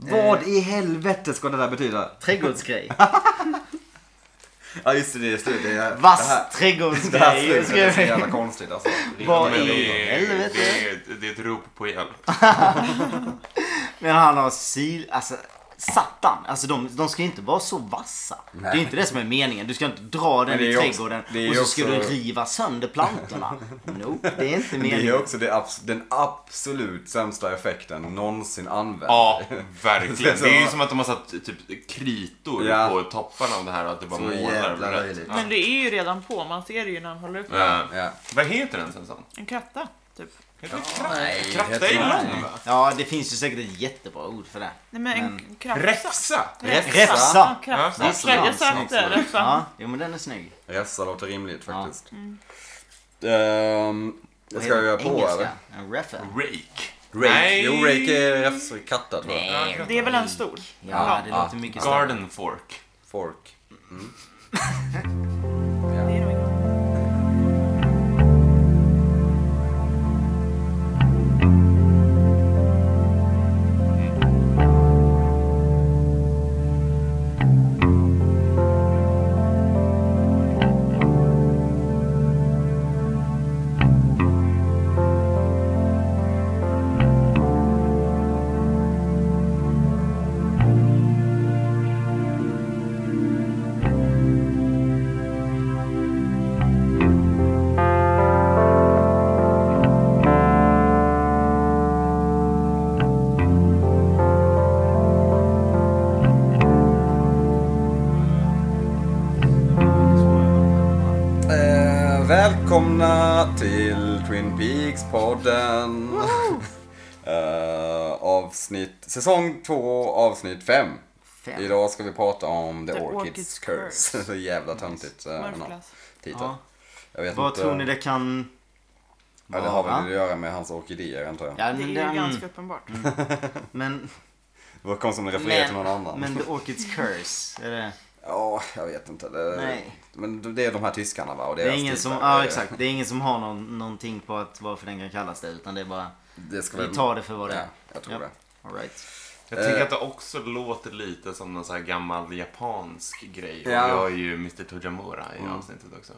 Vad i helvete ska det där betyda? Trädgårdsgrej. Ja just det. Vass trädgårdsgrej. Det här slutet är så jävla konstigt alltså. Vad Men i helvete? det är ett rop på hjälp. Men han har alltså satan. Alltså de ska inte vara så vassa. Nej. Det är inte det som är meningen. Du ska inte dra den i trädgården och så ska du riva sönder plantorna. Nope, det är inte meningen. Det är också den absolut sämsta effekten någonsin använd. Ja, verkligen. Det är ju som att de har satt typ kritor på topparna av det här och att det bara Så målar jävla över löjligt. det. Men det är ju redan på, man ser det ju när han håller upp Ja. Vad heter den sen sån? en kratta, typ. Nej, Kratta är lång va? Ja, det finns ju säkert ett jättebra ord för det. Nej men en krafsa. Räfsa? Räfsa. Ja, krafsa. Ja, Ja, jag sa inte räfsa. Ja, jo men den är snygg. Räfsa låter rimligt faktiskt. Vad Ska jag göra heter på engelska? eller? En räffa. Rake? Rake. Nej. Jo, rake är räfsa kattad va? Nej. Det är väl en stor? Ja, det låter mycket starkt. Garden fork. Fork. Det är nog inget. Välkomna till Twin Peaks-podden. Säsong 2, avsnitt 5. Idag ska vi prata om The Orchid's Curse. Så jävla töntigt titel. Ja. Jag vet Vad inte. tror ni det kan Ja, det har väl att göra med hans orkidéer antar jag. Ja, Det är men ju ganska uppenbart. Men Det var konstigt om det refererar till någon annan. Men The Orchid's Curse, är det? Ja, jag vet inte. Nej. Men det är de här tyskarna va? Och Det är ingen som, ja exakt, det är ingen som har någonting på att varför den kan kallas det, utan det är bara, Det ska vi tar det för vad det är. Ja, jag tror det. All right. Jag tycker att det också låter lite som någon så här gammal japansk grej. Och Ja. vi har ju Mr. Tojamura i avsnittet också.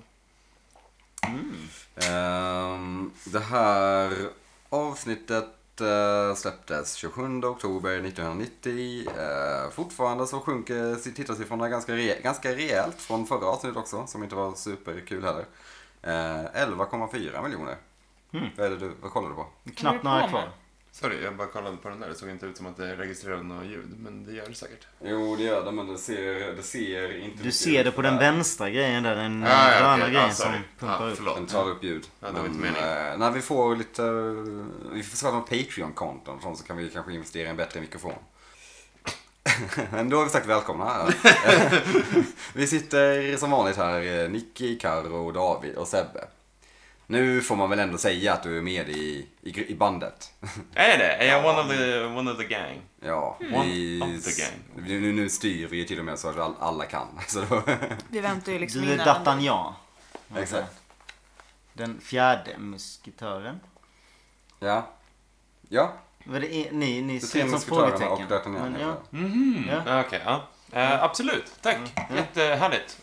Det här avsnittet släpptes 27 oktober 1990. Fortfarande så sjunker tittarsiffrorna ganska rejält från förra avsnittet också, som inte var superkul heller. 11,4 miljoner. Vad kollar du på? Knappt några kvar. Sorry, jag bara kollade på den där. Det såg inte ut som att det registrerade något ljud, men det gör det säkert. Jo, det gör det, men det ser inte. Du ser det på den vänstra grejen där, den gröna grejen som pumpar upp. Förlåt. Den tar upp ljud. Ja, det var inte meningen. När vi får lite, vi får skapa Patreon-konton så kan vi kanske investera i en bättre mikrofon. Men då har vi sagt välkomna. Vi sitter som vanligt här, Nicky, Karo, David och Sebbe. Nu får man väl ändå säga att du är med i bandet. Är det? Är jag one of the gang? Ja, One of the gang. nu styr vi ju till och med så att alla kan. Så då, Vi väntar ju liksom Du är innan. D'Artagnan. exakt. Den fjärde musketören. Ja. Ja, Vad det är, ni det ser tre som musketörerna och frågetecken. D'Artagnan. Men ja. Ja. Okej, ja. Absolut, tack. Jättehärligt.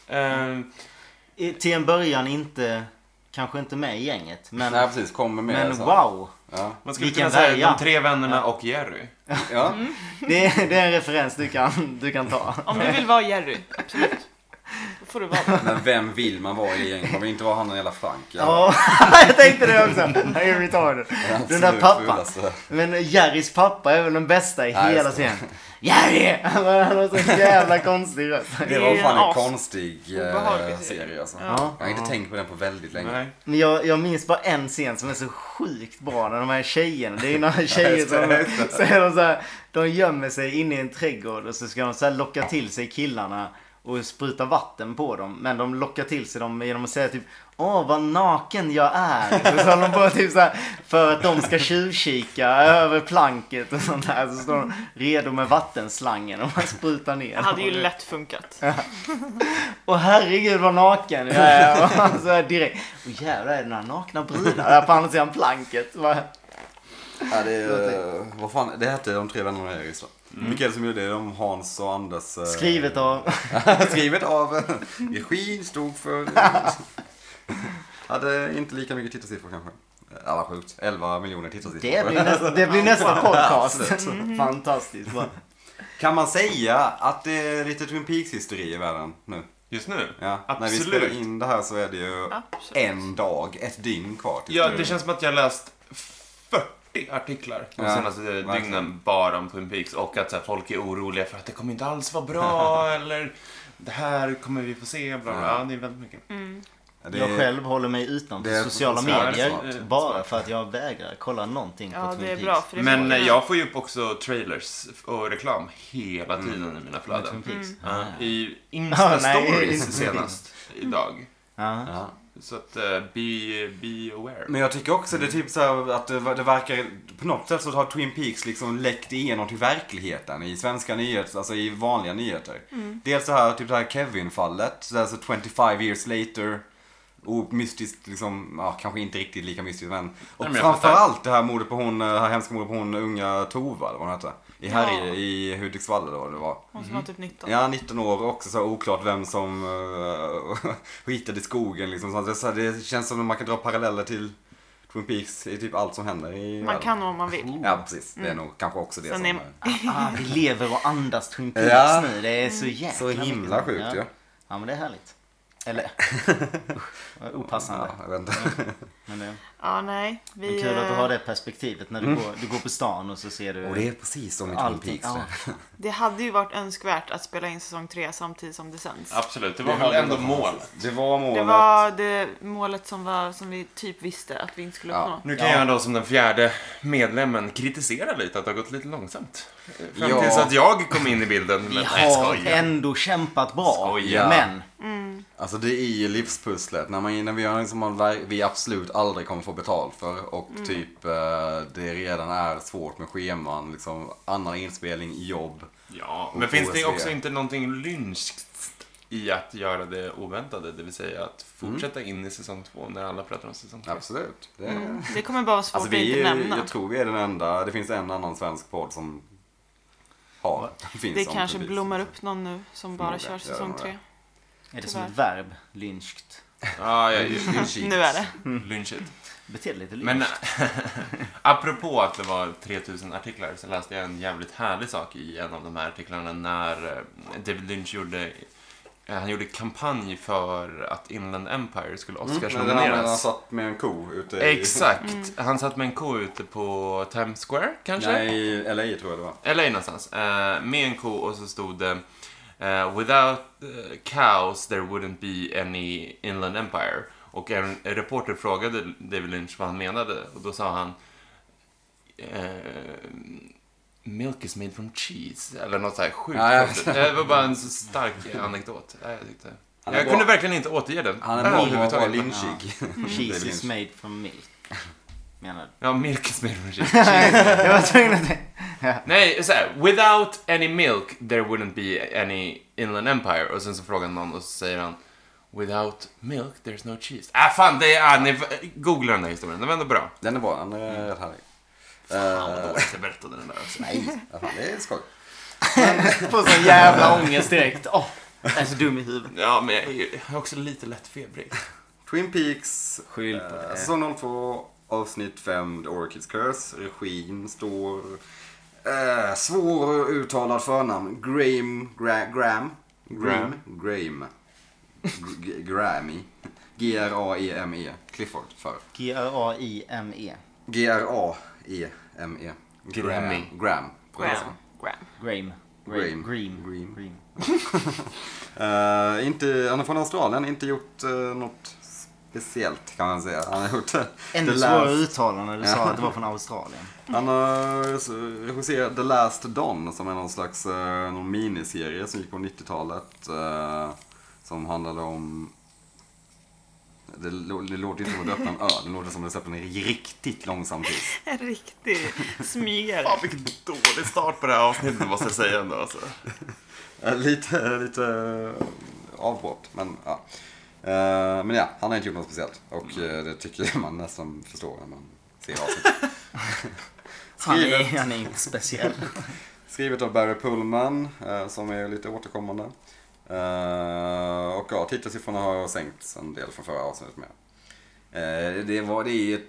Till en början kanske inte med i gänget, men, Nej, precis. Kommer med. men så. wow. Ja. Man skulle Vilken kunna säga variant. De tre vännerna och Jerry. Ja. Det är en referens du kan ta. Om du vill vara Jerry, absolut. Då får du vara det. Men vem vill man vara i gänget? Man vill inte vara han den jävla Frank. Ja, jag tänkte det också. Here we tar den där pappan. Fulaste. Men Jerrys pappa är väl den bästa i Nej, hela just det. scenen. Jerry! Han har så jävla konstig röst. Det Det var är fan en en as- konstig obehaglig serie alltså. Ja. Jag har inte tänkt på den på väldigt länge. Nej. Men jag minns bara en scen som är så sjukt bra när de här tjejerna, det är några tjejer så är de så här, de gömmer sig inne i en trädgård och så ska de så här locka till sig killarna och spruta vatten på dem. Men de lockar till sig dem genom att säga typ åh vad naken jag är. Så håller de på typ så här, för att de ska tjuvkika över planket och sånt där. Så står de redo med vattenslangen och man sprutar ner. Det hade ju lätt funkat. Och herregud vad naken jag är. Och så här direkt. Och jävlar är det några nakna brudar där på andra sidan planket. Ja, vad fan, det hette De tre vännerna i Ryssland. Vilka är det som gör det? De Hans och Anders. Skrivet av... Skrivet av. Regin stod för... Hade inte lika mycket tittarsiffror kanske. Alla sjukt. 11 miljoner tittarsiffror. Det blir nästa podcast. Fantastiskt. Kan man säga att det är lite Twin Peaks-hysteri i världen nu? Just nu? Ja, absolut. När vi spelar in det här så är det ju en dag, ett dygn kvar. Ja, det känns som att jag läst 40 artiklar de senaste dygnen bara om Twin Peaks. Och att så här, folk är oroliga för att det kommer inte alls vara bra eller det här kommer vi få se. Bla bla. Ja, det är väldigt mycket. Jag själv håller mig utanför sociala medier bara för att jag vägrar kolla någonting på Twin Peaks. Bra, för men jag får ju upp också trailers och reklam hela tiden i mina flöden. I Insta-stories senast idag. Så att be aware. Men jag tycker också det är typ så här att det verkar på något sätt så har Twin Peaks liksom läckt igenom till verkligheten i svenska nyheter, alltså i vanliga nyheter. Dels så här typ det här Kevin-fallet, så 25 years later. Och mystiskt liksom, kanske inte riktigt lika mystiskt men framförallt det här mordet på hon, det här hemska mordet på hon unga Tova eller vad hon heter. I Härje, i Hudiksvall eller vad det var. Hon som var typ 19. Ja, 19 år och också så oklart vem som hittade i skogen liksom. Så det känns som att man kan dra paralleller till Twin Peaks i typ allt som händer i man kan om man vill. Ja, precis. Det är nog kanske också det som vi lever och andas Twin Peaks nu. Det är så jäkla så himla sjukt ja. Ja, men det är härligt. Eller, opassande. Ja, jag vet inte. Men nej. Det är kul att du har det perspektivet när du går på stan och så ser du... Och det är precis som i Twin Peaks. Det hade ju varit önskvärt att spela in säsong 3 samtidigt som det sänds. Absolut, det var väl ändå målet. Det var målet. Det var det målet som vi typ visste att vi inte skulle uppnå. Nu kan jag då som den 4:e medlemmen kritisera lite att det har gått lite långsamt. Fram tills att jag kom in i bilden. Vi har ändå kämpat bra. Men... Alltså det är ju livspusslet när vi gör liksom vi absolut aldrig kommer få betalt för och typ det redan är svårt med scheman liksom annan inspelning, jobb. Ja, men finns det också inte någonting lynskt i att göra det oväntade, det vill säga att fortsätta in i säsong 2 när alla pratar om säsong 3? Absolut. Det kommer bara vara svårt att inte nämna. Jag tror vi är den enda, det finns en annan svensk podd som har det kanske blommar upp någon nu som bara kör säsong 3. Är det som ett verb? Lynskt. Ja, nu är det. Lynchigt. Beter lite lynskt. Men apropå att det var 3000 artiklar så läste jag en jävligt härlig sak i en av de här artiklarna när David Lynch gjorde kampanj för att Inland Empire skulle Oscars-nomineras. Han satt med en ko ute i... Exakt. Han satt med en ko ute på Times Square, kanske? Nej, LA tror jag det var. LA någonstans. Med en ko och så stod det without cows there wouldn't be any Inland Empire. Och en reporter frågade David Lynch vad han menade. Och då sa han milk is made from cheese. Eller något så här sjukt. Det var bara en så stark anekdot. Jag kunde verkligen inte återge den. Han är bara lynchig. Cheese is made from milk. Menar du? Ja, milk is made from cheese. Jag var tvungen att... Nej, så här, without any milk there wouldn't be any Inland Empire. Och sen så frågar någon och så säger han without milk there's no cheese. Fan, det är... Ni googlar den här historien, den var ändå bra. Den är bra, den är rätt härlig. Fan vad dåligt jag berättade den där också. Nej, det är skoj. På sån jävla ångest direkt. Jag är så dum i huvudet. Ja, men jag är också lite lätt febrig. Twin Peaks, Skyll på det. säsong 02, avsnitt 5, The Orchid's Curse. Regin står... svår uttalad förnamn. Grammy. G-R-A-E-M-E. Clifford för. G-R-A-I-M-E. G-R-A-E-M-E. Grammy. Graham. Inte, han är från Australien, inte gjort något speciellt kan man säga. Han har gjort ännu svårare uttalande när du sa att det var från Australien. Han har regisserat The Last Dawn som är någon slags någon miniserie som gick på 90-talet som handlade om det låter inte som att öppna en öl, det låter som att öppna en riktigt långsam tid. En riktig smygare. Fan, vilken dålig start på det här avsnittet måste jag säga ändå alltså. Lite avbrott, men ja. Men ja, han har inte gjort något speciellt. Och det tycker man nästan förstår när man ser avsnittet. Han är inte speciell. Skrivet av Barry Pullman, som är lite återkommande. Och ja, tittarsiffrorna har sänkts en del från förra avsnittet med. Det var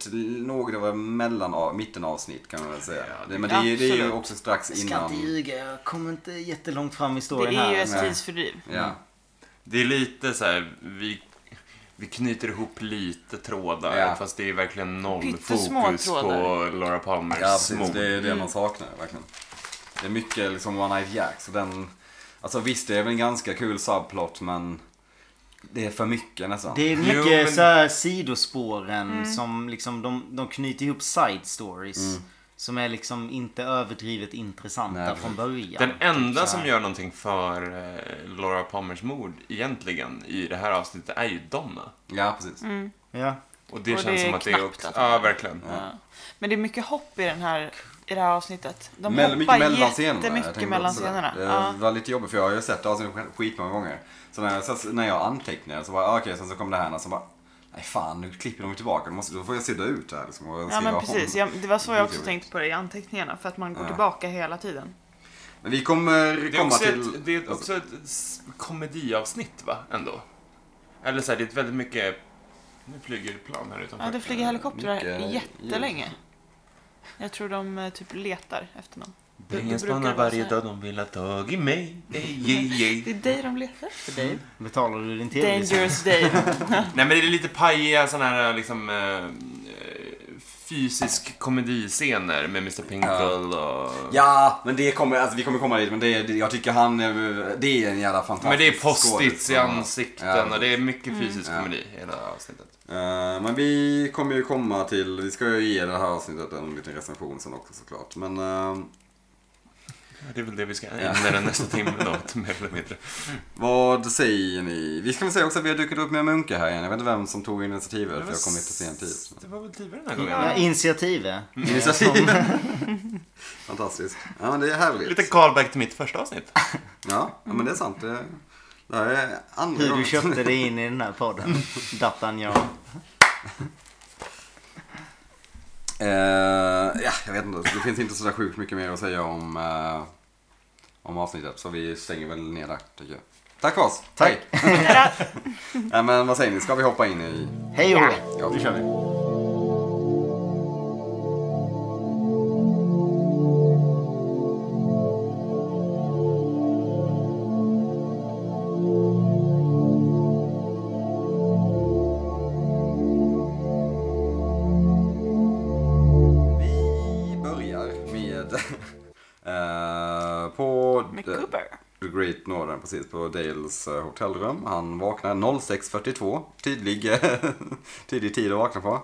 mittenavsnitt kan man väl säga. Ja, men det är ju också strax innan. Jag ska inte ljuga, jag kommer inte jättelångt fram i storyn här. Det är ju ett tidsfördriv. Ja. Det är lite så här, vi knyter ihop lite trådar, fast det är verkligen noll Pyttesmå fokus trådar. på Laura Palmers Ja, precis. mord. Det är det man saknar verkligen. Det är mycket liksom One-Eyed Jack, så den... Alltså visst, det är väl en ganska kul subplot, men det är för mycket nästan. Det är mycket så här sidospåren som liksom de knyter ihop side stories. Som är liksom inte överdrivet intressanta från början. Den enda som gör någonting för Laura Palmers mord egentligen i det här avsnittet är ju Donna. Ja, precis. Ja. Och det Och känns det är som att det är knappt också... att- Ja, verkligen. Ja. Men det är mycket hopp i det här avsnittet. De Mycket hoppar mellan scenerna. Jag jättemycket tänkte mellan också det. scenerna. Det Ja. var lite jobbigt för jag har ju sett avsnittet skitmånga gånger. Så när jag antecknade så var okej, sen så kom det här och så bara nej fan, nu klipper de tillbaka. Då får jag sudda ut här liksom, och Ja, skriva men om. precis. Det var så jag också tänkte på det i anteckningarna. För att man går tillbaka hela tiden. Men vi kommer Det är komma också till... det är också ett komediavsnitt, va? Ändå. Eller så här, det är ett väldigt mycket... Nu flyger plan här utanför. Ja, det flyger helikoptrar Mycket jättelänge. Jag tror de typ letar efter någon. Ingen Det brukar spanar vara varje så här. dag, de vill ha tag i mig. Det är dig de letar efter, Dave. Betalar du din tv? Dangerous Dave. Nej, men det är lite pajiga sådana här liksom fysisk komediscener med Mr. Pinkle och... Ja, men det kommer, alltså vi kommer komma dit, men jag tycker han, det är en jävla fantastisk Men det är post-its i skådis. ansikten Ja. och det är mycket fysisk komedi i hela avsnittet. Men vi kommer ju komma till, vi ska ju ge det här avsnittet en liten recension sen också såklart. Men Det är väl det vi ska ägna den nästa timme då, mer eller mindre. vad säger ni? Vi ska väl säga också att vi har dykt upp med Munke här igen. Jag vet inte vem som tog initiativet för jag kom lite sent tid. Det var väl tidigare den här gången? Ja, initiativet. Initiativ. Fantastiskt. Ja, men det är härligt. Lite callback till mitt första avsnitt. Ja, men det är sant. Det här är andra Hur du gången. köpte dig in i den här podden. Dattan, ja. Ja, jag vet inte. Det finns inte så där sjukt mycket mer att säga om avsnittet. Så vi stänger väl ner där, tycker jag. Tack för oss. Tack. Hej. Ja, men vad säger ni? Ska vi hoppa in i... Hej och Ja, nu kör vi. Vi börjar med... på... Med Cooper. The Great Northern, precis, på Dales hotellrum. Han vaknar 06.42. Tidig tid att vakna på.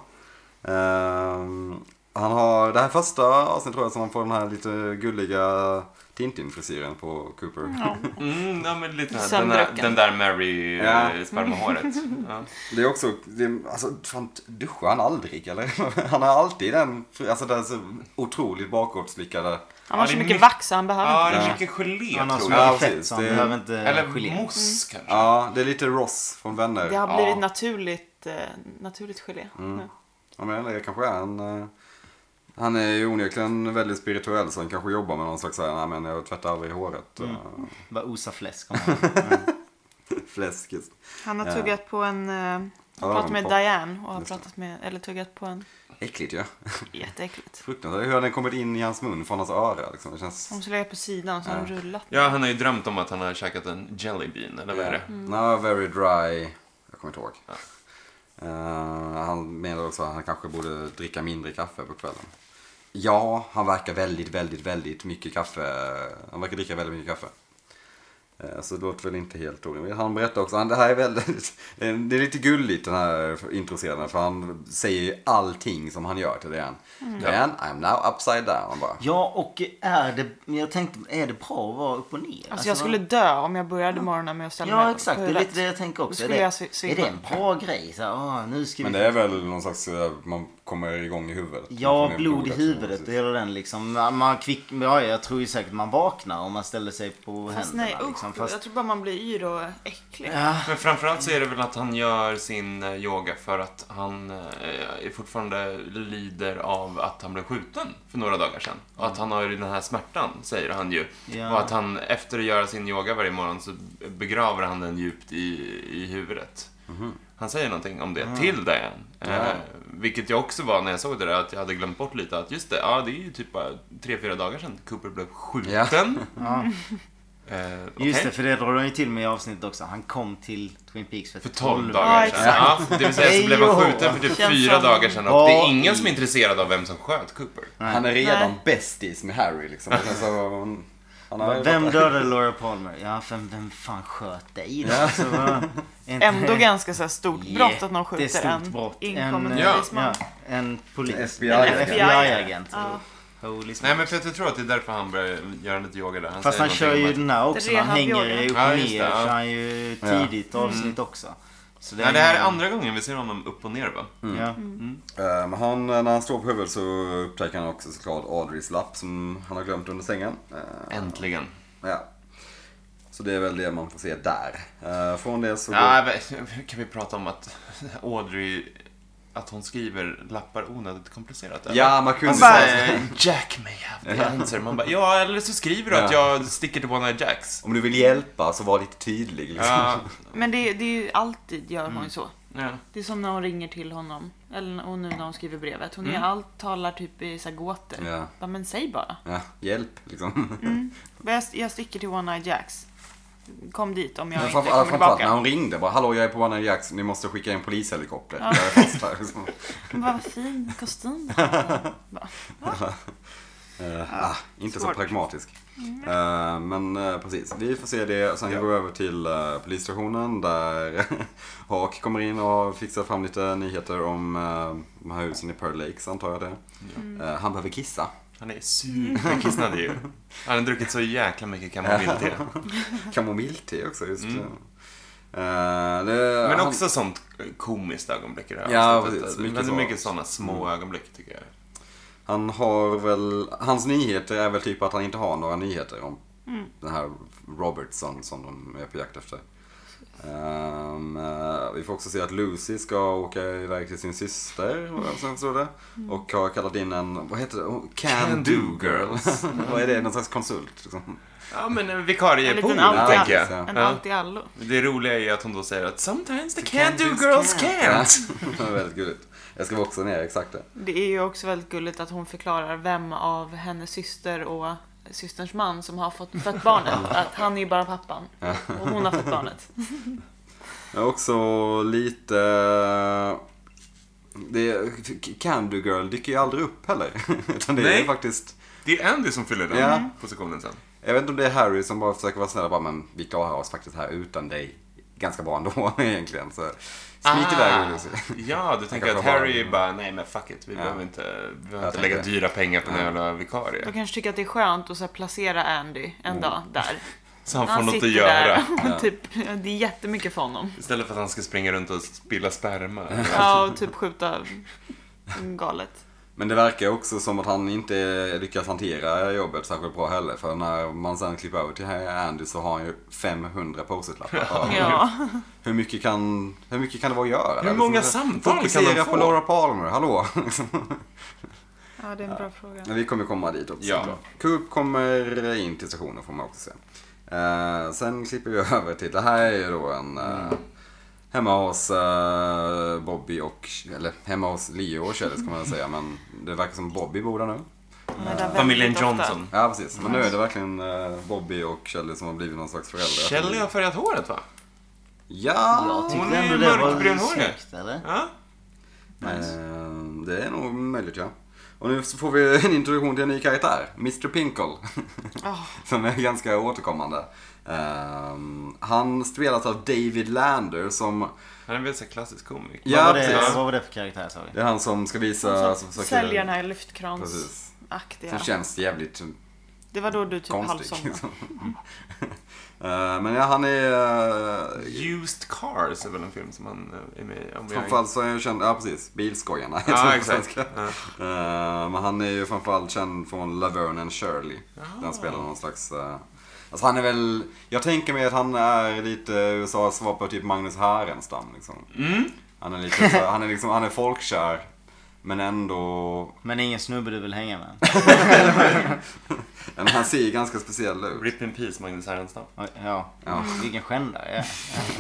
Han har det här första avsnittet tror jag som han får den här lite gulliga Tintin-frisyren på Cooper. Ja. Ja, men lite här, Sömndrucken. den där Mary spermahåret. Ja. Det är också, alltså fan, duschar han aldrig eller? Han har alltid den, alltså den så otroligt bakåtslickade. Han har Ja, så det är mycket mycket- vax så han behöver Ja, inte det är det. mycket gelé, Han har så tror jag. mycket Ja, fett precis. så han Det- behöver inte Eller gelé. mousse, kanske. Ja, det är lite Ross från Vänner. Det har Ja. blivit naturligt gelé. Ja. Ja, men det kanske är han är ju onekligen väldigt spirituell så han kanske jobbar med någon slags såhär, nej men jag tvättar aldrig håret. Bara osa fläsk. Fläsk just. Han har Ja. tuggat på en... Han Ja, pratat med på- Diane och har Just det. pratat med... Eller tuggat på en... Äckligt ja. Jätteäckligt. Fruktansvärt. Hur har den kommit in i hans mun från hans öra liksom? Det känns... Hon skulle lägga på sidan så har han rullat. Ja, han har ju drömt om att han har käkat en jelly bean, eller vad är det? No, very dry. Jag kommer inte ihåg. Han menar också att han kanske borde dricka mindre kaffe på kvällen. Ja, han verkar väldigt mycket kaffe. Han verkar dricka väldigt mycket kaffe. Så det låter väl inte helt orimligt. Han berättar också, det här är väldigt, det är lite gulligt den här introscenen för han säger ju allting som han gör till Diane. Diane, I'm now upside down. Han bara, Ja, och jag tänkte, är det bra att vara upp och ner? Alltså jag skulle dö om jag började morgonen med att ställa Ja, mig exakt. på Det är huvudet. lite det jag tänker också. Då skulle jag svimma. Är det en bra grej? Så här, nu ska men vi... det är väl någon slags, man kommer igång i huvudet. Ja, Man får ner blod i blodet, huvudet precis. och hela den liksom. Ja, jag tror ju säkert man vaknar om man ställer sig på Fast händerna. nej, usch. Liksom. liksom. Fast... Jag tror bara man blir yr och äcklig. Ja. Men framförallt så är det väl att han gör sin yoga för att han fortfarande lider av att han blev skjuten för några dagar sedan. Och att han har ju den här smärtan, säger han ju. Ja. Och att han efter att göra sin yoga varje morgon så begraver han den djupt i huvudet. Han säger någonting om det till Diane. Vilket jag också var när jag såg det där, att jag hade glömt bort lite att just det, det är ju typ bara 3-4 dagar sedan Cooper blev skjuten. Ja. Okay. Just det, för det drar de ju till med i avsnittet också. Han kom till Twin Peaks för 12 dagar sedan. Ja, det vill säga så blev han skjuten för typ 4 dagar sedan. Och det är ingen som är intresserad av vem som sköt Cooper. Nej. Han är redan bästis med Harry liksom. Vem dödade Laura Palmer? Ja, vem fan sköt dig då? Alltså, Ändå ganska så här stort brott att någon skjuter en brott. inkommande Ja, polisman. en FBI-agent. Ja. Nej, men för att jag tror att det är därför han börjar göra lite yoga där. Fast han kör ju den här också. Han hänger upp och ner. Så han ju tidigt avsnitt också. Så det här är andra gången vi ser honom upp och ner, va? Men när han står på huvudet så upptäcker han också såklart Audreys lapp som han har glömt under sängen. Äntligen. Ja. Så det är väl det man får se där. Från det så... Kan vi prata om att Audrey... Att hon skriver lappar onödigt komplicerat. Eller? Ja, man kunde säga Jack may have the answer. Man bara, ja, eller så skriver du att jag sticker till One Night Jacks. Om du vill hjälpa så var lite tydlig liksom. Ja. Men det är ju alltid gör hon ju så. Ja. Det är som när hon ringer till honom. Och nu när hon skriver brevet. Hon är talar typ i så här gåtor. Ja. Men säg bara. Ja, hjälp liksom. Jag sticker till One Night Jacks. Kom dit om jag inte kommer kommer tillbaka. När hon ringde bara, hallå jag är på One Night Jacks, ni måste skicka en polishelikopter. Jag är fast här liksom. Vad fin kostym. Inte så pragmatisk. Men precis, vi får se det. Sen går vi över till polisstationen där Hawk kommer in och fixar fram lite nyheter om de här husen i Pearl Lakes, antar jag det. Han behöver kissa. Han är superkissnad ju. Han har druckit så jäkla mycket kamomillte. Kamomillte också, just Men också sånt komiskt ögonblick i det här. Ja, precis. Mycket sådana små ögonblick tycker jag. Han har väl, hans nyheter är väl typ att han inte har några nyheter om den här Robertson som de är på jakt efter. Vi får också se att Lucy ska åka iväg till sin syster och har kallat in en, vad heter det? Can-do girl. Vad är det? Någon slags konsult liksom. Ja, men en vikarie på tänker jag. En allt-i-allo. Det roliga är att hon då säger att sometimes the can-do girls can't. Det är väldigt gulligt. Jag ska också ner exakt det. Det är ju också väldigt gulligt att hon förklarar vem av hennes syster och systerns man som har fött barnet. Att han är ju bara pappan och hon har fött barnet. Jag är också lite... Can-do girl dyker ju aldrig upp heller. Utan det är faktiskt... Det är Andy som fyller den positionen sen. Jag vet inte om det är Harry som bara försöker vara snäll och bara, men vi klarar oss faktiskt här utan dig ganska bra ändå egentligen. Så smit iväg. Ja, du tänker att Harry bara, nej men fuck it, vi behöver inte lägga dyra pengar på en jävla vikarie. Jag kanske tycker att det är skönt att så här, placera Andy en dag där. Så han får något att göra. Typ, det är jättemycket för honom. Istället för att han ska springa runt och spilla sperma. Ja, och typ skjuta galet. Men det verkar också som att han inte lyckas hantera jobbet särskilt bra heller. För när man sen klipper över till Andy så har han ju 500 post-it-lappar. Ja. Hur mycket kan det vara att göra? Hur många samtal kan de få? Fokusera på Laura Palmer, hallå? Ja, det är en bra fråga. Men vi kommer komma dit också. Ja. Coop kommer in till stationen får man också se. Sen klipper vi över till, det här är ju då en... hemma hos Bobby eller hemma hos Leo och Kjell ska man säga, men det verkar som Bobby bor där nu. Familjen Johnson. Ja, precis. Men nu är det verkligen Bobby och Kjell som har blivit någon slags föräldrar. Kjell har färgat håret, va? Ja, jag tyckte hon är ändå det var mörkbrunhårig. snyggt, eller? Ja. Det är nog möjligt, ja. Och nu får vi en introduktion till en ny karaktär, Mr. Pinkle. Som är ganska återkommande. Han spelas av David Lander som... Han är väl så klassisk komik. Ja, vad var det för karaktär, sa vi? Det är han som ska visa... Säljer den här lyftkransaktiga. Som känns jävligt det var då du typ konstig. halvsomnade. Men ja, han är... Used Cars är väl en film som han är med i. Framförallt så är jag känd... Ja, precis. Bilskojarna. Ja, exakt. Men han är ju framförallt känd från Laverne and Shirley. Den spelar någon slags Alltså han är väl, jag tänker mig att han är lite USAs svar på typ Magnus Härenstam liksom. Han är lite så, han är folkkär. Men ändå... Men ingen snubbe du vill hänga med. Men han ser ganska speciell ut. Rip in peace, Magnus Härenstam. Ja. Vilken skändare. Ja.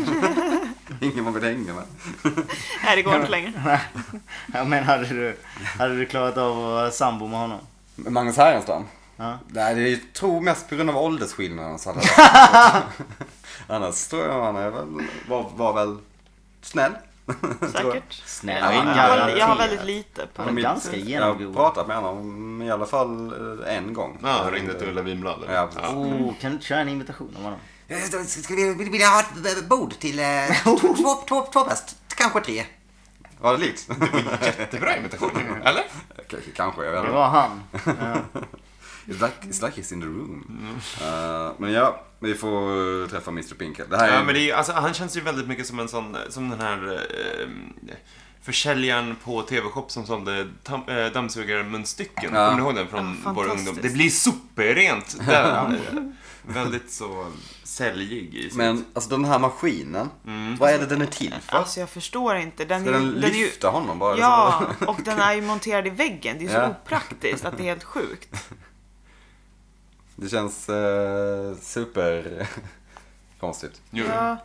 Ingen man vill hänga med. Nej, det går inte längre. Ja, men hade du klarat av att vara sambo med honom? Magnus Härenstam? Ja. Nej, det är tror mest på grund av åldersskillnaden. Så annars tror jag han är väl, var väl snäll. Säkert. Snälla. Jag har väldigt lite på Han är ganska Jag har genomgod. pratat med honom i alla fall en gång. Ja, han ringde till Ulla Vinblad. Ja, precis. Kan du inte köra en invitation om honom? Ska vi vilja ha ett bord till två bäst? Kanske 3. Var det likt? Jättebra imitation, eller? Kanske, jag vet Det inte. var han. Ja. It's like he's in the room. Men ja, vi får träffa Mr. Pinkel. Det här Ja, men det är, alltså, han känns ju väldigt mycket som en sån, som den här försäljaren på TV-shop som sålde dammsugarmunstycken. Kommer du ihåg den från vår ungdom? Det blir superrent där. Väldigt så säljig i sitt. Men alltså den här maskinen, vad är det den är till för? Alltså jag förstår inte. Ska den lyfta honom bara? Ja, och den är ju monterad i väggen. Det är så opraktiskt att det är helt sjukt. Det känns super konstigt. Ja.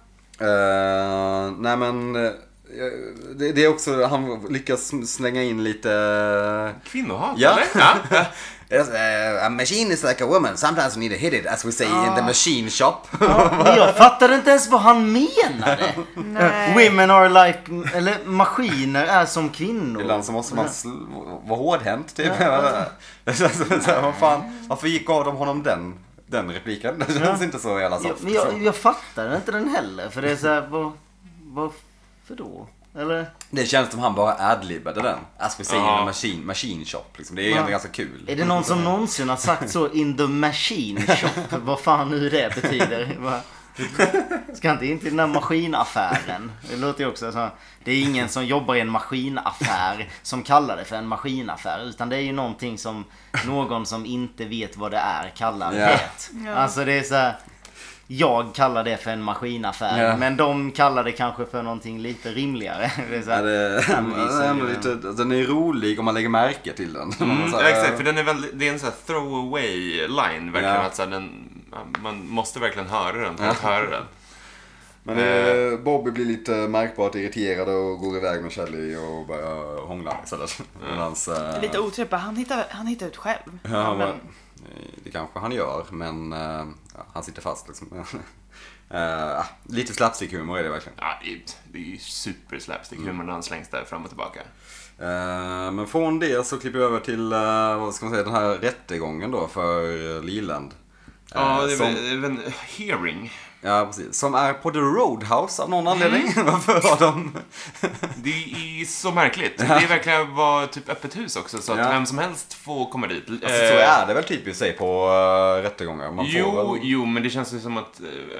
Nej men det är också, han lyckas slänga in lite Kvinnohat, ja. eller? Ja. A machine is like a woman. Sometimes we need to hit it, as we say in the machine shop. Men jag fattade inte ens vad han menade. Nej. Women are like, eller maskiner är som kvinnor. Ibland så måste man vara hårdhänt typ. Vad fan, varför gick av dem honom den repliken? Det känns inte så jävla soft. Jag fattade inte den heller. För det är så här, varför då? Eller? Det känns som han bara adlibbade den. As we say in the machine shop. Liksom. Det är egentligen ganska kul. Är det någon som någonsin har sagt så in the machine shop? Vad fan nu det betyder? Ska inte in till den där maskinaffären? Det låter ju också så. Det är ingen som jobbar i en maskinaffär som kallar det för en maskinaffär. Utan det är ju någonting som någon som inte vet vad det är kallar det. Ja. Alltså det är så här. Jag kallar det för en maskinaffär, men de kallar det kanske för någonting lite rimligare. Det är så här, den är rolig om man lägger märke till den. Exakt, för den är väldigt, det är en sån här throwaway line verkligen, att så här, man måste verkligen höra den för att höra den. Men Bobby blir lite märkbart irriterad och går iväg med Shelley och börjar hångla istället. Det är lite otrevligt, han hittar ut själv. Ja, men det kanske han gör, men han sitter fast liksom. Lite slapstick-humor är det verkligen. Ja, det är ju super slapstick-humor när han slängs där fram och tillbaka. Men från det så klipper vi över till vad ska man säga, den här rättegången då för Leland. Ja, det är en hearing. Ja, precis. Som är på The Roadhouse av någon anledning. Varför har de... Det är så märkligt. Det är verkligen var typ öppet hus också, så att vem som helst får komma dit. Alltså, så är det väl typiskt sig på rättegångar. Man får Jo, men det känns ju som att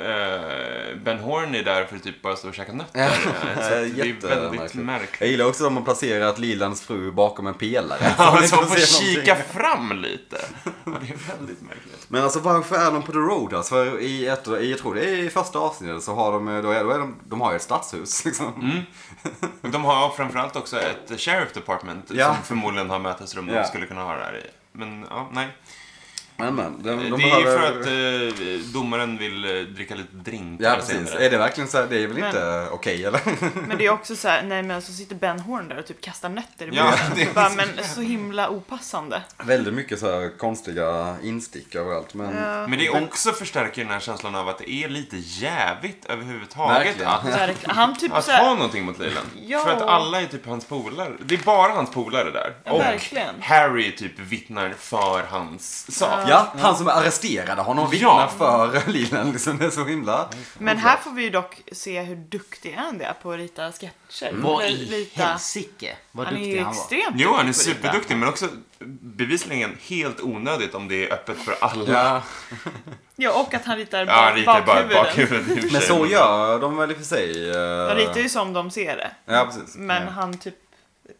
Ben Horn är där för typ bara stå och käka nötter. Så det är väldigt märkligt. Jag gillar också att man placerat Lelands fru bakom en pelare. Ja, så man får kika fram lite. Och det är väldigt märkligt. Men alltså varför är de på The Roadhouse? För jag tror det är i första avsnittet så har de har ju ett stadshus liksom. De har framförallt också ett sheriff department som förmodligen har mötesrum de skulle kunna ha där i. Men nej. Men det är för att domaren vill dricka lite drinkar. Ja, precis. Är det verkligen så här? Det är väl inte okej, eller? Men det är också så här, nej men så sitter Ben Horn där och typ kastar nötter i men så himla opassande. Väldigt mycket så här konstiga instick överallt. Men det är också förstärker den här känslan av att det är lite jävigt överhuvudtaget Han typ att ha någonting mot Leland. Ja. För att alla är typ hans polare. Det är bara hans polare där. Ja, och verkligen. Harry typ vittnar för hans sak. Ja, han som arresterade honom vittnar för Leland. Liksom, det är så himla. Men här får vi ju dock se hur duktig han är på att rita sketcher. Vad i helsike? Vad han är duktig ju han var. extremt Jo, han är duktig på att rita. superduktig, men också bevisligen helt onödigt om det är öppet för alla. Ja. Ja, och att han ritar bakhuvuden. Men så gör de väl i och för sig. De ritar ju som de ser det. Ja, precis. Men han typ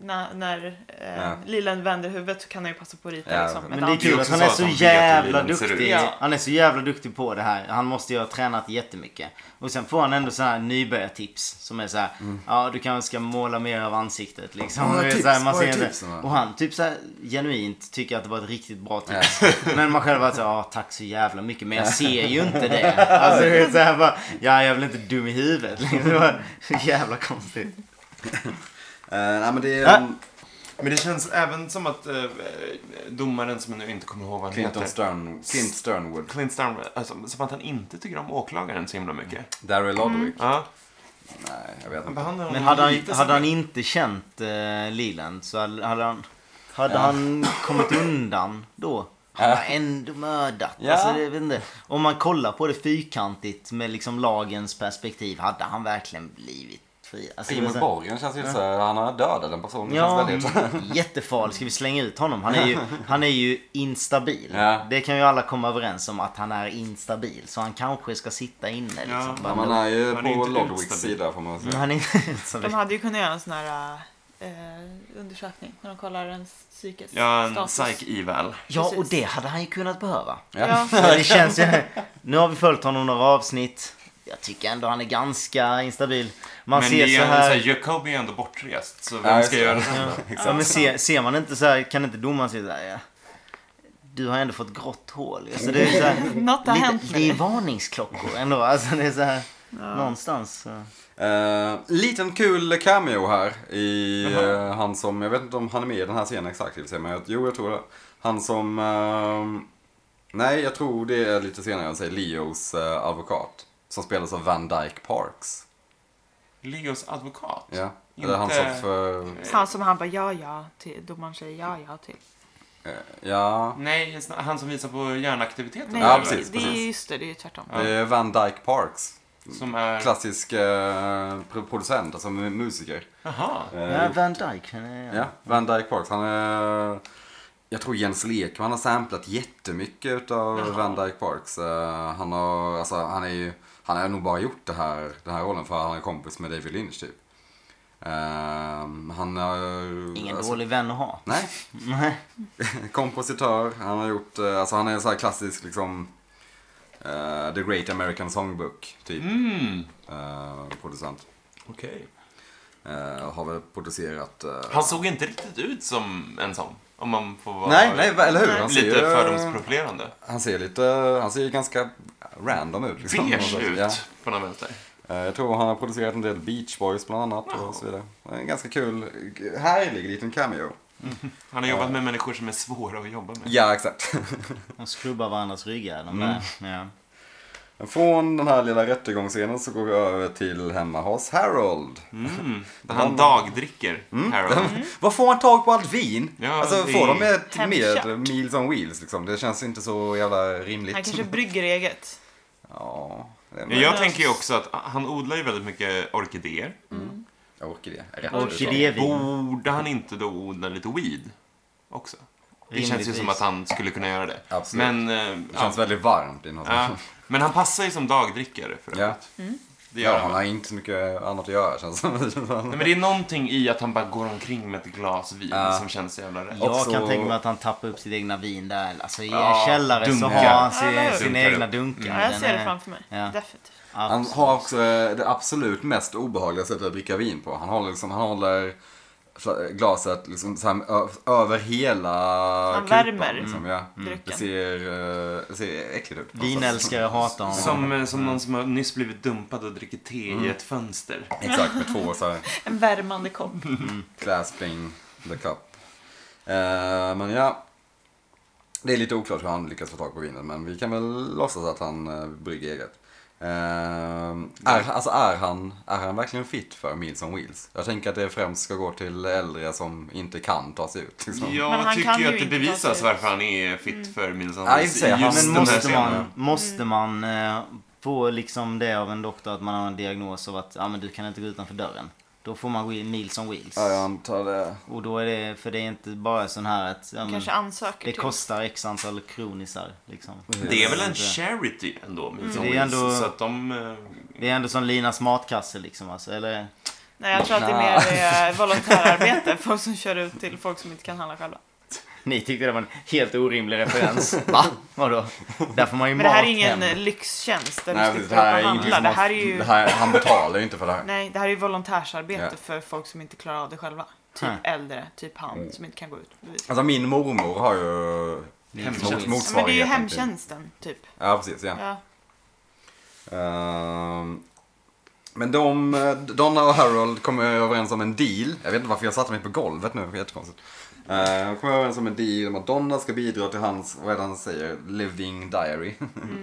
när Leland vänder huvudet så kan han ju passa på att rita liksom, men det är kul att han är så jävla duktig. Han är så jävla duktig på det här. Han måste ju ha tränat jättemycket. Och sen får han ändå så här nybörjartips som är så här, ja du kanske ska måla mer av ansiktet liksom. Man ser och han typ så här genuint tycker att det var ett riktigt bra tips. Men man själv var så här, tack så jävla mycket, men jag ser ju inte det. Alltså det är så här bara, jag är väl inte dum i huvudet liksom. Det var så jävla konstigt. Nej, men det är men det känns även som att domaren som jag nu inte kommer ihåg vad han heter. Clint Sternwood. Alltså, som att han inte tycker om åklagaren så himla mycket. Daryl Ludwig. Ja. Nej, jag vet inte. Men hade han inte känt Leland så hade han kommit undan då. Han var ändå mördat. Ja. Alltså, jag vet inte. Om man kollar på det fyrkantigt med liksom lagens perspektiv, hade han verkligen blivit fri? Alltså, Timur Borgen känns ju så här, han har dödat den personen. Ja, jättefarlig. Ska vi slänga ut honom? Han är ju instabil. Ja. Det kan ju alla komma överens om att han är instabil. Så han kanske ska sitta inne. Liksom. Ja, man är ju Han på är inte Ludwigs instabil. sida får man säga. Han är inte instabil. De hade ju kunnat göra en sån här undersökning när de kollar ens psykisk Ja, en status. psych-eval. Ja, Precis. och det hade han ju kunnat behöva. Ja. För det känns ju... Nu har vi följt honom några avsnitt. Jag tycker ändå han är ganska instabil. Man Men ser det är så här... Jacobi är ändå bortrest. Så vem ska göra det? Ja, men ser man inte så här, kan inte domaren säga så här, ja, du har ändå fått grått hål. Alltså det är så här, Något har hänt med det är det. varningsklockor ändå. Alltså det är så här, någonstans. Så. Liten kul cameo här i han som, jag vet inte om han är med i den här scenen exakt, men jag tror det. Han som, nej jag tror det är lite senare, jag säger Leos advokat. Som spelas av Van Dyke Parks. Leos advokat? Ja, Inte... eller han som Han som han bara ja till, domaren säger ja till. ja. Nej, han som visar på hjärnaktiviteten. Nej, Ja, precis. det är just det, det är ju tvärtom. Det är Van Dyke Parks. Som är... Klassisk producent, alltså musiker. Jaha. Ja, Van Dyke. Ja, Van Dyke Parks. Han är... Jag tror Jens Lekman har samplat jättemycket utav Van Dyke Parks. Han har nog bara gjort den här rollen för att han är kompis med David Lynch typ. Han har... Ingen dålig vän att ha. Nej. Nej. Kompositör. Han har gjort... Alltså han är en sån här klassisk liksom... The Great American Songbook typ. Producent. Okej. Har väl producerat... Han såg inte riktigt ut som en sån. Om man får vara Nej, eller hur? Han lite ser, fördomsprofilerande. Han ser ganska random ut. Liksom, Beige ut ja. på någon vänster. Jag tror han har producerat en del Beach Boys bland annat och så vidare. En ganska kul, härlig liten cameo. Han har jobbat med människor som är svåra att jobba med. Ja, exakt. De skrubbar varandras ryggar. De där. Ja. Från den här lilla rättegångsscenen så går vi över till hemma hos Harold. Där han dagdricker, Harold. Var får han tag på allt vin? Ja, alltså det får de Hemköpt. med Meals on Wheels liksom? Det känns inte så jävla rimligt. Han kanske brygger eget. Ja, Jag tänker ju också att han odlar ju väldigt mycket orkidéer. jag orkar det. Orkidévin. Borde han inte då odla lite weed också? Det känns ju Rimligtvis. som att han skulle kunna göra det. Absolut. Men, Det känns väldigt varmt i något ja. Men han passar ju som dagdrickare för Ja. övrigt. Det gör Ja, han han. har inte så mycket annat att göra känns det som. Nej, men det är någonting i att han bara går omkring med ett glas vin som känns jävla rätt. Jag Också- kan tänka mig att han tappar upp sitt egna vin där. Alltså i en Ja, källare så dunkar. har han Ja, sina dunkar egna upp. dunkar. Ja, jag Den ser det är- framför mig. Ja. Definitivt. Han har också det absolut mest obehagliga sättet att dricka vin på. Han håller glaset liksom så här, över hela Han kupan, värmer liksom, ja. drycken. Det ser äckligt ut. Vinälskare hatar honom. Som någon som har nyss blivit dumpad och dricker te i ett fönster. Exakt, med två så här En värmande kopp. clasping the cup. Men ja, det är lite oklart hur han lyckas få tag på vinet, men vi kan väl låtsas att han brygger eget. Är han verkligen fit för Meals on Wheels? Jag tänker att det främst ska gå till äldre som inte kan ta sig ut. Liksom. Men Jag han kan tycker ju ju att det inte ta bevisas sig varför han är fit för Meals on Ja, i och Wheels. för sig, han- Just Men den här måste scenen. man få liksom det av en doktor att man har en diagnos av att men du kan inte gå utanför dörren. Då får man gå in Meals on Wheels. Ja, jag antar det. Och då är det, för det är inte bara sån här att Kanske ansöker det till. kostar x antal kronisar liksom. Det är väl en charity ändå, Meals on Det är Wheels. ändå- Så att de... Det är ändå som Linas matkasse liksom alltså, eller? Nej, jag tror att det är mer volontärarbete. Folk som kör ut till folk som inte kan handla själva. Ni tyckte det var en helt orimlig referens. Va? Vadå? Där får man ju Men det här är mat ingen hem. lyxtjänst där Nej, du det slipper här åka är och ingenting handla. som Det här är ju... han betalar ju inte för det här. Nej, det här är ju volontärsarbete Ja. för folk som inte klarar av det själva. Typ äldre, typ han som inte kan gå ut. Alltså min mormor har ju Hemtjänst. Men det är ju motsvarigheten till- hemtjänsten, typ. Ja, precis. Ja. Ja. Men Donna och Harold kommer överens om en deal. Jag vet inte varför jag satte mig på golvet nu, det är jättekonstigt. De kommer överens om en deal om att Donna ska bidra till hans, vad är det han säger, living diary.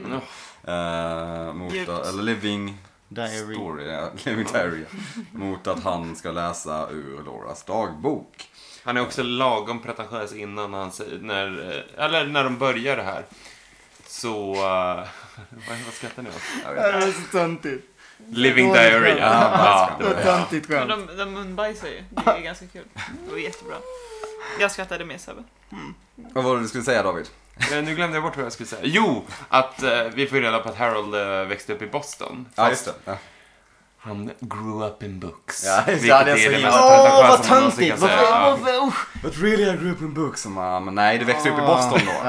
Eller living Diary. story, ja, living diary. Mot att han ska läsa ur Lauras dagbok. Han är också lagom pretentiös innan han när de börjar det här. Så... vad skrattar ni åt? Det var så töntigt. Living Diary. Ja, Det var töntigt Men skämt. de munbajsar ju. Det är ganska kul. Det var jättebra. Jag skrattade med Sebbe. Vad var det du skulle säga, David? Nu glömde jag bort vad jag skulle säga. Jo, att vi får reda på att Harold växte upp i Boston. Ja, just det. Ja. Han grew up in books. Ja, just det. Vilket Det är så det himla- mest Åh, vad pretentiösa man någonsin töntigt! kan säga. Ja. But really I grew up in books. Men nej, du växte upp i Boston då.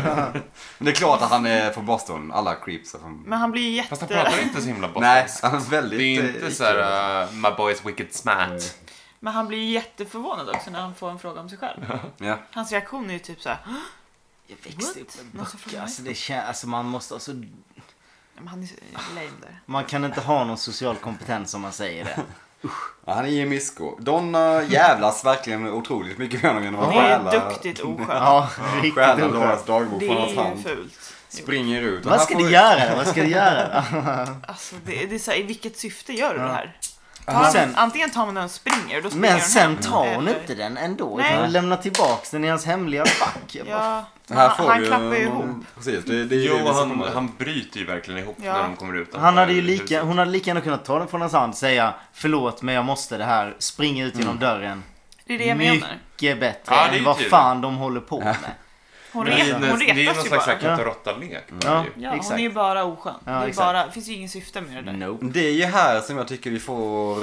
Men det är klart att han är från Boston. Alla creeps är från... Men han blir ju Fast han pratar inte så himla Nej, bostonsk. han är väldigt... Det är inte så här my boy is wicked smart. Men han blir ju jätteförvånad också när han får en fråga om sig själv. Ja. Hans reaktion är ju typ så här. Jag växte upp What? med Någon som böcker. frågar Alltså, det känns, alltså man måste alltså, Men han är så lame där. man kan inte ha någon social kompetens om man säger det. Ja, han är i Misko. Donna jävlas verkligen otroligt mycket med honom genom att Det är stjäla... duktigt oskön. Ja, riktigt Stjäla oskönt. Lauras dagbok Det från är hans ju hand. fult. Springer ut. Och Vad här ska får du vi- göra? Vad ska du göra? Alltså det är så här, i vilket syfte gör du det här? Sen- Antingen tar man den och springer, då springer Men den sen hem, tar hon eller- inte den ändå. Nej. Utan hon lämnar tillbaks den i hans hemliga fack. Ja, Här får han vi klappar ju någon- ihop. Precis, det är det Jo, vi ska komma ihåg. han bryter ju verkligen ihop Ja. när de kommer ut. Hon hade lika gärna kunnat ta den från hans hand, säga förlåt men jag måste det här, springa ut genom dörren. Det är det jag menar. Mycket bättre Ja, det är än vad tydligt. fan de håller på med. Hon Det är ju retas någon ju slags bara. katt och råtta-lek. Ja. Ja, hon Exakt. är ju bara oskön. Ja, Det är exakt. bara, det finns ju ingen syfte med det där. Nope. Det är ju här som jag tycker vi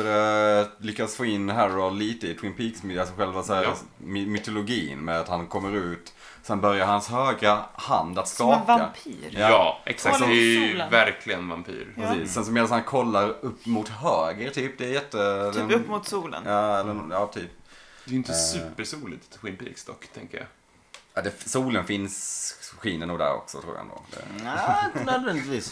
får lyckas få in Harold lite i Twin Peaks, alltså själva så här, Ja. mytologin med att han kommer ut, sen börjar hans högra hand att Som en skaka. vampyr. Ja, exakt. Det Kolla är på ju solen. verkligen vampyr. Ja. Precis. Sen så medan han kollar upp mot höger typ, det är jätte... Typ upp mot solen. Ja, eller, ja typ. Det är ju inte supersoligt i Twin Peaks dock, tänker jag. Ja, solen finns, skiner nog där också tror jag ändå. Det... Nej, inte nödvändigtvis.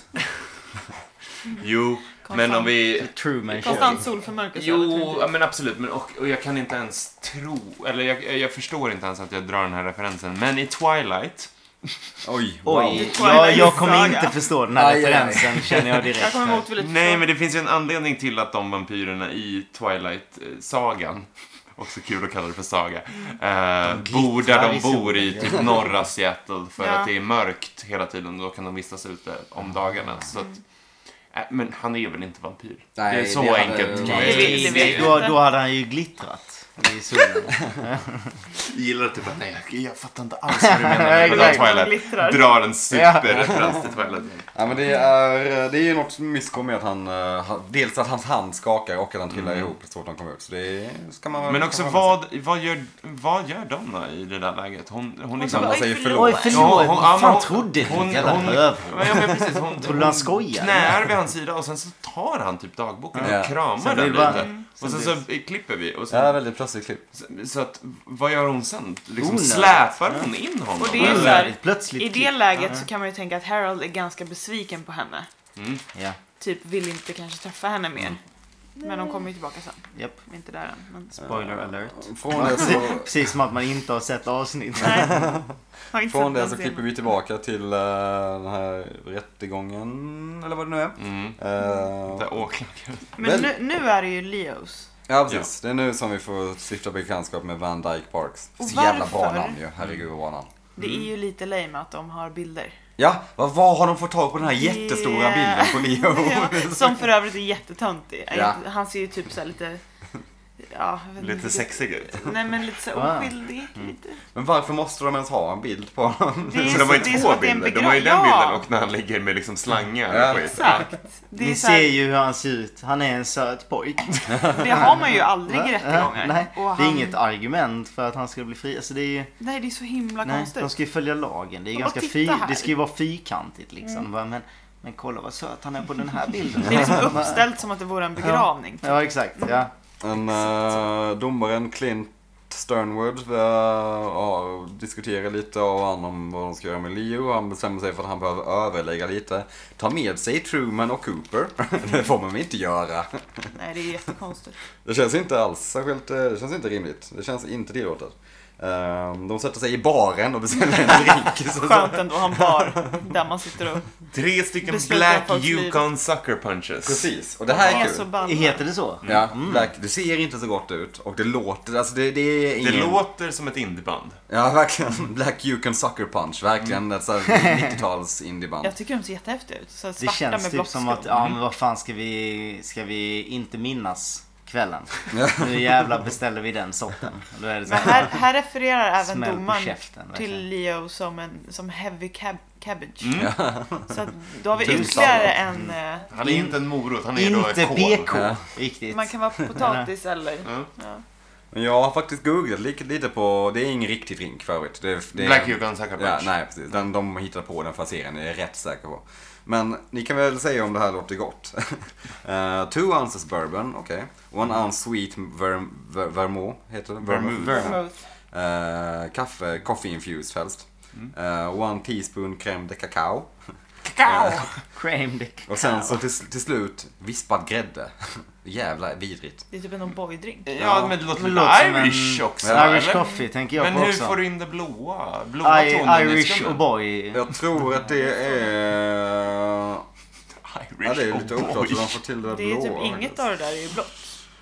Jo, men om vi... Truman Show. Konstant solförmörkelse. eller Jo, typ. ja, men absolut. Men, och jag kan inte ens tro... Eller jag förstår inte ens att jag drar den här referensen. Men i Twilight... Oj, wow. Oj, Twilight jag kommer Saga. inte förstå den här Aj, aj, aj. referensen känner jag Jag direkt. kommer emot väldigt Nej, men det finns ju en anledning till att de vampyrerna i Twilight-sagan, också kul att kalla det för saga, bor där glittrar de i bor i solen. typ norra Seattle för Ja. att det är mörkt hela tiden och då kan de vistas ute om dagarna. Så att, men han är väl inte vampyr? Nej, det är så det hade- enkelt. Nej, det vet Då hade han ju glittrat i solen. Jag gillar typ att nej, jag fattar inte alls vad du menar med Exakt. Twilight. Glittrar. Drar en superreferens till Twilight. Ja, men det är ju något mysko med att han, dels att hans hand skakar och att han trillar ihop så fort han kommer ut. Så det ska man väl... Men också vad gör Donna i det där läget? Hon liksom... bara säger Oj, förlåt. förlåt. Ja, Vad ja, fan men trodde du? hon- Jävla hon- röv. Ja, men precis. Tror du han skojar? knär vid hans sida och sen så tar han typ dagboken Ja. och kramar Sen den blir det lite. bara- Och sen så klipper vi. Och sen, Ja, väldigt plötsligt klipp. så att, vad gör hon sen? Liksom Onödigt. släpar hon in honom? Och det är så här, Plötsligt I det klipp. läget så kan man ju tänka att Harold är ganska besviken på henne. Ja, Typ vill inte kanske träffa henne mer. Men de kommer ju tillbaka sen. japp. De är inte där än. Men... Spoiler alert. Från det så, Precis som att man inte har sett avsnitt. Nej. Har inte från sett det så den klipper scenen. vi tillbaka till den här rättegången, eller vad det nu är. Där åklagaren. Men nu är det ju Leos. Ja, precis. Det är nu som vi får stifta bekantskap med Van Dyke Parks. Och Så jävla bra varför? namn ju. Herregud vad bra namn. Det är ju lite lame att de har bilder. Ja, vad har de fått tag på den här jättestora bilden på Leo? Ja, som för övrigt är jättetöntig. Ja. Han ser ju typ så här lite Ja, jag vet Lite inte. sexig ut. Nej, men lite så oskyldig. Lite. Men varför måste de ens ha en bild på honom? Det är Så de har det är ju som två att det är en bilder. De har ju den begravning. bilden Ja. och när han ligger med liksom slangar Ja. och skit. Exakt. Det, är Ni så här, ser ju hur han ser ut. Han är en söt pojk. det har man ju aldrig i rättegångar. Nej, Och det är han- inget argument för att han ska bli fri. Alltså det är ju... Nej, det är så himla Nej, konstigt. de ska ju följa lagen. Det är Och ganska titta här. det ska ju vara fyrkantigt liksom. Men kolla vad söt han är på den här bilden. Det är liksom uppställt som att det vore en begravning. Ja, exakt. Ja. Domaren Clint Sternwood diskuterar lite av honom om vad de ska göra med Leo. Han bestämmer sig för att han behöver överlägga lite. Ta med sig Truman och Cooper. Det får man väl inte göra. Nej, det är jättekonstigt. Det känns inte alls särskilt, det känns inte rimligt. Det känns inte tillåtet. De sätter sig i baren och beställer en drink. Skönt ändå, han bar där man sitter och... 3 stycken Beslutar Black folks liv. Yukon Sucker Punches. Precis, och det här är så kul. balla. Heter det så? Ja, Black, det ser inte så gott ut och det låter, alltså det är Det ingen... låter som ett indieband. Ja, verkligen. Black Yukon Sucker Punch, verkligen. Ett så här 90-tals indieband. Jag tycker de ser jättehäftiga ut. Så Det svarta känns med typ som att, blockskum. ja men vad fan ska vi inte minnas kvällen? Nu jävlar beställer vi den sorten. Och då är det så Men här refererar även smäll på domaren käften, till verkligen. Leo som heavy cabbage. Mm. Så att då har vi Tusen. ytterligare en... Han är inte en morot, han är då Inte ett kål. BK, Ja. riktigt. Man kan vara potatis eller... Ja. Ja. Men jag har faktiskt googlat lite på, det är ingen riktig drink förut. Det är, Black Yukon Sucker Punch. Ja, nej precis. De hittade på den för serien, det är jag rätt säker på. Men ni kan väl säga om det här låter gott. 2 ounces bourbon, okej. 1 ounce sweet vermouth, heter det? Vermouth. Kaffe, coffee infused helst. 1 teaspoon crème de cacao. Crème de cacao. Och sen så till slut vispad grädde. Jävla vidrigt. Det är typ en O'boy-drink. Ja, men det låter Det lite låter som Irish en- också. Irish eller? coffee tänker jag Men på hur också. får du in det blåa tonen i Irish skummen? O'boy. Jag tror att det är... Ja, det är lite oklart hur de får till det där Det är blåa. typ inget av det där är ju blått.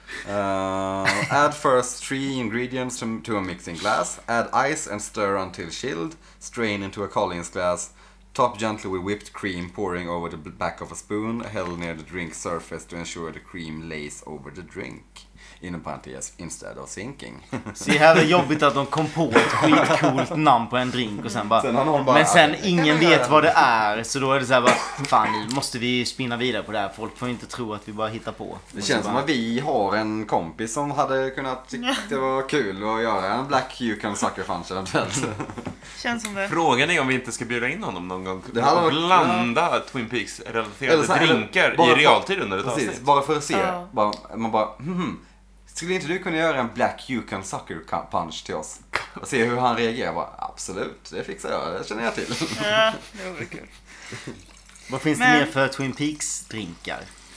Add first 3 ingredients to a mixing glass. Add ice and stir until chilled. Strain into a Collins glass. Top gently with whipped cream, pouring over the back of a spoon, held near the drink surface to ensure the cream lays over the drink. Inom parentes, instead of sinking. Så här är jobbigt att de kom på ett skitcoolt namn på en drink och sen bara... Sen har någon bara, men sen "Okej, ingen vet vad det är. Så då är det så här bara... Fan, nu måste vi spinna vidare på det här. Folk får inte tro att vi bara hittar på. Det känns som att vi har en kompis som hade kunnat tycka det var kul att göra en Black Yukon Sucker Punch eventuellt. Känns som det. Frågan är om vi inte ska bjuda in honom någon gång Det hade och varit- blanda Twin Eller Peaks-relaterade så här, eller drinkar bara i för- realtid under ett Precis, avsnitt. bara för att se. Ja. Man bara, skulle inte du kunna göra en Black Yukon Sucker Punch till oss? Och se hur han reagerar. Bara, absolut, det fixar jag, det känner jag till. Ja, det vore kul. Vad finns det Men- mer för Twin Peaks-drinkar?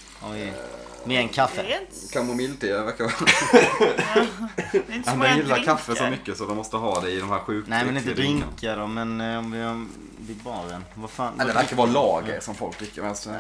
Mer än kaffe? Det är inte, Kamomillte verkar vara... det är inte så Andra många gillar drinkar. kaffe så mycket så de måste ha det i de här sjukt Nej, men inte äckliga drinkarna. drinkar då, men om vi har vid baren. Vad fan? Nej, det verkar vara lager som folk dricker. Men så,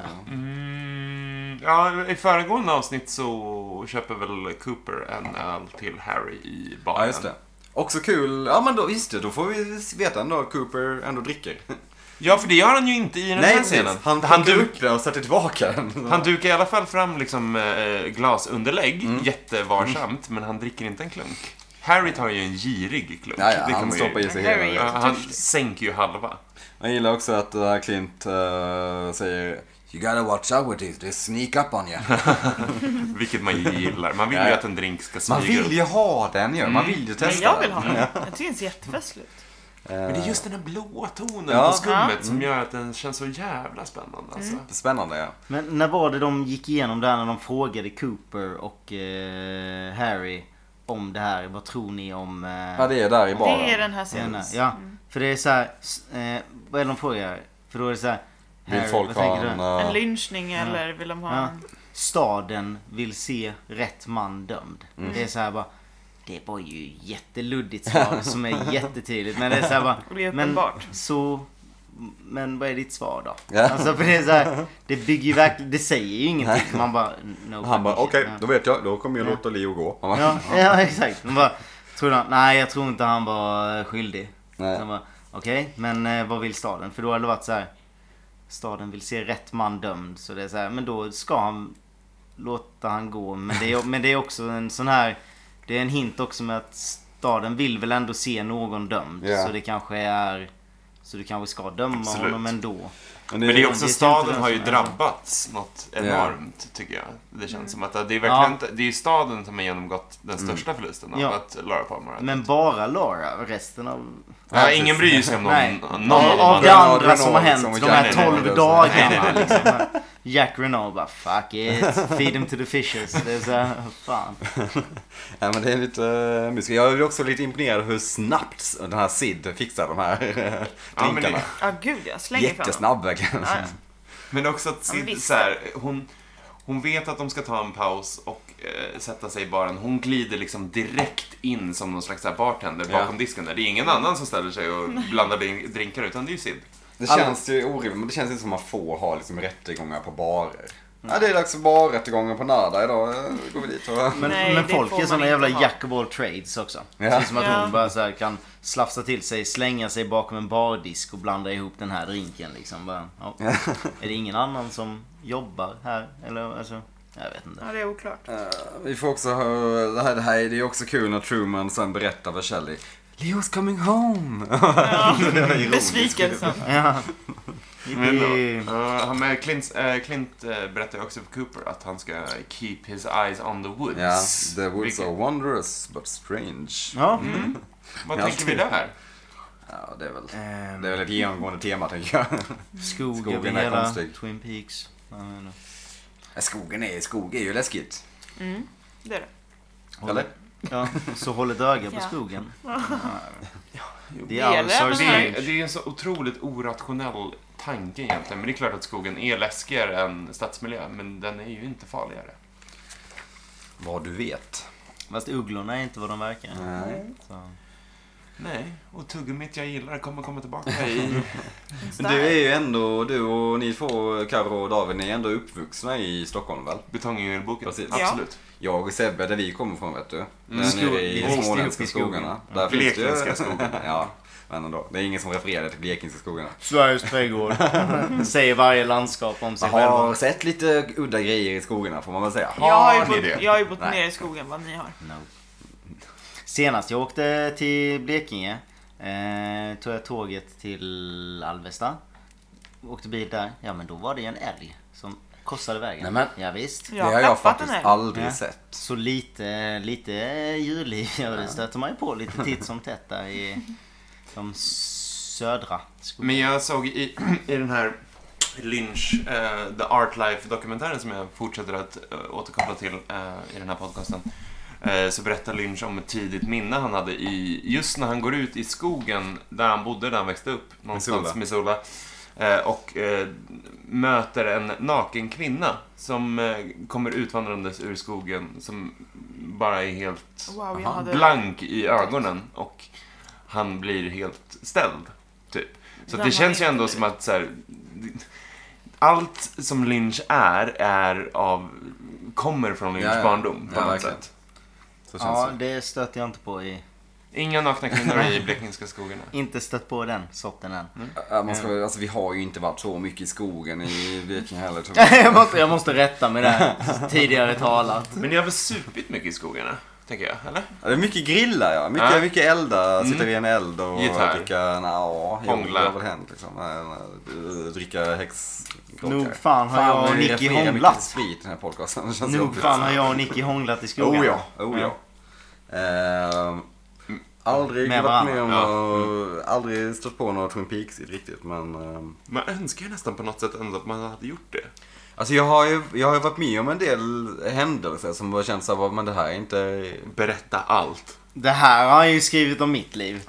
Ja, i föregående avsnitt så köper väl Cooper en öl till Harry i baren. ja, just det. Också kul. Ja, men då, just det, då får vi veta ändå att Cooper ändå dricker. Ja, för det gör han ju inte i den här precis. scenen. Han Han dukar upp det och sätter tillbaka den. Han dukar i alla fall fram liksom glasunderlägg, jättevarsamt, men han dricker inte en klunk. Harry tar ju en girig klunk. Ja, det kan han man stoppar ju... i sig Harry hela. är Ja, han Törstig. sänker ju halva. Jag gillar också att Clint säger You gotta watch out with this, they sneak up on you. Vilket man ju gillar. Man vill ju att en drink ska Man smyga vill ju ha den ju, man vill ju testa Men jag vill den. ha den. Jag tycker den ser jättefestlig ut. Men det är just den här blåa tonen Ja. på skummet som gör att den känns så jävla spännande. Alltså. Spännande, ja. Men när var det de gick igenom där när de frågade Cooper och Harry om det här? Vad tror ni om... Ja, det är där i baren. Det är den här scenen. scenen? Ja, för det är så här... vad är det de frågar? För då är det så här... Vill Harry, folk vad ha tänker du? En lynchning eller vill de ha Ja. en... Staden vill se rätt man dömd. Det är så här bara... Det var ju jätteluddigt svar som är jättetydligt. Men det är så här bara... Och det är men uppenbart. så... Men vad är ditt svar då? Ja. Alltså för det är så här, det bygger ju verkligen... Det säger ju ingenting. Man bara... No Han bara, fucking okej, shit. då vet jag, då kommer jag låta Leo gå. Han bara, Ja, exakt. Man bara... Tror du, nej, jag tror inte han var skyldig. Nej. Han bara, okej, men vad vill staden? För då hade det varit så här... Staden vill se rätt man dömd. Så det är så här, men då ska han låta han gå. Men det är också en sån här det är en hint också med att staden vill väl ändå se någon dömd. Ja. Så det kanske ska döma Absolut. honom ändå. Men det är också, det är staden inte har ju den som- drabbats något enormt, tycker jag. Det känns som att det är verkligen Ja. inte, det är ju staden som har genomgått den största förlusten av Ja. att Laura Palmer har Men bara Laura, resten av... Ja, ingen bryr sig om Nej. någon Av det Renaud andra som har hänt liksom, de här Jack 12 Renaud. dagarna liksom. Jack Renaud bara fuck it, feed them to the fishes. Det är så här, fan. Ja, men det är lite mysigt. Jag är också lite imponerad hur snabbt den här Sid fixar de här Ja, men drinkarna. Ja, gud, jag slänger fram dem. Jättesnabb verkligen. Ja, ja. Men också att Ja, men Sid, visst. så här, hon vet att de ska ta en paus och sätta sig i baren. Hon glider liksom direkt in som någon slags så här bartender Ja. bakom disken där. Det är ingen annan som ställer sig och blandar drinkar, utan det är ju Sid. Det känns ju orimligt, men det känns inte som att man får ha liksom rättegångar på barer. Ja, det är dags för barrättegångar på Nada idag. Går vi dit och... Men, Nej, men det folk får är man såna inte jävla ha. jack of all trades också. Ja. Precis som att Ja. hon bara så här kan slafsa till sig, slänga sig bakom en bardisk och blanda ihop den här drinken liksom. Bara, ja. Är det ingen annan som jobbar här? Eller alltså, jag vet inte. Ja, det är oklart. Vi får också höra, det här är ju också kul när Truman sen berättar för Shelley. Leo's coming home! Ja, Det var ironiskt. besvikelsen. Ja. Men, Det- Clint berättar ju också för Cooper att han ska keep his eyes on the woods. Ja, the woods Vilket- are wondrous but strange. Ja. Vad Ja, tänker vi där? Ja, det Ehm, är väl ett genomgående tema, tänker jag. Skog Skogen över är hela konstig. Twin Peaks. Ja, jag vet inte. Skog är ju läskigt. Mm, det är det. Eller? Ja, så håll ett öga på Ja. skogen. Jo, Det Det är gäller outsourced även här. range. Det är en så otroligt orationell tanke egentligen. Men det är klart att skogen är läskigare än stadsmiljö. Men den är ju inte farligare. Vad du vet. Fast ugglorna är inte vad de verkar. Nej. Så. Nej, och tuggummit jag gillar kommer komma tillbaka i... Men du är ju ändå, du och ni två, Karo och David, ni är ändå uppvuxna i Stockholm, väl? Betongängelboken. Precis. Absolut. Jag och Sebbe, där vi kommer från, vet du. Där Skog- nere vi i växte småländska upp i skogen. skogarna. Där finns det ju- Blekingska skogen. Ja, men ändå. Det är ingen som refererar till blekingska skogarna. Sveriges trädgård. Säger varje landskap om sig Jag har själva. sett lite udda grejer i skogarna, får man väl säga. Jag har ni ju det? bott, jag har ju bott Nej. ner i skogen vad ni har. No. Senast jag åkte till Blekinge tog jag tåget till Alvesta. Åkte bil där. Ja, men då var det en älg som korsade vägen. Nej, men- Ja, visst. Det Jag har har jag klappat faktiskt den här. aldrig Ja. sett. Så lite djurliv, ja, det stöter man ju på lite titt som tätt där i de södra skogarna. Men jag såg i den här Lynch, The Art Life-dokumentären som jag fortsätter att återkoppla till i den här podcasten. Så berättar Lynch om ett tidigt minne han hade just när han går ut i skogen där han bodde, där han växte upp, någonstans i Missoula. Och möter en naken kvinna som kommer utvandrandes ur skogen, som bara är helt Wow, jag hade... blank i ögonen och han blir helt ställd, typ. Så Den det känns ju har ändå inte som att så här, allt som Lynch kommer från Lynchs Ja, ja. barndom på Ja, något verkligen. sätt. Så känns Ja, det. det stöter jag inte på i... Inga nakna kvinnor i blekingska skogarna. Inte stött på den sorten än. Alltså, vi har ju inte varit så mycket i skogen i Blekinge heller, tyvärr. jag måste rätta mig där. Tidigare talat. Men ni har väl supit mycket i skogarna, tänker jag, eller? Ja, det är mycket grilla, ja. Ja. Mycket elda, sitta vid en eld och Gitarr. dricka, Hångla. det har väl hänt liksom. Dricka häxklockor. Nog fan har jag och vi Nicky refererar mycket hånglat. till sprit i den här podcasten. Det känns Nog jobbigt. fan har jag och Nicky hånglat i skogen. Oh ja. Aldrig Med varit varandra. med om aldrig stött på några Twin Peaks riktigt, men Man önskar ju nästan på något sätt ändå att man hade gjort det. alltså jag har ju varit med om en del händelser som bara känns så här, men det här är inte. Berätta allt. Det här har han ju skrivit om mitt liv.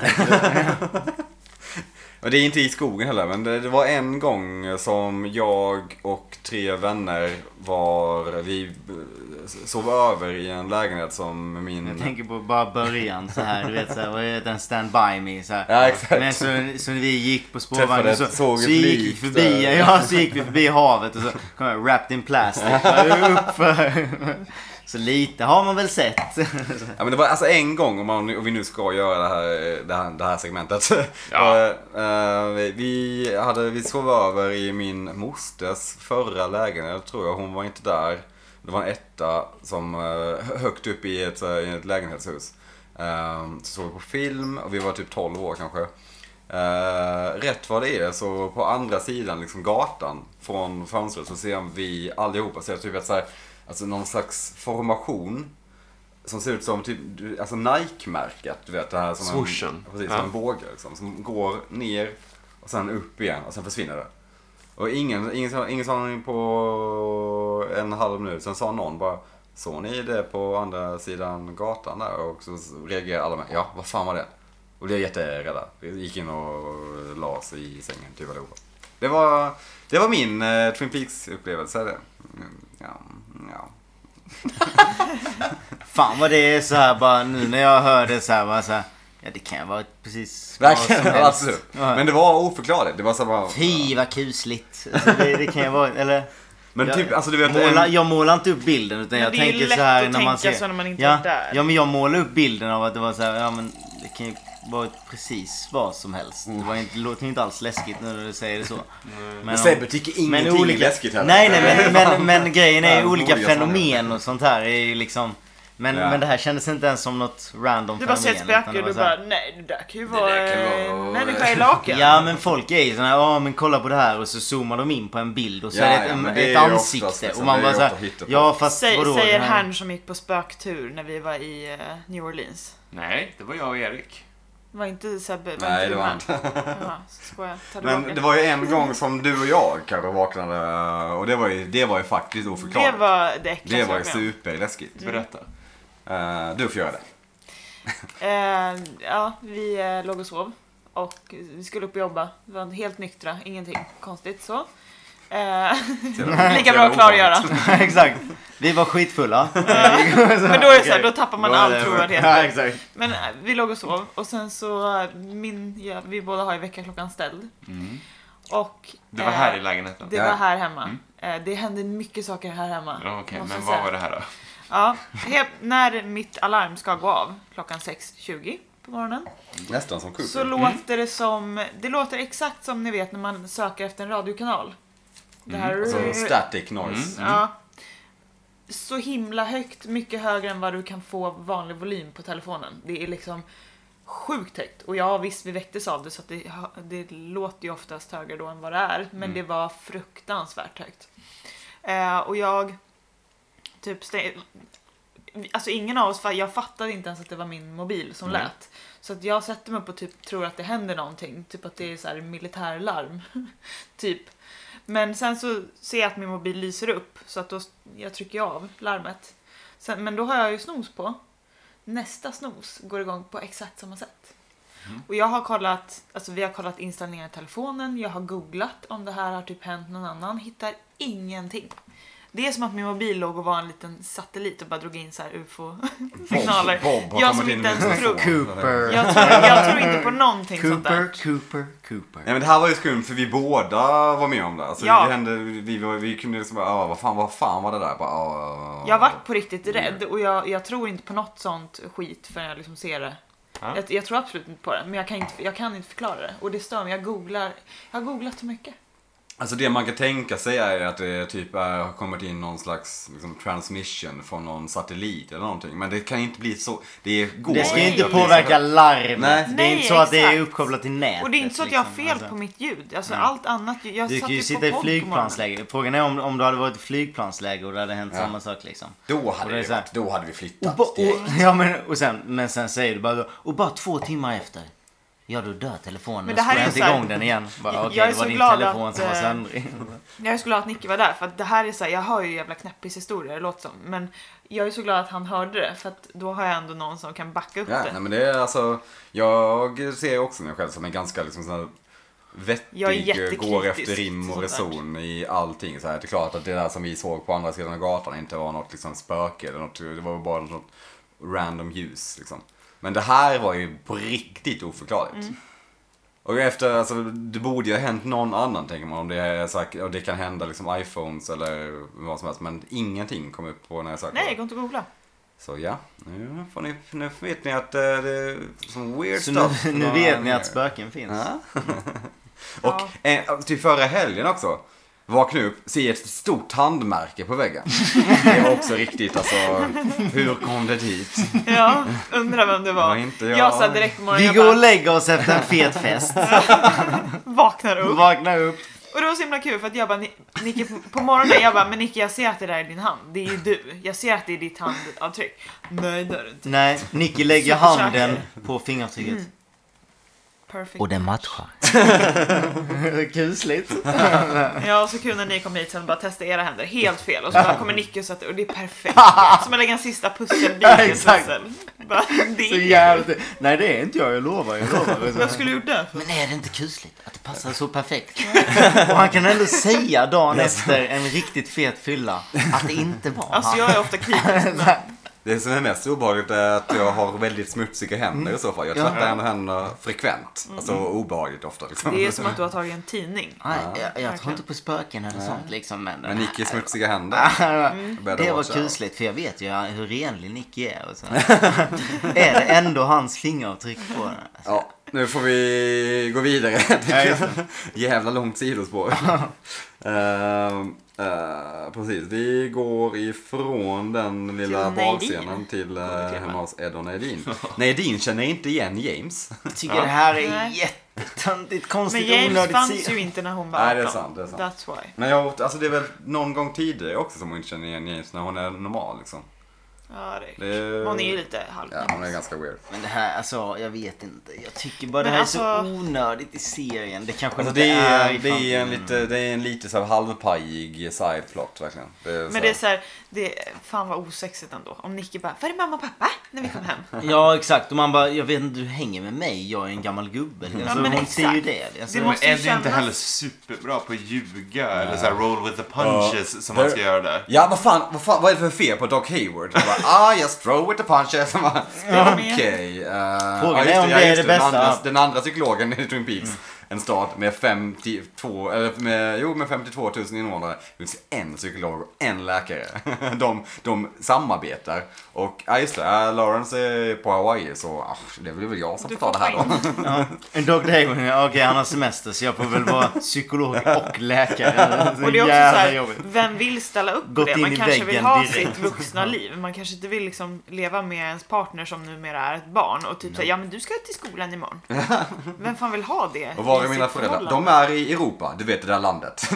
Och det är inte i skogen heller, men det var en gång som jag och 3 vänner vi sov över i en lägenhet som min... Jag tänker på bara början så här, du vet så här, vad är den Stand By Me så här. Ja, exakt. Men så när vi gick på spårvagnen Träffade så ett gick vi sågligt förbi, så gick vi förbi havet och så kom jag wrapped in plastic uppför. Så lite har man väl sett. Ja, men det var alltså en gång, om vi nu ska göra det här segmentet. Ja. Vi sov över i min mosters förra lägenhet, tror jag. Hon var inte där Det var en etta som högt upp i ett lägenhetshus. Så såg vi på film och vi var typ 12 år kanske. Rätt vad det är så på andra sidan liksom gatan från fönstret så ser vi allihopa ser typ ett så här, alltså någon slags formation som ser ut som typ alltså Nike-märket, du vet det här som Swooshen. Precis, som en båge liksom, som går ner och sen upp igen och sen försvinner det. Och ingen sa någonting på en halv minut. Sen sa någon bara, såg ni det på andra sidan gatan där? Och så reagerade alla med, ja, vad fan var det? Och blev jätterädda. Vi gick in och la oss i sängen typ allihopa. Det var min Twin Peaks-upplevelse. Det. Ja. Fan vad det är så här bara nu när jag hör det så här bara så här, ja det kan vara precis Verkligen, absolut. Ja. Men det var oförklarligt. Det var så bara... Fy vad kusligt. Alltså, det kan ju vara, eller... Men typ, alltså du vet... Jag målar inte upp bilden utan jag tänker så här när man ser... så när man inte är där. Ja men jag målar upp bilden av att det var så här, ja men det kan ju vara precis vad som helst. Det låter inte alls läskigt när du säger det så. Men Sebbe tycker ingenting är läskigt heller. Nej, men grejen är Ja, olika olika fenomen och sånt här är ju liksom... Men det här kändes inte ens som något random du bara ser ett spöke och du bara, nej det där kan ju vara en människa i lakan. Ja men folk är ju såna här, men kolla på det här och så zoomar de in på en bild och så är det ett ansikte oftast, liksom, och man bara såhär, ja fast vadå? Säger herrn som gick på spöktur när vi var i New Orleans. Nej, det var jag och Erik. Var inte Sebbe? Nej, det var inte. Jaha, skojar. Men det var ju en gång som du och jag kanske vaknade och det var ju faktiskt oförklarligt. Det var det äckligaste. Det var ju superläskigt. Berätta. Du får göra det. Ja, vi låg och sov och vi skulle upp och jobba. Vi var helt nyktra, ingenting konstigt så. Lika bra att klargöra. Exakt. Vi var skitfulla. Men då är det så här, då tappar man all trovärdighet. Ja, exakt. Men vi låg och sov och sen så vi båda har ju väckarklockan ställd. Och Det var här i lägenheten? det var här hemma. Det hände mycket saker här hemma. Ja, okej, måste men jag vad säga. var det här då? Ja, när mitt alarm ska gå av klockan 6:20 på morgonen. Nästan som Cooper. Så låter det som, det låter exakt som ni vet när man söker efter en radiokanal. Det här Alltså static noise. Ja. Så himla högt, mycket högre än vad du kan få vanlig volym på telefonen. Det är liksom sjukt högt. Och ja, visst vi väcktes av det så att det låter ju oftast högre då än vad det är. Men det var fruktansvärt högt. Och jag typ alltså ingen av oss, jag fattade inte ens att det var min mobil som lät. Så att jag sätter mig upp och typ tror att det händer någonting. Typ att det är så här militärlarm. typ. Men sen så ser jag att min mobil lyser upp. Så att då jag trycker av larmet. Men då har jag ju snos på. Nästa snos går igång på exakt samma sätt. Och jag har kollat, alltså vi har kollat inställningar i telefonen. Jag har googlat om det här har typ hänt någon annan. Hittar ingenting. Det är som att min mobil låg och var en liten satellit och bara drog in så här UFO-signaler. Bob Jag som inte ens tror. Cooper. Jag tror inte på någonting sånt där. Cooper. Ja, men det här var ju skumt för vi båda var med om det. Alltså, Ja. det hände, vi kunde liksom bara, vad fan var det där? Bara, Jag har varit på riktigt rädd och jag tror inte på något sånt skit förrän jag liksom ser det. Ja. Jag tror absolut inte på det, men jag kan inte förklara det. Och det stör mig, jag har googlat så mycket. Alltså det man kan tänka sig är att det typ har kommit in någon slags liksom, transmission från någon satellit eller någonting. Men det kan inte bli så. Det ska ju inte påverka larmet. Nej. Det är inte så att det är exakt. uppkopplat till nätet. Och det är inte så att jag har fel liksom. på mitt ljud. Alltså allt annat. Jag Du satt kan ju på sitta i podd på flygplansläge. Frågan är om du hade varit i flygplansläge och det hade hänt samma sak liksom. Då Och hade, det är det så här- varit, då hade vi flyttat. Ja men sen säger du bara och bara 2 timmar efter. Ja då dör telefonen. Men Och det så här får är jag inte så här- igång den igen. Bara, Jag okej, är det var så din glad telefon att, som var söndrig. Jag är så glad att Nicky var där. För att det här är så här, jag hör ju jävla knäppis historia, det låter som. Men jag är så glad att han hörde det. För att då har jag ändå någon som kan backa upp Ja, det. nej, men det är alltså, jag ser också mig själv som en ganska liksom sån här Jag är vettig, jättekritisk går efter rim och till sånt reson i allting. Så här, det är klart att det där som vi såg på andra sidan av gatan inte var något liksom spöke eller något, det var bara något random ljus liksom. Men det här var ju på riktigt oförklarligt. Och efter, alltså, det borde ju ha hänt någon annan tänker man om det är sagt, och det kan hända liksom iPhones eller vad som helst, men ingenting kom upp på när jag sökte. Nej, gå inte och googla. Så ja, nu vet ni att det är som weird Så stuff. nu vet ni att spöken finns. Ja. Och till förra helgen också. vakna upp, se ett stort handmärke på väggen. Det var också riktigt, alltså, hur kom det dit? Ja, undrar vem det var. Inte Jag sa direkt på morgonen, Vi jag går och bara, lägger oss efter en fet fest. vaknar upp. Vakna upp. Och det var så himla kul för att jag bara, Nicky, på morgonen, jag bara, men Nicky, jag ser att det där är din hand. Det är ju du. Jag ser att det är ditt handavtryck. Nej, det är det inte. Nej, Nicky lägger Så försöker. handen på fingeravtrycket. Perfect. Och den matchar. Kusligt. Ja, så kul när ni kom hit sen bara testa era händer. Helt fel. Och så bara kommer Nicky och så att och det är perfekt. Som att lägga en sista pusselbit i en Exakt. pussel. Bara, det Så är jävligt. Nej, det är inte jag lovar. jag skulle gjort det. Men är det inte kusligt att det passar så perfekt? Och han kan ändå säga dagen efter en riktigt fet fylla att det inte var Alltså han. jag är ofta kritisk. Det som är mest obehagligt är att jag har väldigt smutsiga händer i så fall. Jag tvättar händerna frekvent. Alltså obehagligt ofta. Liksom. Det är som att du har tagit en tidning. Nej, jag tror inte på spöken eller sånt liksom. Men Nicky smutsiga händer. Det var kusligt för jag vet ju hur renlig Nicky är. Och så. Är det ändå hans fingeravtryck på den? Alltså. Ja, nu får vi gå vidare. Jävla långt sidospår. Precis, vi går ifrån den lilla Till barscenen till hemma hos Ed och Nadine. Nadine känner inte igen James. Jag tycker det här är Nej. jättetöntigt, Men konstigt, James onödigt. fanns ju inte när hon var 18. Nej, det är sant, det är sant. That's why. Men alltså det är väl någon gång tidigare också som hon inte känner igen James när hon är normal liksom. Ja, hon är ju lite halv. Ja, hon är ganska weird. Men det här, alltså, jag vet inte. Jag tycker bara det Men här alltså- är så onödigt i serien. Det kanske Alltså inte det är i framtiden. en lite så här halvpajig sideplot verkligen. Men det är så här, fan vad osexigt ändå. Om Nicky bara, var är mamma och pappa när vi kom hem? Ja, exakt. Och man bara, jag vet inte, du hänger med mig. Jag är en gammal gubbe. Alltså, men hon exakt. ser ju det. Alltså, Det Men måste ju Ed är inte kännas- heller superbra på att ljuga eller så här roll with the punches som man ska göra där. Ja, vad är det för fel på Doc Hayward? Han bara, yes, throw with the punches. Okej. Frågan är om det är det bästa. Den andra psykologen i Twin Peaks. En stad med 52 000 invånare. Det finns en psykolog och en läkare. De samarbetar. Och just det, Lawrence är på Hawaii så det blir väl jag som får ta det här då. ja. En Dr. Hayward, okej, han har semester så jag får väl vara psykolog och läkare. Och det är också så jävla här, jobbigt. vem vill ställa upp på Gått det? in Man i kanske vill väggen ha direkt. sitt vuxna liv. Man kanske inte vill liksom leva med ens partner som numera är ett barn och typ säga, ja men du ska till skolan imorgon. Vem fan vill ha det? Och var är i mina sitt föräldrar? förhållande? De är i Europa, du vet det där landet.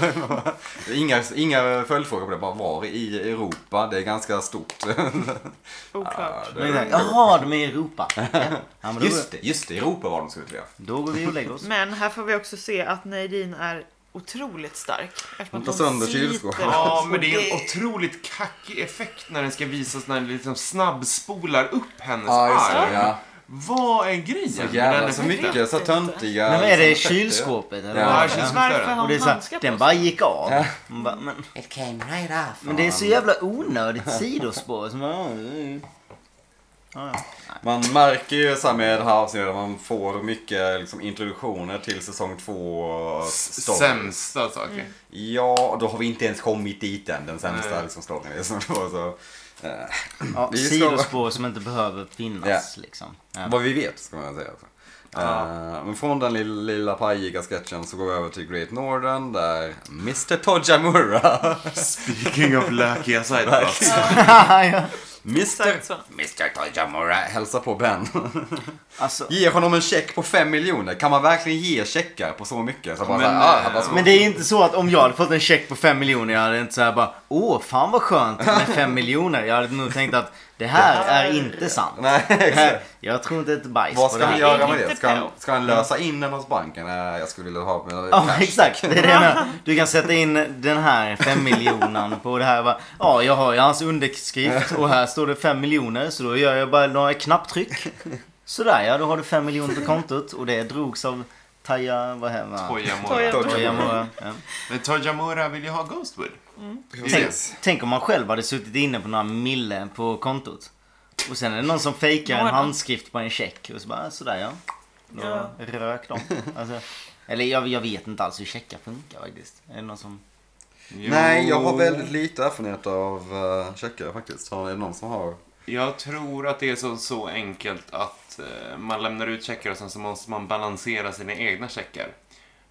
inga följdfrågor på det, bara var i Europa, det är ganska stort. Oklart. Jaha, de är i Europa. Ja. Ja, men då, Just det, Europa var de skulle leva. då går vi och lägger oss. Men här får vi också se att Nadine är otroligt stark. Eftersom Hon att tar sönder sliter kylskåp. Ja, och men det är en otroligt kackig effekt när den ska visas när den liksom snabbspolar upp hennes arm. Ja. Vad är grejen Så med jävla den så effekten? mycket så töntiga. Men är det liksom, effekter. kylskåpet? Eller? Ja, vad? kylskåpet. Varför har Och hon det är så här, handskar på den sig? bara gick av. Ja. Man bara, men, It came right off. men det är så jävla onödigt sidospår. Som, Man märker ju så här med det här avsnittet att man får mycket liksom, introduktioner till säsong 2 story. Sämsta saker. Ja, då har vi inte ens kommit dit än, den sämsta liksom, storyn. Liksom, så, ja, det är ju sidospår som inte behöver finnas. Liksom. Ja. vad vi vet, ska man säga. Men från den lilla pajiga sketchen så går vi över till Great Northern där Mr. Tojamura Speaking of lökiga sideplots. Ja. Exakt så. Mr. Tojamura hälsar på Ben. Alltså, Ger honom en check på 5 miljoner. Kan man verkligen ge checkar på så mycket? Så bara Men, så här, han bara så. men det är inte så att om jag hade fått en check på 5 miljoner jag hade inte så här bara, fan vad skönt med 5 miljoner. Jag hade nog tänkt att det här är inte sant. Nej, exakt. Jag tror inte ett bajs Vad på ska det han här. göra med det? Hittepå. Ska han lösa in den hos banken? Nej, jag skulle vilja ha med Ja, cash. exakt. Det är det jag menar. Du kan sätta in den här 5 miljonen på det här. Ja, jag har ju hans underskrift och här står det 5 miljoner. Så då gör jag bara några knapptryck. Sådär, ja, då har du 5 miljoner på kontot. Och det drogs av Taya, vad heter Tojamura. Ja. Men Tojamura vill ju ha Ghostwood. Tänk om man själv hade suttit inne på några mille på kontot. Och sen är det någon som fejkar en Några. handskrift på en check. Och så bara, sådär ja. Då rök de. Alltså, eller jag vet inte alls hur checkar funkar faktiskt. Är det någon som... Nej, jag har väldigt lite erfarenhet av checkar faktiskt. Är det någon som har? Jag tror att det är så enkelt att man lämnar ut checkar och sen så måste man balansera sina egna checkar.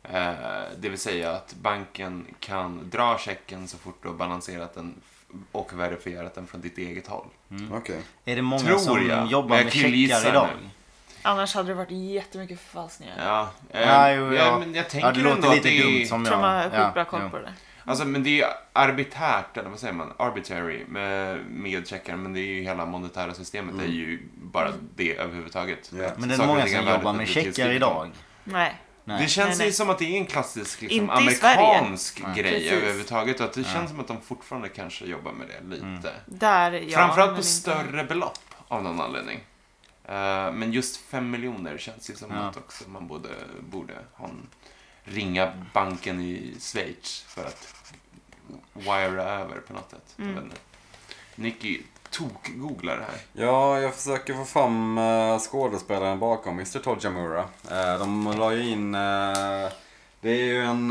Det vill säga att banken kan dra checken så fort du har balanserat den och verifierat den från ditt eget håll. Okej. Är det många Tror som jag. jobbar Men jag med killgissar checkar idag? nu. Annars hade det varit jättemycket förfalskningar. Ja, men jag tänker det låter ändå att lite det dumt är... som Jag tror man har jag... skitbra koll på det. Alltså, men det är ju arbitärt, eller vad säger man? Arbitrary med checkar, men det är ju hela monetära systemet är ju bara det överhuvudtaget. Ja. Men det är Saker och många ting som är jobbar värdet med att det checkar tillskrivs. idag. Nej. Nej. Det känns Nej. ju som att det är en klassisk liksom, Inte i Sverige. amerikansk Nej. grej Precis. överhuvudtaget. Och att det känns som att de fortfarande kanske jobbar med det lite. Där, ja. Framförallt men på inte- större belopp av någon anledning. Men just 5 miljoner känns ju som Ja. att också man borde ringa banken i Schweiz för att wira över på något sätt. Jag vet inte. Nicky tok-googlar det här. Ja, jag försöker få fram skådespelaren bakom Mr. Tojamura. De la ju in... det är ju en...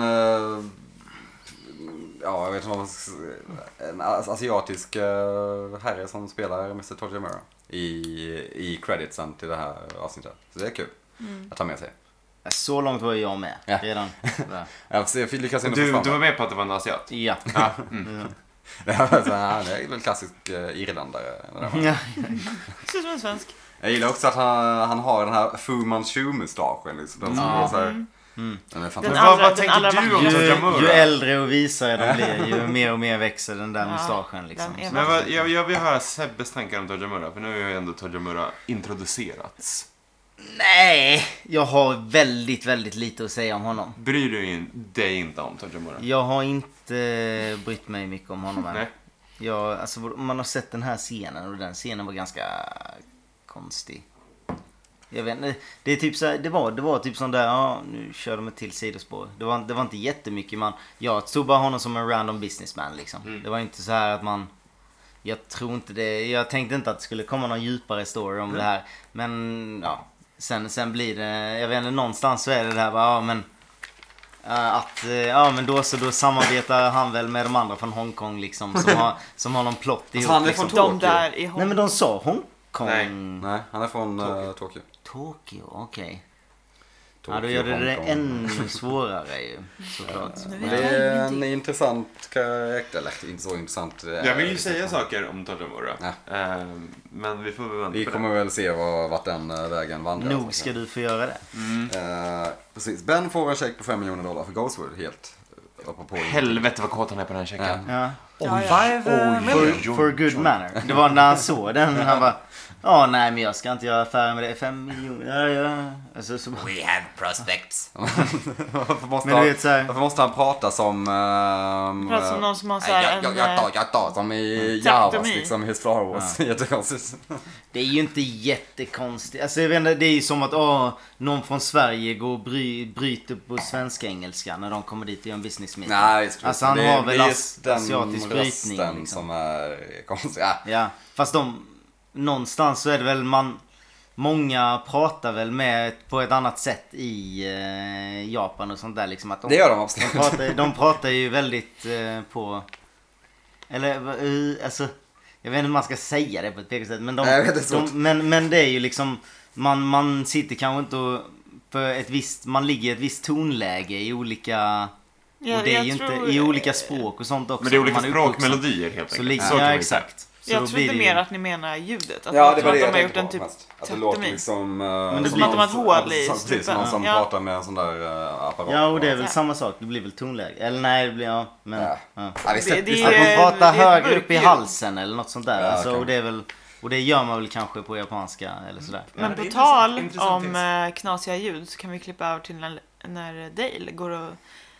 ja, jag vet inte vad... En asiatisk herre som spelar Mr. Tojamura i creditsen till det här avsnittet. Så det är kul att ta med sig. Så långt var jag med Ja. redan. Jag lyckas inte få Du fram var med på att det var en asiat? Ja. Ja. det. Han är väl klassisk irländare. Ja. Ser ut som en svensk. Jag gillar också att han har den här Fu Manchu-mustaschen. Liksom. Den som går så här, den är Men fantastisk. vad den tänker allra du om Ju Tojamura? äldre och visare de blir, ju mer och mer växer den där mustaschen liksom. den är Men jag vill höra Sebbes tankar om Tojamura, för nu har ju ändå Tojamura introducerats. Nej, jag har väldigt, väldigt lite att säga om honom. Bryr du dig inte om Tojamura? Jag har inte brytt mig mycket om honom än. Nej. Alltså, man har sett den här scenen och den scenen var ganska konstig. Jag vet inte, det är typ så här, det var typ sån där, ja, nu kör de ett till sidospår. Det var inte jättemycket jag tog bara honom som en random businessman liksom. Det var inte så här att jag tror inte det, jag tänkte inte att det skulle komma någon djupare story om det här. Men ja, sen blir det, jag vet inte, någonstans så är det där, ja men men då samarbetar han väl med de andra från Hongkong liksom, som har någon plott ihop han är liksom. från De där i Nej men de sa Hongkong. Nej. Han är från Tokyo. Tokyo, okej. Ja, Tokyo, då gör det Hongkong. ännu svårare ju, såklart. Det är en intressant karaktär, eller inte så intressant. Jag vill ju säga saker om Tojamura. Ja. Men vi får väl vänta Vi på kommer väl se vart den vägen vandrar. Nog ska du få göra det. Precis. Ben får en check på $5 miljoner för Ghostwood, helt apropå. Helvete vad kåt han är på den här checken. Ja. Ja, For good manner. Det var när han såg den, han bara, nej men jag ska inte göra affärer med det. 5 miljoner, ja. Alltså, så bara, We have prospects. men du vet så här, Varför måste han prata som... Pratar som någon som har så här jag tar som i Traktomi. Javas, liksom i Star Wars. Jättekonstigt. det är ju inte jättekonstigt. Alltså jag vet inte, det är ju som att någon från Sverige går och bryter på svenska-engelska när de kommer dit och gör en business meeting. Nej, just Alltså han det, har väl det är just den asiatisk brytning rösten liksom. som är konstig. Ja, fast någonstans så är det väl många pratar väl på ett annat sätt i Japan och sånt där liksom, att Det gör de absolut. de pratar ju väldigt på, eller alltså jag vet inte om man ska säga det på ett sätt, men Nej, jag vet, det är svårt. men det är ju liksom man sitter kanske inte och man ligger i ett visst tonläge i olika och det är ju inte i olika språk och sånt också. Men det är olika Man uppvuxen. språkmelodier helt Så enkelt. Så ja, kan vi exakt. Så Jag då trodde blir det mer ju- att ni menar ljudet. Att Ja, man det tror var det att de jag har gjort tänkte en på typ mest. Att det låter traktomi. liksom... Men det Som att de har ett hål i Precis, strupen. någon som Ja. pratar med en sån där apparat. Ja, och det är väl Ja. samma sak. Det blir väl tonläge. Eller nej, det blir men Ja. ja. Ja, visst, Det- visst, det- Att man pratar det är ett högre upp i burkljud. halsen eller något sånt där. Ja, Alltså, okej. och det är väl och det gör man väl kanske på japanska eller sådär. Men det på är tal intressant om knasiga ljud så kan vi klippa över till när Dale går och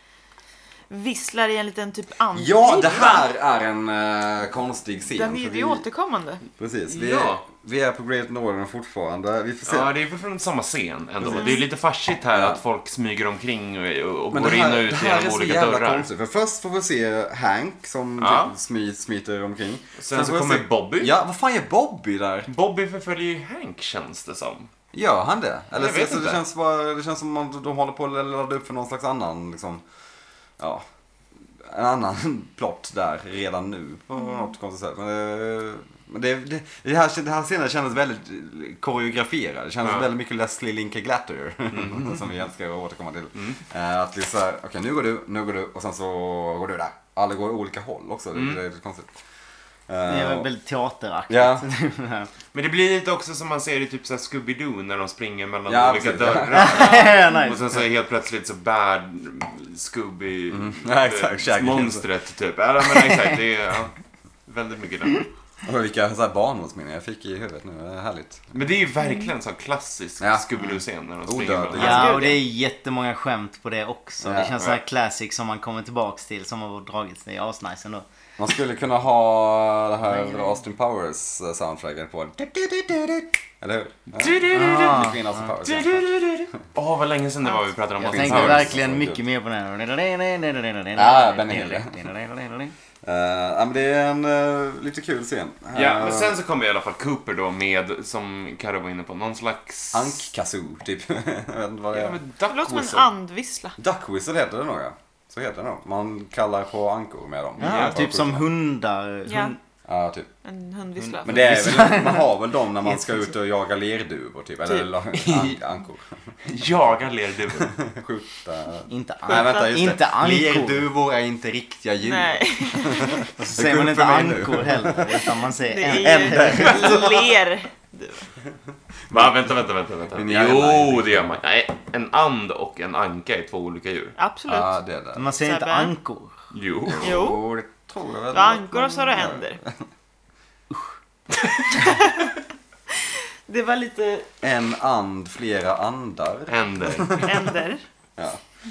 visslar i en liten typ andpipa. Ja, det här är en konstig scen. Den är för ju återkommande. Precis, Ja. vi är på Great Northern fortfarande. Vi får se. Ja, det är fortfarande samma scen ändå. Det är lite farsigt här Ja. att folk smyger omkring och Men går det här, in och ut det här är genom så olika jävla dörrar. konstigt. För först får vi se Hank som Ja. smiter omkring. Sen så får vi kommer se- Bobby. Ja, vad fan är Bobby där? Bobby förföljer ju Hank, känns det som. Gör han det? Eller Jag vet så inte. det känns som att de håller på att ladda upp för någon slags annan liksom, ja, en annan plott där redan nu på något konstigt sätt. Men Men det här scenen kändes väldigt koreograferad. Det kändes väldigt mycket Leslie Linka Glatter. Som vi älskar att återkomma till. Att det är så här, okej, nu går du och sen så går du där. Alla går olika håll också. Det är lite konstigt. Det är väldigt teateraktigt. Ja. Men det blir lite också som man ser i typ så här Scooby-Doo när de springer mellan olika precis, dörrar. Nice. Och sen så är helt plötsligt så bär Scooby exakt. monstret typ. Ja, men exakt, det är väldigt mycket där. Och vilka så här barndomsminnen jag fick i huvudet nu. Det är härligt. Men det är ju verkligen så klassisk Scooby-Doo-scen när de springer Odödlig. mellan. Ja, och det är jättemånga skämt på det också. Ja. Det känns så här classic som man kommer tillbaks till, som har dragits. Det är asnice ändå. Man skulle kunna ha det här Austin Powers soundtracket på. Eller hur? Queen Austin Powers. Åh, vad länge sedan det var vi pratade om Jag Austin tänkte Powers. verkligen mycket mer på den. Benny Hill. Men det är en lite kul scen. Ja, men sen så kommer i alla fall Cooper då med, som Karo var inne på, någon slags... Ankkazoo, typ. Jag vet inte vad det är. Ja, men Det duck låter som en whistle. andvissla. Duck whistle heter det nog, ja. Så heter det nog. Man kallar på ankor med dem. Ja, typ som hundar. Ja. Ja, typ. En hundvissla. Men det är väl, man har väl dem när man ska ut och jaga lerduvor, typ. Eller ankor. Jagar lerduvor. Skjuta. Inte Nej, vänta, just inte det. ankor. Lerduvor är inte riktiga djur. Nej, Så säger man inte ankor heller, utan man det säger är ju ler. Va, vänta. Min Jo, det gör man. Nej, en and och en anka är två olika djur. Absolut. Ja, det är det. Man säger inte Sebbe. ankor. Jo. Jo, Det tror jag väl. du har ankor och så har du änder. Det var lite En and, flera andar. Änder. änder. Ja.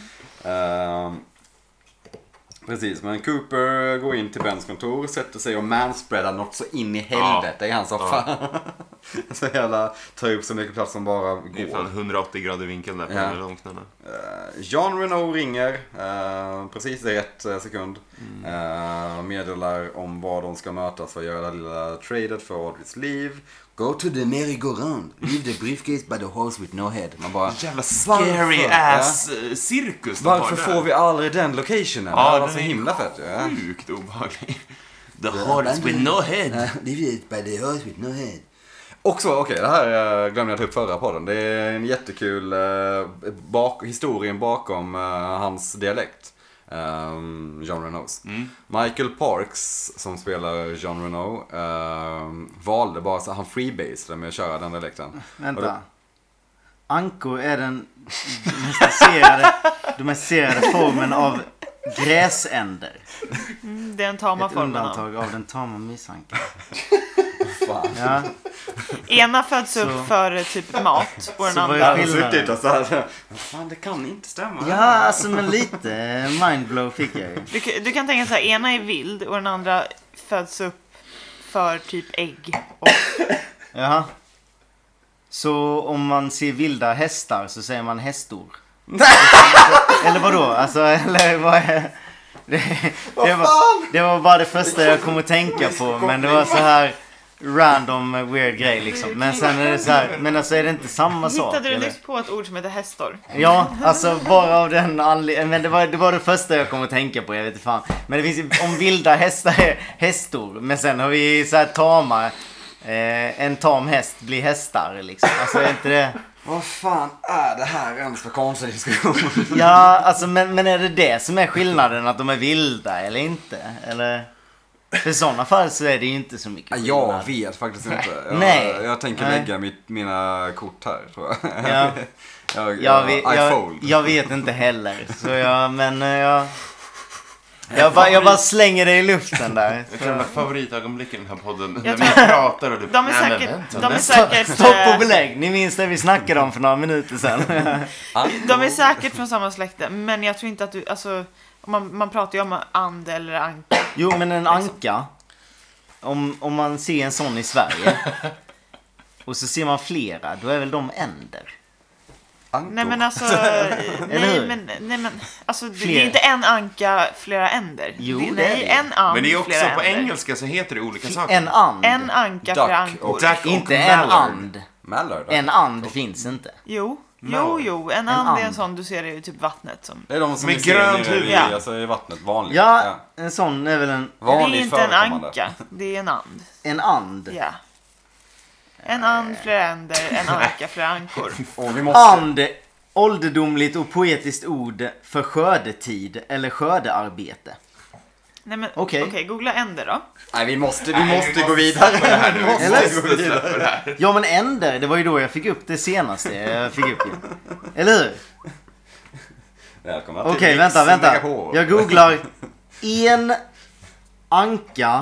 Precis, men Cooper går in till Bens kontor, sätter sig och manspreadar något så in i helvete i hans soffa. Så jävla tar upp så mycket plats som bara Det är fan går. 180 grader vinkel där på Ja. de långknarna. John Renault ringer precis i rätt sekund. Meddelar om vad de ska mötas för att göra det lilla tradet för Audreys liv. Go to the merry-go-round. Leave the briefcase by the horse with no head. Man bara, Jävla scary Varför? ass cirkus. de varför har får där. vi aldrig den locationen? Ja, det var den så är himla fett. Ja. Sjukt obehaglig. The horse with no head. Leave it by the horse with no head. Också, okej, det här glömde jag ta upp förra podden. Det är en jättekul historien bakom hans dialekt. John Renaults. Michael Parks, som spelar John Renault, valde bara så han freebasade med att köra den dialekten. Vänta. Ankor är den domesticerade formen av gräsänder. Det är en tama Ett formen av. undantag av den tama mysankan. Fan. Ja. Ena föds Så- upp för typ mat och den Så vad är andra... Jag har skillnaden? suttit och så här, fan det kan inte stämma. Ja, alltså men lite mindblow fick jag ju. Du kan tänka så här, ena är vild och den andra föds upp för typ ägg. Och, Jaha. Så om man ser vilda hästar så säger man hästor. Eller vadå? Alltså, eller vad är... Det var bara det första jag kom att tänka på. Men det var så här random weird grej liksom. Men sen är det så här, men alltså är det inte samma sak? hittade du eller? nyss på ett ord som heter hästor? Ja, alltså bara av den anledningen. Men det var det första jag kom att tänka på, jag vet inte fan. Men det finns ju, om vilda hästar är hästor. Men sen har vi så här tama. En tam häst blir hästar liksom. Alltså är inte det... Vad fan är det här ens för konstig diskussion? Ja, alltså men är det som är skillnaden? Att de är vilda eller inte? Eller... För i sådana fall så är det ju inte så mycket skillnad. Jag vet faktiskt inte. Nej. Jag tänker Nej. lägga mina kort här, tror jag. Ja. I fold. Jag vet inte heller. Så jag bara slänger det i luften där. Jag tror att favoritögonblicken i den här podden när Jag vi tror- pratar och du... De är Nej, men säkert... vänta, De är nästa- säkert... Stopp och belägg. Ni minns det vi snackade om för några minuter sedan. De är säkert från samma släkte, men jag tror inte att du... Alltså, man pratar ju om and eller anka. Jo, men en anka. Om man ser en sån i Sverige. Och så ser man flera. Då är väl de änder. Ankor. Nej men alltså... hur? nej men alltså det Fler. är inte en anka, flera änder. Jo, det, det är nej, det. en and, Men det är också flera på änder. engelska så heter det olika saker. En and. En anka, Duck flera ankor. och Duck och Inte en mallard. and. Mallard. En and finns inte. Jo, Jo, en and är en sån du ser i typ vattnet. Som... Det är de som Med vi ser grönt nere huvud. alltså i vattnet, vanligt. Ja, en sån är väl en Det är Vanligt inte en förekommande. anka, det är en and. and. Ja. En and, flera änder, en anka, flera ankor. Och vi måste... And, ålderdomligt och poetiskt ord för skördetid eller skördearbete. Nej men Okej. okej, googla änder då. Nej, vi måste gå vidare. Ja, men änder, det var ju då jag fick upp det senaste jag fick upp. Eller hur? Välkomna till Okej, Riks vänta. Megapol. Jag googlar en anka,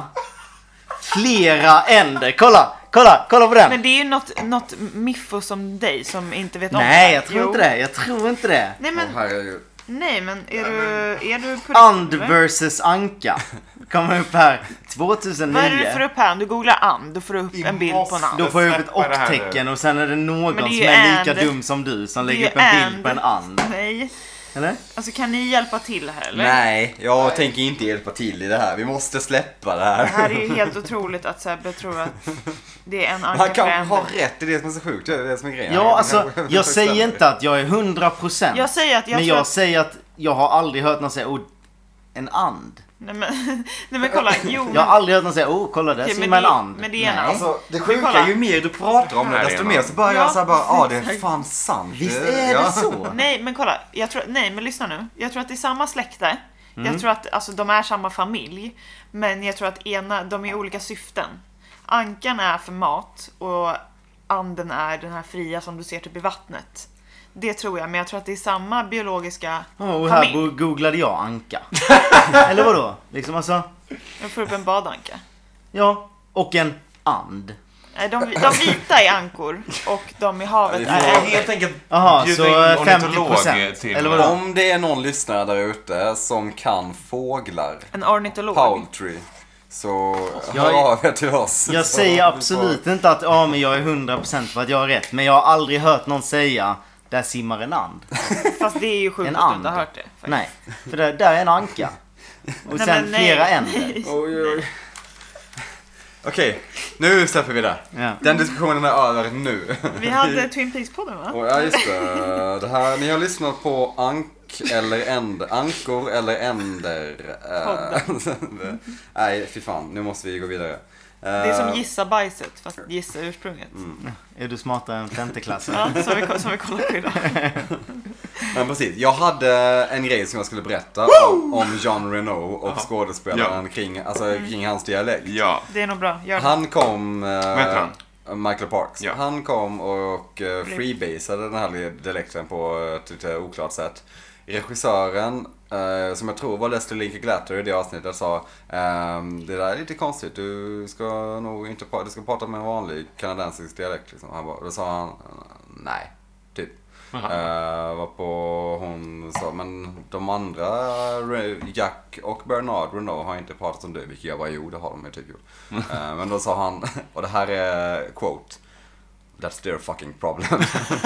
flera änder. Kolla på den. Men det är ju något miffo som dig som inte vet om Nej, det. jag tror inte det. Nej men, Herregud. nej, men är du på And riktigt, versus anka. Kommer upp här 2009. vad är det du får upp här? Om du googlar and, då får du upp en bild på en and. Då får jag upp ett Släppa det här och-tecken och sen är det någon Men det är som ju är lika and. dum som du som Det är lägger upp ju en bild and. på en and. Nej, Eller? alltså kan ni hjälpa till här eller? Nej, jag tänker inte hjälpa till i det här. Vi måste släppa det här. Det här är ju helt otroligt att Sebbe tror att det är en anka Han för kan änder. ha rätt, det är det som är så sjukt. Det är det som är grejen. Ja, alltså jag säger inte att jag är 100%. Jag säger att jag men tror jag att... säger att jag har aldrig hört någon säga en and. Nej men kolla, jo. Jag har aldrig hört någon säga kolla där Okej, simmar men en det- and. men det är en Nej. and. Alltså, det Men sjuka kolla. är ju mer du pratar om det, Här är desto en mer and. så börjar Ja, jag såhär bara, det är exakt. fan sant. Visst är det så? Nej men kolla, nej men lyssna nu. Jag tror att det är samma släkte. Jag tror att alltså, de är samma familj. Men jag tror att de är olika syften. Ankan är för mat och anden är den här fria som du ser typ i vattnet. Det tror jag, men jag tror att det är samma biologiska Och här familj. googlade jag anka. Eller vadå? Liksom alltså, Jag får upp en badanka. ja. Och en and. Nej, de vita är ankor och de i havet Ja, Nej, är helt enkelt Jaha, bjuda så in 50%, ornitolog till... eller vadå? Om det är någon lyssnare där ute som kan fåglar, en ornitolog. poultry, så Jag- hör av er till oss. Jag säger absolut inte att men jag är 100% för att jag har rätt. Men jag har aldrig hört någon säga där simmar en and. Fast det är ju sjukt En att du inte and. har hört det. faktiskt. Nej, för där är en anka. Och Nej, sen men nej. flera änder. Oj, oj. Okej, nu släpper vi det. Ja. Den diskussionen är över nu. Vi hade Twin Peaks-podden va? Och ja, just det. Ni har lyssnat på ankor eller änder. Nej, fy fan. Nu måste vi gå vidare. Det är som gissa bajset, fast gissa ursprunget. Är du smartare än femteklassen? Ja, som vi kollar på idag. Men precis, jag hade en grej som jag skulle berätta om Jean Reno och skådespelaren kring hans dialekt. Ja. Det är nog bra, gör det. Han kom... Vad heter han? Michael Parks. Ja. Han kom och freebasade den här dialekten på ett lite oklart sätt. Regissören, som jag tror var Leslie Lincoln Glatter i det avsnittet, sa det där är lite konstigt, du ska nog inte du ska prata med en vanlig kanadensisk dialekt. Liksom. Då sa han nej, typ. Varpå hon sa, men de andra, Jack och Bernard Renault har inte pratat som du, vilket jag bara, jo det har de ju typ gjort. Men då sa han, och det här är quote, that's their fucking problem.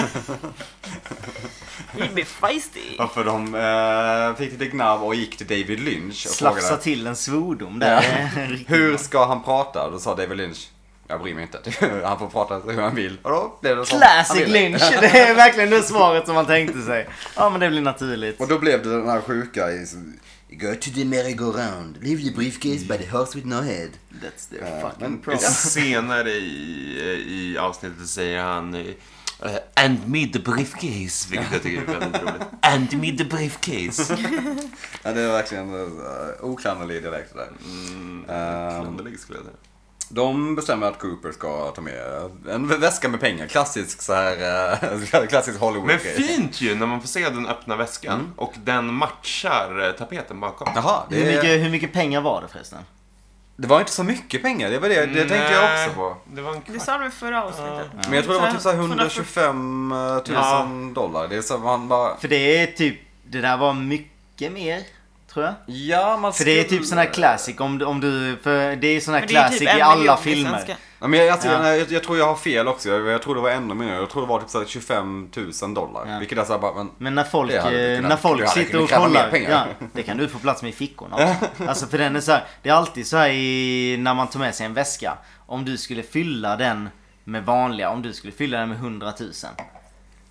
You be feisty. Ja, för de fick lite gnabb och gick till David Lynch och Slafsa frågade till en svordom där. hur ska han prata? Då sa David Lynch, jag bryr mig inte. Han får prata hur han vill. Och då blev det så. Classic Lynch! Det är verkligen det svaret som man tänkte sig. Ja, men det blir naturligt. Och då blev det den här sjuka go to the merry-go-round, leave your briefcase by the horse with no head. That's their fucking men- problem. Senare i avsnittet säger han and me the briefcase, vilket jag tycker är väldigt roligt. And me the briefcase. Ja, det är verkligen oklanderlig dialekt där. Klanderlig skulle jag säga. De bestämmer att Cooper ska ta med en väska med pengar. Klassisk så här klassisk Hollywood. Men fint ju när man får se den öppna väskan och den matchar tapeten bakom. Jaha, Hur mycket pengar var det förresten? det var inte så mycket pengar. Det var det tänkte jag också på. Det var en Det sa de i förra avsnittet. Men jag tror det var typ så här 140. $125,000 dollar. Det är så man bara... För det är typ, det där var mycket mer, tror jag. Ja, man För det är typ sån här classic om du, för det är sån här Men det är classic typ 1 i alla miljon filmer. svenska. Ja, men jag tror jag har fel också. Jag tror det var ännu mer. Jag tror det var typ så här $25,000. Ja. Vilket är så här bara, Men när folk, Det hade kunnat- när folk jag hade sitter kunnat och kräva mer kollar, pengar. ja, det kan du få plats med i fickorna också. Alltså för den är så här, det är alltid så här när man tar med sig en väska. Om du skulle fylla den med vanliga, om du skulle fylla den med 100 000.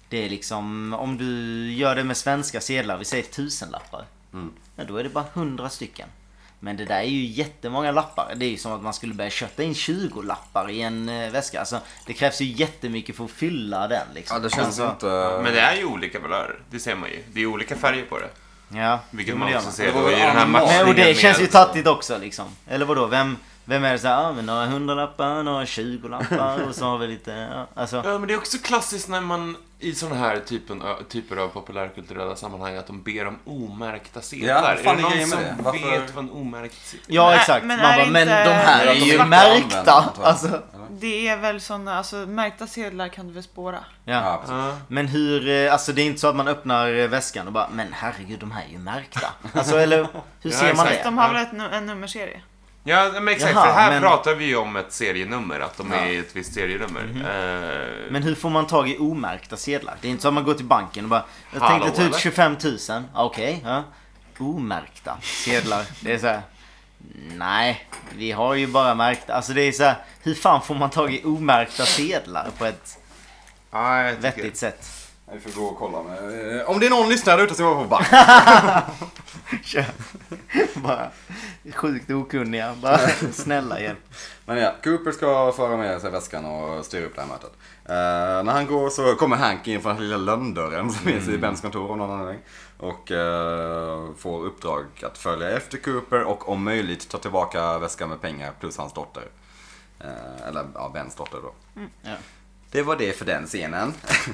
Det är liksom, om du gör det med svenska sedlar, vi säger 1000-lappar. Ja, då är det bara 100 stycken. Men det där är ju jättemånga lappar. Det är ju som att man skulle börja kötta in 20 lappar i en väska. Alltså, det krävs ju jättemycket för att fylla den liksom. Ja, det känns inte... Men det är ju olika valörer, det ser man ju. Det är olika färger på det. Ja, Vilket jo, man det också gör man. ser då i den här Men, matchningen. och det känns ju med- tattigt också liksom. Eller vadå, vem är det så här, några 100-lappar, några 20-lappar och så har vi lite, ja, alltså. Ja, men det är också klassiskt när man i såna här typer av populärkulturella sammanhang att de ber om omärkta sedlar. Ja, vad fan är är det grejen någon med som det? Varför- vet vad en omärkt sedel är? Ja, Nej, exakt. men Man är bara, inte- men de här är de ju som märkta. använder, antar jag. Alltså. Det är väl såna, alltså märkta sedlar kan du väl spåra? Ja. Ja, precis. Ja. Men hur, alltså det är inte så att man öppnar väskan och bara, men herregud, de här är ju märkta. Alltså, eller hur Ja, ser man exakt. det? De har väl en nummerserie? Ja, men exakt. Jaha, för här men- pratar vi ju om ett serienummer, att de Ja. är i ett visst serienummer. Men hur får man tag i omärkta sedlar? Det är inte så att man går till banken och bara, jag Hallå, tänkte ta ut eller? 25 000. Okej, ja. Omärkta sedlar. Det är så här. Nej, vi har ju bara märkta. Alltså det är så här, hur fan får man tag i omärkta sedlar på ett Ja, jag tycker- vettigt sätt? Vi får gå och kolla med. Om det är någon lyssnare ute som var på bank. Kör. Bara sjukt okunniga. Bara snälla hjälp. Men ja, Cooper ska föra med sig väskan och styra upp det här mötet. När han går så kommer Hank in från den lilla lönndörren som finns i Bens kontor av någon anledning. Och får uppdrag att följa efter Cooper och om möjligt ta tillbaka väskan med pengar plus hans dotter. Eller ja, Bens dotter då. Ja. Det var det för den scenen.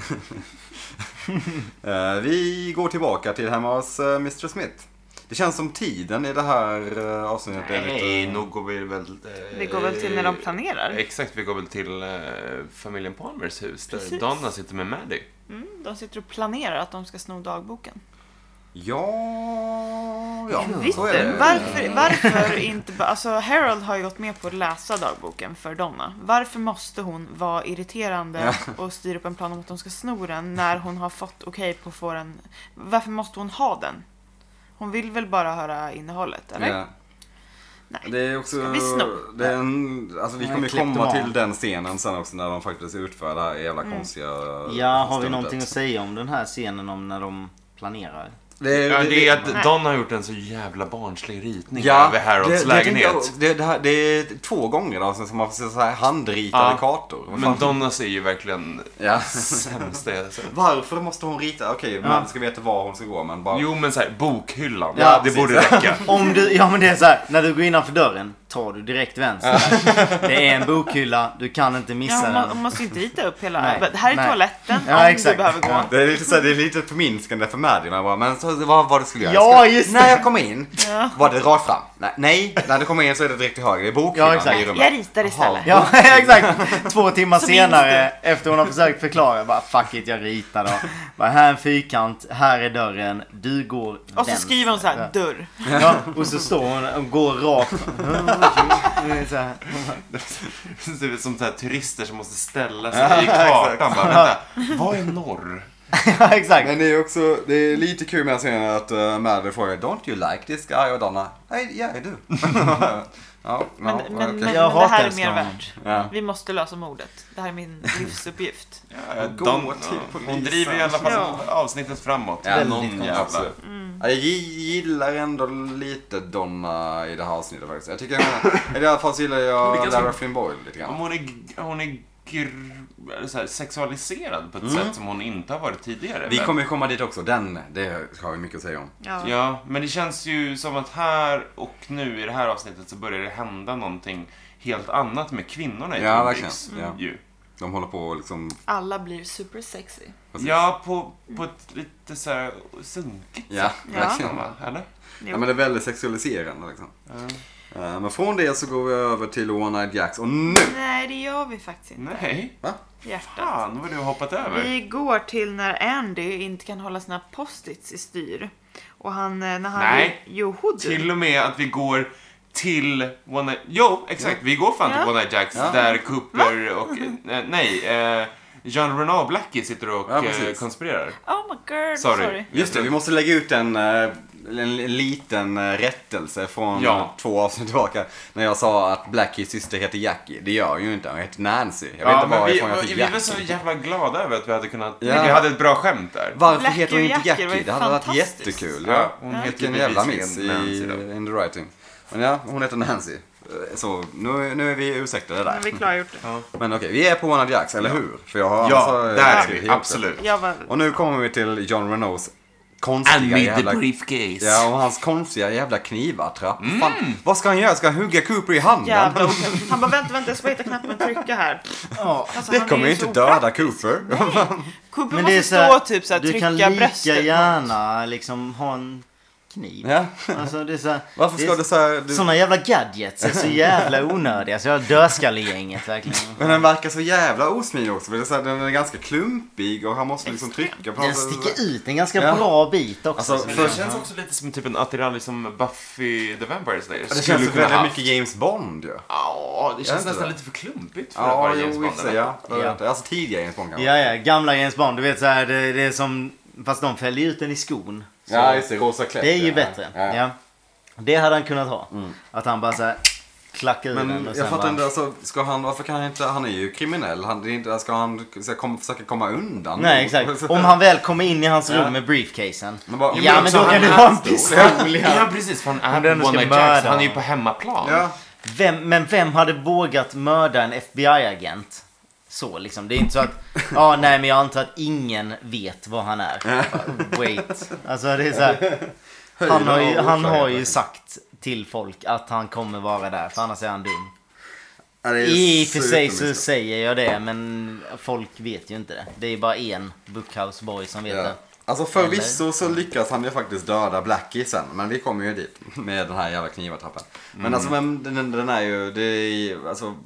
Vi går tillbaka till hemma hos Mr. Smith. Det känns som tiden i det här avsnittet är Nej, lite... nog går vi väl... Det går väl till när de planerar? Exakt, vi går väl till familjen Palmers hus där Precis. Donna sitter med Maddie. De sitter och planerar att de ska sno dagboken. Ja, Visst, så är det. varför inte bara... Alltså Harold har ju gått med på att läsa dagboken för Donna. Varför måste hon vara irriterande och styra upp en plan om att de ska sno den när hon har fått okej på att få den? Varför måste hon ha den? Hon vill väl bara höra innehållet, eller? Ja. Nej. Det är också... Ska vi sno? Det är alltså vi Nej, kommer ju komma kleptoman. till den scenen sen också när de faktiskt utför det här jävla konstiga... Ja, har vi stuntet. någonting att säga om den här scenen om när de planerar? Det Ja, det är Nej. att Donna har gjort en så jävla barnslig ritning Ja, över Harolds lägenhet. Det är 2 gånger då, som man får se så här handritade Ja. kartor. Vad Men fan? Donnas är ju verkligen Ja. sämsta jag sett. Varför måste hon rita? Okej, man ska veta var hon ska gå, men bara... Jo, men så här, bokhyllan. Ja, det precis. borde räcka. Om du, ja men det är så här, när du går innanför dörren tar du direkt vänster. Det är en bokhylla, du kan inte Ja, missa hon den. måste ju inte rita upp hela... Nej. Det här är Nej. toaletten Ja, om exakt. du behöver gå. Ja. Det är lite, så här, det är lite förminskande för Maddie. Man bara, men så, vad det skulle göra? Ja, just det. När jag kom in, Ja. var det rakt fram? Nej, när du kommer in så är det direkt till höger. Det är bokhyllan Ja, exakt. i rummet. Jag ritar istället. Ja, exakt. 2 timmar Så senare, efter hon har försökt förklara, bara fuck it, jag ritar då. Bara, här är en fyrkant, här är dörren, du går Och så vänster. skriver hon så här, dörr. Ja, och så står hon och går rakt. Så här. Det ser ut som så här, turister som måste ställa sig i kartan. Bara, vänta, vad är norr? Ja, exakt. Men det är också, det är lite kul med att säga att Maddie frågar, don't you like this guy? Och Donna, ja, I do. Ja, Men, okej. men Jag det här är hatar mer honom. värt. Ja. Vi måste lösa mordet. Det här är min livsuppgift. Ja, Gå till hon polisen. driver i alla fall Ja. avsnittet framåt. Ja, Med väldigt någon jävla... absolut. Ja, jag gillar ändå lite Donna i det här avsnittet faktiskt. Jag tycker, i alla fall så gillar jag Hon är ganska- Lara Flynn Boyle lite Om grann. hon är så här, sexualiserad på ett sätt som hon inte har varit tidigare. Vi Men- kommer ju komma dit också, det har vi mycket att säga om. Ja. Ja, men det känns ju som att här och nu i det här avsnittet så börjar det hända någonting helt annat med kvinnorna i Ja, Twin verkligen. Peaks. Ja. Ju. De håller på liksom... Alla blir super sexy. Precis. Ja, på ett lite så här sunkigt Ja, sätt. Ja. verkligen. Va? Eller? Ja, men det är väldigt sexualiserande liksom. Men från det så går vi över till One Eyed Jacks och nu! Nej, det gör vi faktiskt inte. Nej, Hjärtat. fan vad du har hoppat över. Vi går till när Andy inte kan hålla sina post-its i styr. Och han, när han... Nej. Jo, Till och med att vi går till One Night... Jo, exakt. Vi går fan Ja. till One Night Jacks Ja. där Cooper och... Jean Renaud Blackie sitter och Ja, precis. konspirerar. Oh my god, Sorry. sorry. Just det, vi måste lägga ut en en liten rättelse från 2 avsnitt tillbaka. När jag sa att Blackies syster heter Jackie. Det gör ju inte, hon heter Nancy. Jag vet inte varifrån jag fick vi Jackie. var så jävla glada över att vi hade kunnat... Vi hade ett bra skämt där. Varför Blackie heter hon inte och Jackie, Jackie? Det hade varit jättekul. Ja, hon heter Vilken jävla miss bevisligen in the writing. Men ja, hon heter Nancy. Så nu är vi ursäktade där. Vi klargjort det. Ja. Men okej, vi är på One of the Jacks, eller hur? För jag har där är vi. Absolut. Och nu kommer vi till John Renaults konstiga jävla... briefcase. Ja, och hans konstiga jävla knivattrapp. Fan, vad ska han göra? Ska han hugga Cooper i handen? Jävla otäckt. Han bara vänta, jag ska hitta knappen och trycka här. Alltså, Det han kommer är ju inte så döda opraktisk. Cooper. Cooper Men det är måste så här, stå och typ så här, du trycka kan bröstet lika mot. gärna liksom ha en kniv. Ja. Alltså det är så här, Varför ska du så här... Såna jävla gadgets är så jävla onödiga. Så jag har dödskallegänget verkligen. Men den verkar så jävla osmidig också. För det är så här, den är ganska klumpig och han måste liksom trycka på... Den sticker ut en ganska bra bit också. Alltså, Men det känns också lite som typ en attiralj som Buffy the Vampire Slayer. Det känns väldigt mycket James Bond ju. Ja, det känns inte nästan det? lite för klumpigt för att vara James Bond. ja. Ja. Alltså tidigare James Bond kanske. Ja, gamla James Bond. Du vet så här, det är som... Fast de fäller ut den i skon. Så Ja, just det. Rosa klätt. det är ju bättre. Ja. Det hade han kunnat ha. Att han bara så här klackar ur den Men och jag fattar bara... inte, alltså, varför kan han inte, han är ju kriminell, ska han försöka komma undan? Nej, exakt. Om han väl kommer in i hans rum med briefcasen. Bara, Ja, men då kan du ha en pistol. Ja, precis. För han du är ändå på ska One Night mörda Jacks. Han är ju honom. på hemmaplan. Ja. Vem hade vågat mörda en FBI-agent? Så liksom. Det är inte så att... nej, men jag antar att ingen vet vad han är. Wait. Alltså det är så här... Han har ju sagt till folk att han kommer vara där. För annars är han dum. I och för sig så säger jag det. Men folk vet ju inte det. Det är bara en Bookhouse boy som vet det. Alltså förvisso så lyckas han ju faktiskt döda Blackie sen. Men vi kommer ju dit med den här jävla knivatrappen. Men alltså den är ju, det är, alltså...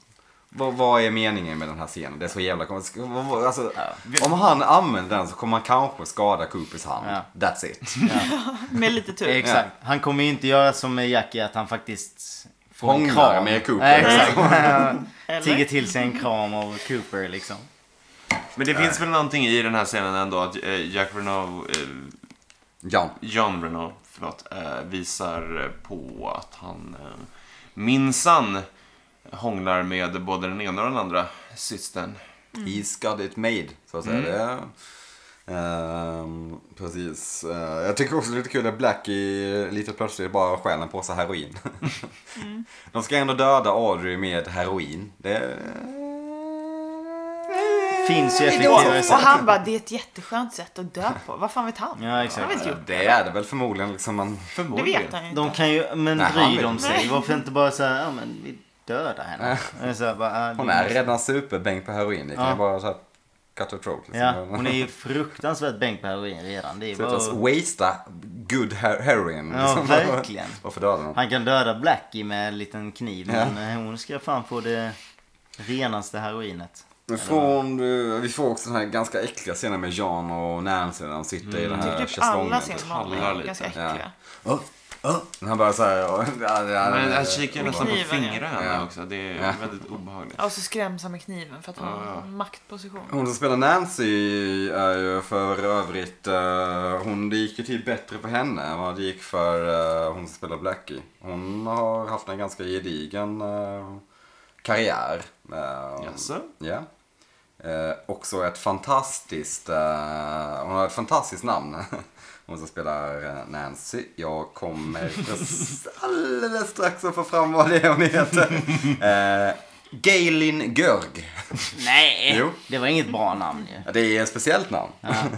Vad är meningen med den här scenen? Det är så jävla konstigt. Alltså, om han använder den så kommer han kanske skada Coopers hand. Ja. That's it. Med lite tur. Exakt. Han kommer ju inte göra som med Jackie att han faktiskt får en Hånglar kram. med Cooper. Nej, exakt. Eller? Tigger till sig en kram av Cooper liksom. Men det finns väl någonting i den här scenen ändå att Jack Renault... John Renault, visar på att han minsann hånglar med både den ena och den andra systern. He's got it made, så att säga. Det precis. Jag tycker också det är lite kul att Blackie lite plötsligt bara stjäl en påse heroin. De ska ändå döda Audrey med heroin. Det Finns ju effektivare Och sätt. han bara, det är ett jätteskönt sätt att dö på. Vad fan vet han? Ja, exakt. Han har väl inte gjort det är det väl förmodligen liksom det. vet han ju inte. De kan ju, men Nej, han bryr de vill- sig? Nej. Varför inte bara säga, ja men vi dödar henne. Så här, bara, hon är redan superbänk på heroin. Det kan ju bara så här cut her throat. Liksom. Ja, hon är ju fruktansvärt bänk på heroin redan. Det är Så bara... att wastea good heroin. Ja, liksom. verkligen. Varför döda honom? Han kan döda Blackie med en liten kniv, men hon ska fan få det renaste heroinet. Men vi får också den här ganska äckliga scenen med John och Nancy när de sitter i den här Typ schäslongen. alla scener Handlar är lite. ganska äckliga. Han bara såhär... Men han kikar nästan på kniven, fingrarna ja. också. Det är Ja. väldigt obehagligt. Och så skräms han med kniven för att han har en maktposition. Hon som spelar Nancy är ju för övrigt... det gick ju till bättre för henne än vad det gick för hon som spelar Blackie. Hon har haft en ganska gedigen karriär. Jaså? Ja. Också ett fantastiskt... hon har ett fantastiskt namn. Hon som spelar Nancy. Jag kommer alldeles strax att få fram vad det är hon heter. Galen Görg. Nej, Jo. det var inget bra namn ju. Ja, det är ett speciellt namn.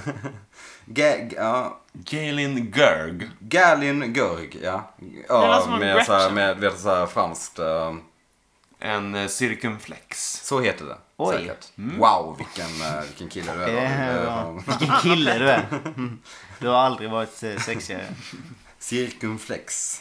Galen Gerg. Galen Görg, ja. låter som en Med så här, Gretchen. med vet, så här franskt... En circumflex. så heter det. Oj. Säkert. Wow, vilken kille du är. Ja. Vilken kille du är. Du har aldrig varit sexigare. Circumflex.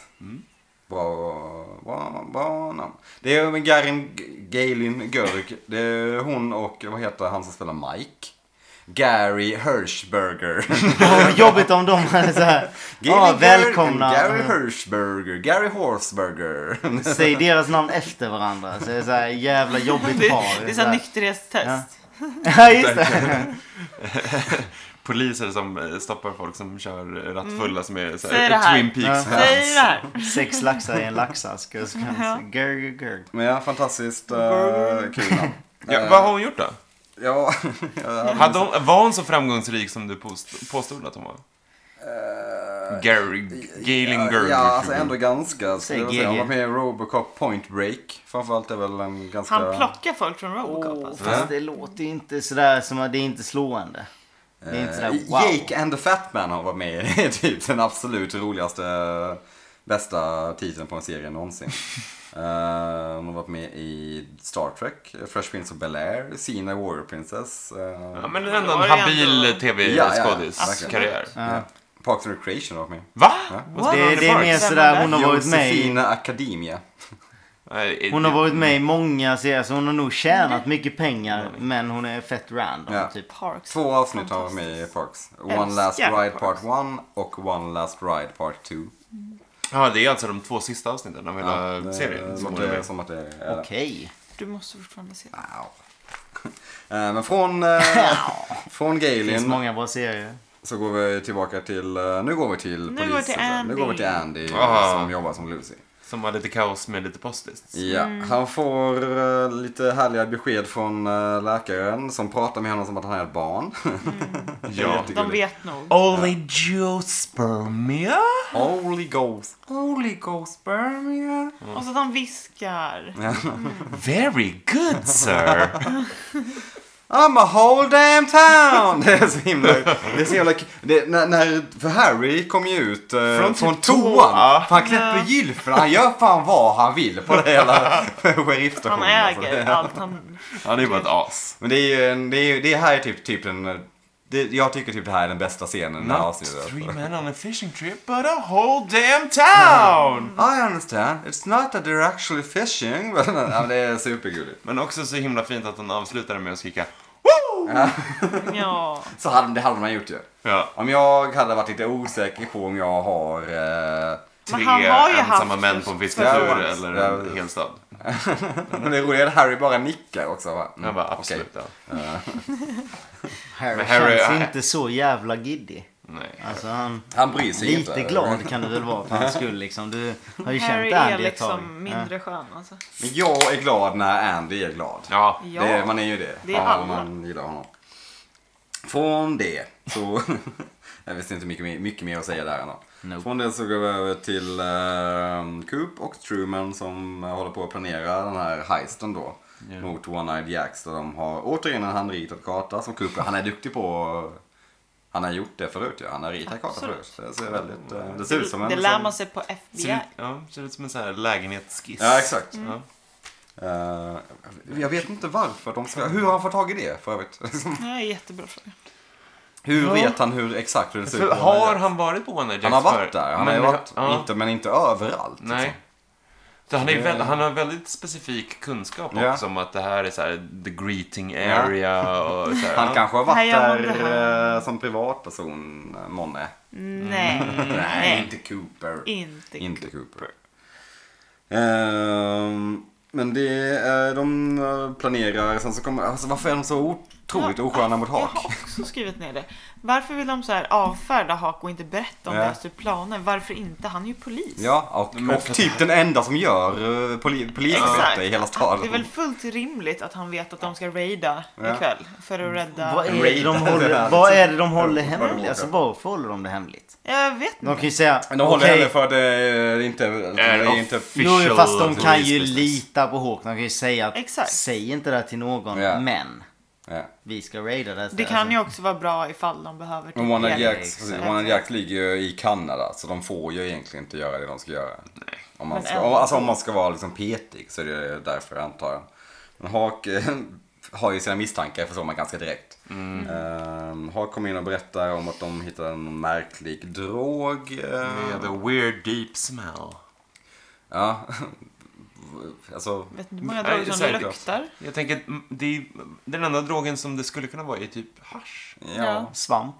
Bra namn. Det är Galen Görg. Det är hon och vad heter han som spelar Mike? Gary Hirschberger. Jobbigt om de hade så här. Välkomna. Gary Hirschberger. Gary Horseberger. Säg deras namn efter varandra. Så det är så här jävla jobbigt par. Det är så här nykterhetstest. Ja, just det. poliser som stoppar folk som kör rattfulla som är så Säg det här, här. Twin Peaks. Säg det här. 6 laxar i en laxask. Gurg. Men ja, fantastiskt kul namn. Ja, vad har hon gjort då? Ja, Var hon så framgångsrik som du påstod att hon var? Galen Gurg. Ja, alltså ändå ganska. Säg Hon var GG. med i Robocop Point Break. Framförallt är väl en ganska... Han plockar folk från Robocop alltså. Fast det låter ju inte sådär som att det är inte slående. Det är inte sådär wow. Jake and the Fat Man har varit med i. Det är typ den absolut roligaste, bästa titeln på en serie någonsin. Hon har varit med i Star Trek, Fresh Prince of Bel-Air, Xena Warrior Princess. Ja, men ändå en habil tv-skådiskarriär. Ja. Parks and Recreation har varit med. Va? What? Det är mer sådär, hon har varit med i... Josefina Academia. Hon har varit med i många serier, så hon har nog tjänat mycket pengar, men hon är fett random. Ja. Typ. Parks. 2 avsnitt har varit med i Parks. One Last Älskar Ride Part Parks. 1 och One Last Ride Part 2. Ja, det är alltså de 2 sista avsnitten av hela serien. Som det, som att det är. Okej. Du måste fortfarande se det. Wow. Men från Det finns Galen många bra serier. så går vi tillbaka till, nu går vi till Nu går vi till Nu går vi till Andy Ah. som jobbar som Lucy. Som var lite kaos med lite post-its. Ja, han får lite härliga besked från läkaren som pratar med honom som att han är ett barn. Ja. De vet nog. Oligospermia? Oligospermia. Och så att de viskar. Very good, sir. I'm a whole damn town! Det är så himla... Det är så jävla... För Harry kom ju ut från toan. För han knäpper gylfen. Han gör fan vad han vill på det hela sheriffstationen. Han äger allt han... Ja, det är bara ett as. Men det är ju det här är typ den... jag tycker typ det här är den bästa scenen i det här Not avsnittet. 3 men on a fishing trip, but a whole damn town! I understand. It's not that they're actually fishing. Men det är supergulligt. Men också så himla fint att hon avslutade med att skrika Ja. Så det hade man gjort ju. ja. Om jag hade varit lite osäker på om jag har... Men 3 han har ju ensamma haft män på en Ja, fisketur ja. eller Ja. en hel stad. Men det roliga är att Harry bara nickar också. Va? Jag bara, okej. absolut. Ja. Harry, Men Harry känns är- inte så jävla giddy. Nej. Alltså Han bryr sig inte. lite glad kan du väl vara för hans skull liksom. Du har ju Harry känt är Andy ett tag. liksom mindre skön alltså. Men jag är glad när Andy är glad. Ja. Ja. Man är ju det. Det är alla. Man gillar honom. Från det så... jag visste inte mycket mer att säga där ändå. Nope. Från det så går vi över till Coop och Truman som håller på att planera den här heisten då. Ja. Mot One-Eyed Jacks. Där de har återigen en handritad karta som Coop, han är duktig på. Han har gjort det förut, ja. Han har ritat karta Absolut. förut. Det ser väldigt... det ser ut som en... Det lär man sig på FBI. Ser ut som en sån här lägenhetsskiss. Ja, exakt. Ja. Jag vet inte varför de ska... Hur har han fått tag i det för övrigt? Ja, jättebra fråga. Hur Ja. vet han exakt hur det ser ut? För på har One-Eyed han varit på One Night Han Jacks har varit där. Han har varit, ja. men inte överallt. Nej. Liksom. Så han har väldigt specifik kunskap Ja. också om att det här är så här the greeting area och så här. Han kanske har varit Här gör man där det här. som privatperson, Monne. Nej. Nej, inte Cooper. Inte. Cooper. Men de planerar, sen så kommer, alltså varför är de så otroligt osköna mot Jag Hawk? har också skrivit ner det. Varför vill de så här avfärda Hawk och inte berätta om Ja. deras planer? Varför inte? Han är ju polis. Ja, och typ den enda som gör polisarbete i hela staden. Det är väl fullt rimligt att han vet att de ska raida Ja. ikväll för att rädda... Vad är, Raid. det vad är det de håller Vad hemligt? det Alltså varför håller de det hemligt? Jag vet De inte. kan ju säga Men de håller okej, henne för att det är inte... jo, fast de kan ju business. lita på Hawk. De kan ju säga att Exakt. säg inte det till någon, Ja. men Ja. vi ska raida det. Det kan ju också vara bra ifall de behöver typ Men One-Eyed hjälp. Jacks ligger ju i Kanada, så de får ju egentligen inte göra det de ska göra. Nej. Om man Men ska, ändå. alltså om man ska vara liksom petig så är det därför antar jag. Men Hawk har ju sina misstankar, förstår man ganska direkt. Hawk kommer in och berättar om att de hittade en märklig drog. Med the weird deep smell. Ja. Alltså, Vet inte hur många Nej, droger som säkert. luktar. Jag tänker att den enda drogen som det skulle kunna vara är typ hasch. ja. Ja. Svamp.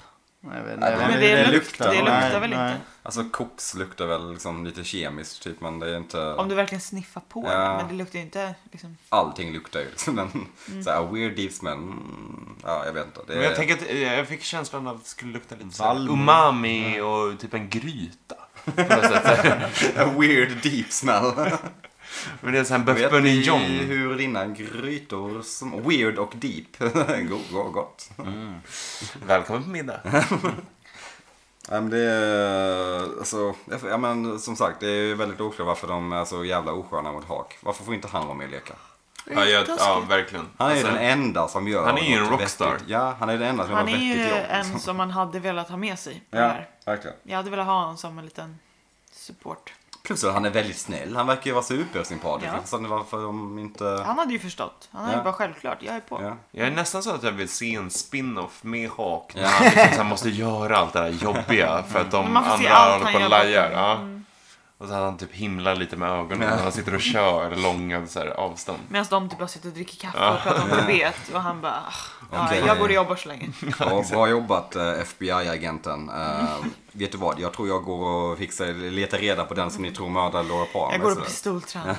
Jag vet Nej, inte men hur det luktar väl inte. Alltså koks luktar väl liksom lite kemiskt typ, men det är inte... Om du verkligen sniffar på Ja. det, men det luktar ju inte liksom... Allting luktar ju liksom. Men så här, weird deep smell. Ja, jag vet inte. Det Men jag är... tänker att jag fick känslan av att det skulle lukta lite så här Valmor. umami och typ en gryta. På något sätt. A weird deep smell. Men det är så här Vet bœuf ni bourguignon. hur dina grytor som... Weird och deep. Gott. Välkommen på middag. Ja, men det är... Alltså, ja, men som sagt, det är väldigt oklart varför de är så jävla osköna mot Hawk. Varför får inte han vara med och leka? Ja, verkligen. Han är ju Alltså, den enda som gör han är ju en något rockstar. vettigt. Ja, han är den enda som Han gör är något ju vettigt jobb. en som man hade velat ha med sig på det Ja, här. verkligen. Jag hade velat ha honom som en liten support. Plus att han är väldigt snäll. Han verkar ju vara supersympatisk. Ja. Så varför de inte... Han hade ju förstått. Han hade Ja. ju bara självklart, jag är på. Ja. Jag är nästan så att jag vill se en spin-off med Hawk. När Ja. han liksom så här måste göra allt det där jobbiga för att de Men man får se andra allt håller han på och gör lajar. bakom. Ja. Och så hade han typ himlar lite med ögonen när han sitter och kör långa så här, avstånd. Medan de typ bara sitter och dricker kaffe och pratar om Tibet. Och han bara, ja, Okej. jag går och jobbar så länge. Ja, bra jobbat FBI-agenten. Vet du vad? Jag tror jag går och letar reda på den som ni tror mördar Laura Palmer. Jag går och sådär. pistoltränar.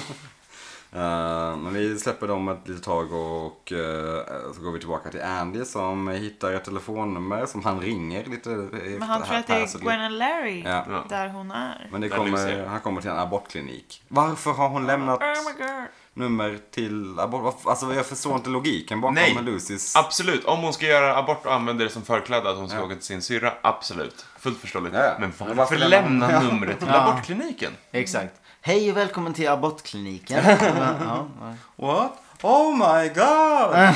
Men vi släpper dem ett litet tag och så går vi tillbaka till Andy som hittar ett telefonnummer som han ringer lite. Men han tror att det är Gwen och Larry Ja. där hon är. Men det Där du ser. han kommer till en abortklinik. Varför har hon lämnat Oh my god. nummer till abort? Alltså jag förstår inte logiken bakom Nej. Lucys... Absolut, om hon ska göra abort och använder det som förkläde att hon ska åka till sin syrra, absolut. Fullt förståeligt. Ja, ja. Men Men varför varför lämna lämnar- numret till Ja. abortkliniken? Exakt. Hej och välkommen till abortkliniken. Ja. What? Oh my god!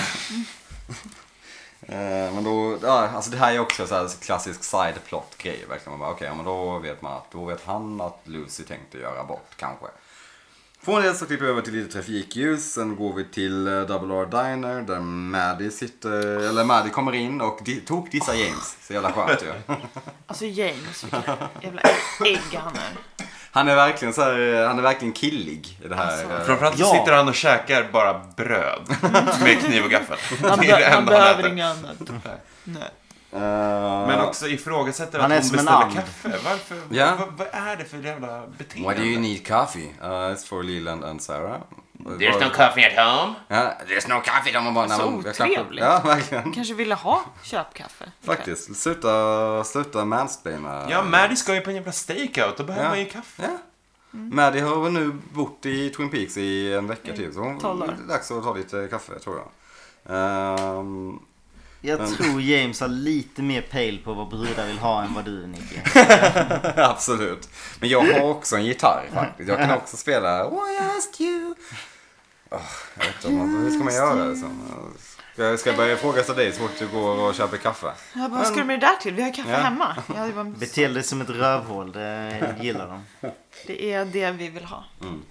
Men då, ja, alltså det här är också så här klassisk side-plot-grej verkligen. Man bara, okej, men då vet han att Lucy tänkte göra abort, kanske. Från det så klipper vi över till lite trafikljus. Sen går vi till Double R Diner där Maddie kommer in och tokdissar James. Så jävla skönt ju. Alltså James, vilken jävla ägg han är. Han är verkligen så här, han är verkligen killig i det här. Alltså. Framförallt så Ja. sitter han och käkar bara bröd med kniv och gaffel. Han, Det är det han enda behöver äter. inget annat. Nej. Men också ifrågasätter Han att är hon som en beställer and. kaffe. Varför? Ja. Vad är det för jävla beteende? Why do you need coffee? It's for Leland and Sarah. There's no coffee at home. Ja, there's no coffee. De var bara, Så nej, men jag klappar- otrevligt. Ja, verkligen. Kanske ville ha köpkaffe. Faktiskt. Sluta mansplaina. Ja, Maddie ska ju på en jävla stakeout. Då behöver man ju kaffe. Ja. Maddie har väl nu bott i Twin Peaks i en vecka till. Så hon 12 år. det är dags att ta lite kaffe, tror jag. Jag tror James har lite mer pejl på vad brudar vill ha än vad du, Nicky. Absolut. Men jag har också en gitarr faktiskt. Jag kan också spela Why I asked you. Jag vet inte, hur ska man göra det? Ska jag börja fråga dig så fort du går och köper kaffe? Jag bara, vad ska du med det där till? Vi har kaffe Ja. hemma. Jag hade bara, Bete dig som ett rövhål, det gillar de. det är det vi vill ha.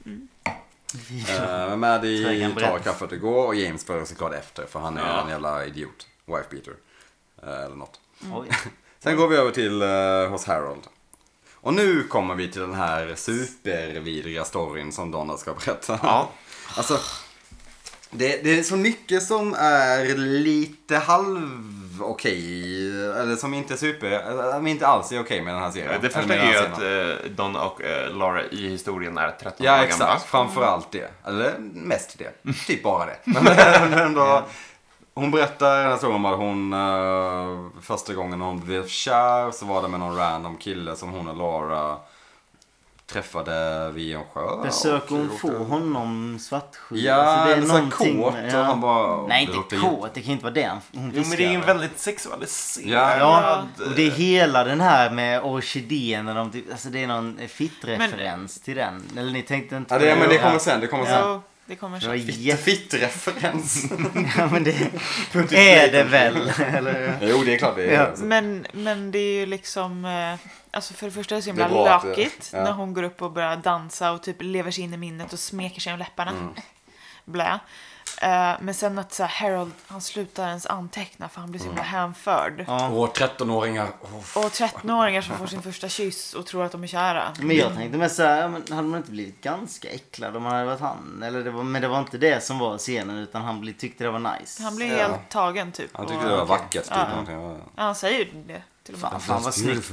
Men Maddie Trängen tar berätt. kaffet och går och James följer såklart efter för han är Ja. en jävla idiot. Wife beater. Eller något. Oj. Sen går vi över till hos Harold. Och nu kommer vi till den här supervidriga storyn som Donna ska berätta. Ja. Alltså, det är så mycket som är lite okej. Eller som inte är inte alls är okej med den här serien. Det första Eller är med ju den här serien. att Donna och Laura i historien är 13 Ja, år gamla. exakt. Framförallt det. Eller mest det. Typ bara det. Men ändå, hon berättar en historia om att hon första gången hon blev kär så var det med någon random kille som hon och Laura träffade vid en sjö. Försöker Och- hon få honom svartsjuk? Ja, Alltså, eller så kåt och han bara... Nej, det inte låter kåt. Det kan inte vara det hon Jo, men fiskar. det är ju en väldigt sexualiserad... Ja, och det är hela den här med orkidén när de typ, alltså det är någon fittreferens till den. Eller ni tänkte inte Ja, på men det Ja. kommer sen. Det kommer sen. Jo, det kommer Det var sen. Fitt-referens. Ja, men det är det väl? Eller? Jo, det är klart det är. Ja. Men det är ju liksom, alltså för det första är det så himla Det är bra att lökigt ja. när hon går upp och börjar dansa och typ lever sig in i minnet och smeker sig om läpparna. Blä. Men sen att så här, Harold, han slutar ens anteckna för han blir så himla hänförd. Ja. Och 13-åringar. Och 13-åringar som får sin första kyss och tror att de är kära. Men jag tänkte med så här, ja, men hade man inte blivit ganska äcklad om man hade varit han? Eller men det var inte det som var scenen utan tyckte det var nice. Han blir Ja. helt tagen typ. Han tyckte Och- det var vackert. Typ, Ja. någonting. Ja, han säger ju det. till och med. Fan vad snyggt.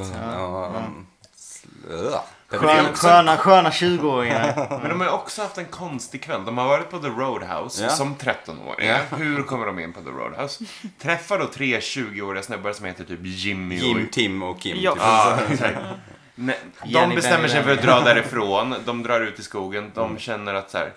Sköna 20-åringar. Men de har ju också haft en konstig kväll. De har varit på The Roadhouse som 13-åringar. Hur kommer de in på The Roadhouse? Träffar då 3 20-åriga snubbar som heter typ Jim, Tim och Kim. Ja. Ja, exakt. Men de bestämmer sig för att dra därifrån. De drar ut i skogen. De känner att så här,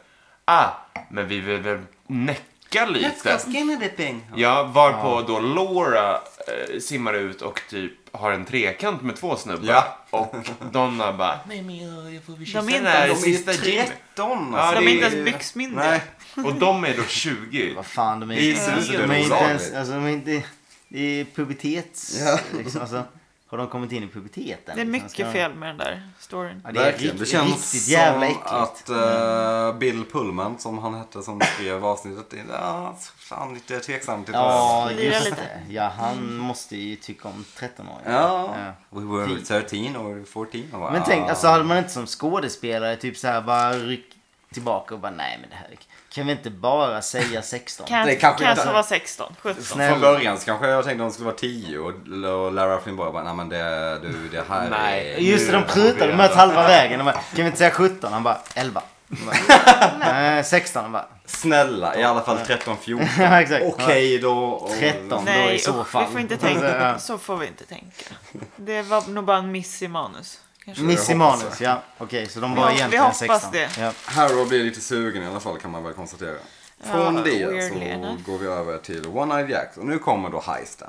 men vi vill väl näcka lite. Ja, varpå då Laura simmar ut och typ har en trekant med 2 snubbar. Ja. Och Donna bara, nej men jag får vi kyssa De är den inte- här De är sista ju Jim. 13. Ja, De det är inte är- ens byxmyndiga. Nej. Och de är då 20. Vad fan, de är Det är inte superolagligt. ens, alltså de är inte, det är pubertets, Ja. liksom, alltså, har de kommit in i puberteten? Det är liksom? mycket Ska de- fel med den där storyn. Ja, det är Verkligen. Det riktigt, känns riktigt jävla som äckligt. att Bill Pullman, som han hette, som skrev avsnittet, fan lite tveksam till Ja, Lira just lite. det. Ja, han måste ju tycka om 13-åringar. Ja. We were 13 or 14. Bara, Men tänk, alltså hade man inte som skådespelare typ så här bara ryckt tillbaka och bara nej men det här kan vi inte bara säga 16? Kan Det jag kanske kanske inte- vara 16, 17. Snälla. Från början så kanske jag tänkte att de skulle vara 10 och Lara Flynn bara, nej men det här Nej. är... Just det, de prutade, de möt halva vägen. De bara, kan vi inte säga 17? Han bara 11. Han bara, 16. Han bara, Snälla, i alla fall 13-14. ja exakt. Okej då. 13 då Nej, i så usch, fall. vi får inte tänka. Så får vi inte tänka. Det var nog bara en miss i manus. Kanske. Miss i manus, ja. Okej, så de var Vi egentligen hoppas 16. det. Ja. Harold blir lite sugen i alla fall, kan man väl konstatera. Från Ja, det weirdly så enough. går vi över till One-Eyed Jacks. Och nu kommer då heisten.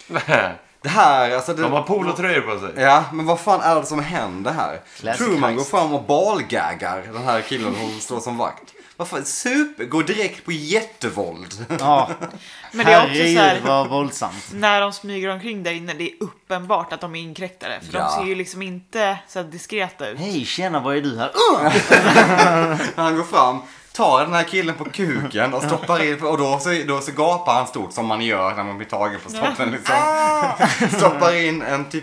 Det här, alltså... De har polotröjor på sig. Ja, men vad fan är det som händer här? Classic Truman går heist. fram och balgaggar den här killen som står som vakt. Vad fan, går direkt på jättevåld. Ja, Men det är också så herregud här, vad våldsamt. när de smyger omkring där inne, det är uppenbart att de är inkräktare. För Ja. de ser ju liksom inte så här diskreta ut. Hej, tjena, vad är du här? Han går fram, tar den här killen på kuken och stoppar in, och då så gapar han stort som man gör när man blir tagen på snoppen liksom. Stoppar in en typ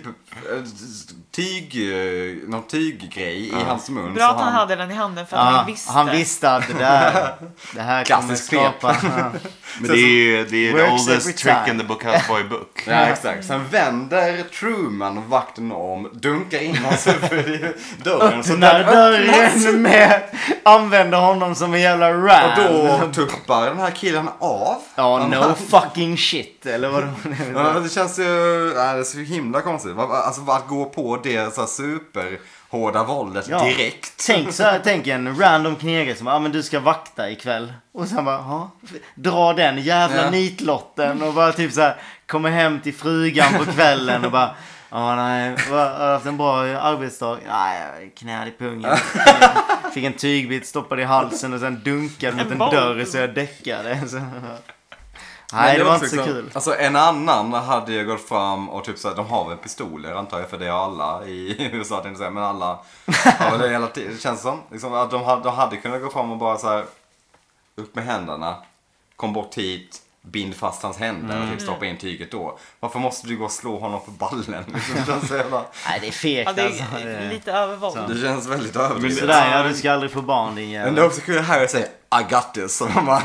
någon tyggrej i hans mun. Bra så att han hade den i handen för att Ja, han visste att det här kommer Klassiskt knep. skapa... Men det är the Works every oldest trick time. in the Bocasboy book. Ja, exakt. Sen vänder Truman vakten om, dunkar in hans huvud i dörren. Så När den dörren med använder honom som en jävla och ram. då tuppar den här killen av. Ja, no fucking shit. Eller vad Ja, det känns ju... Nej, det är så himla konstigt. Alltså att gå på det så här superhårda våldet Ja. direkt. Tänk en random knegare som men du ska vakta ikväll. Och sen bara, dra den jävla Ja. nitlotten och bara typ så här kommer hem till frugan på kvällen och bara, nej, jag har haft en bra arbetsdag. Nej, jag knäade i pungen. Fick en tygbit, stoppade i halsen och sen dunkade mot en boll. dörr så jag däckade. Så. Nej, det var inte så också kul. Alltså en annan hade ju gått fram och typ så här, de har väl pistoler antar jag, för det har alla i USA, tänkte jag säga, men alla har det hela tiden, det känns som. Liksom, att de hade kunnat gå fram och bara så här, upp med händerna, kom bort hit, bind fast hans händer och typ stoppa in tyget då. Varför måste du gå och slå honom på ballen? Liksom, det känns så jävla... Nej, det är fegt Ja, det alltså. är lite övervåld. Så. Det känns väldigt överdrivet. Sådär, ja, du ska aldrig få barn din Men det är jävel. också kul att Harry säger I got this. Och man bara,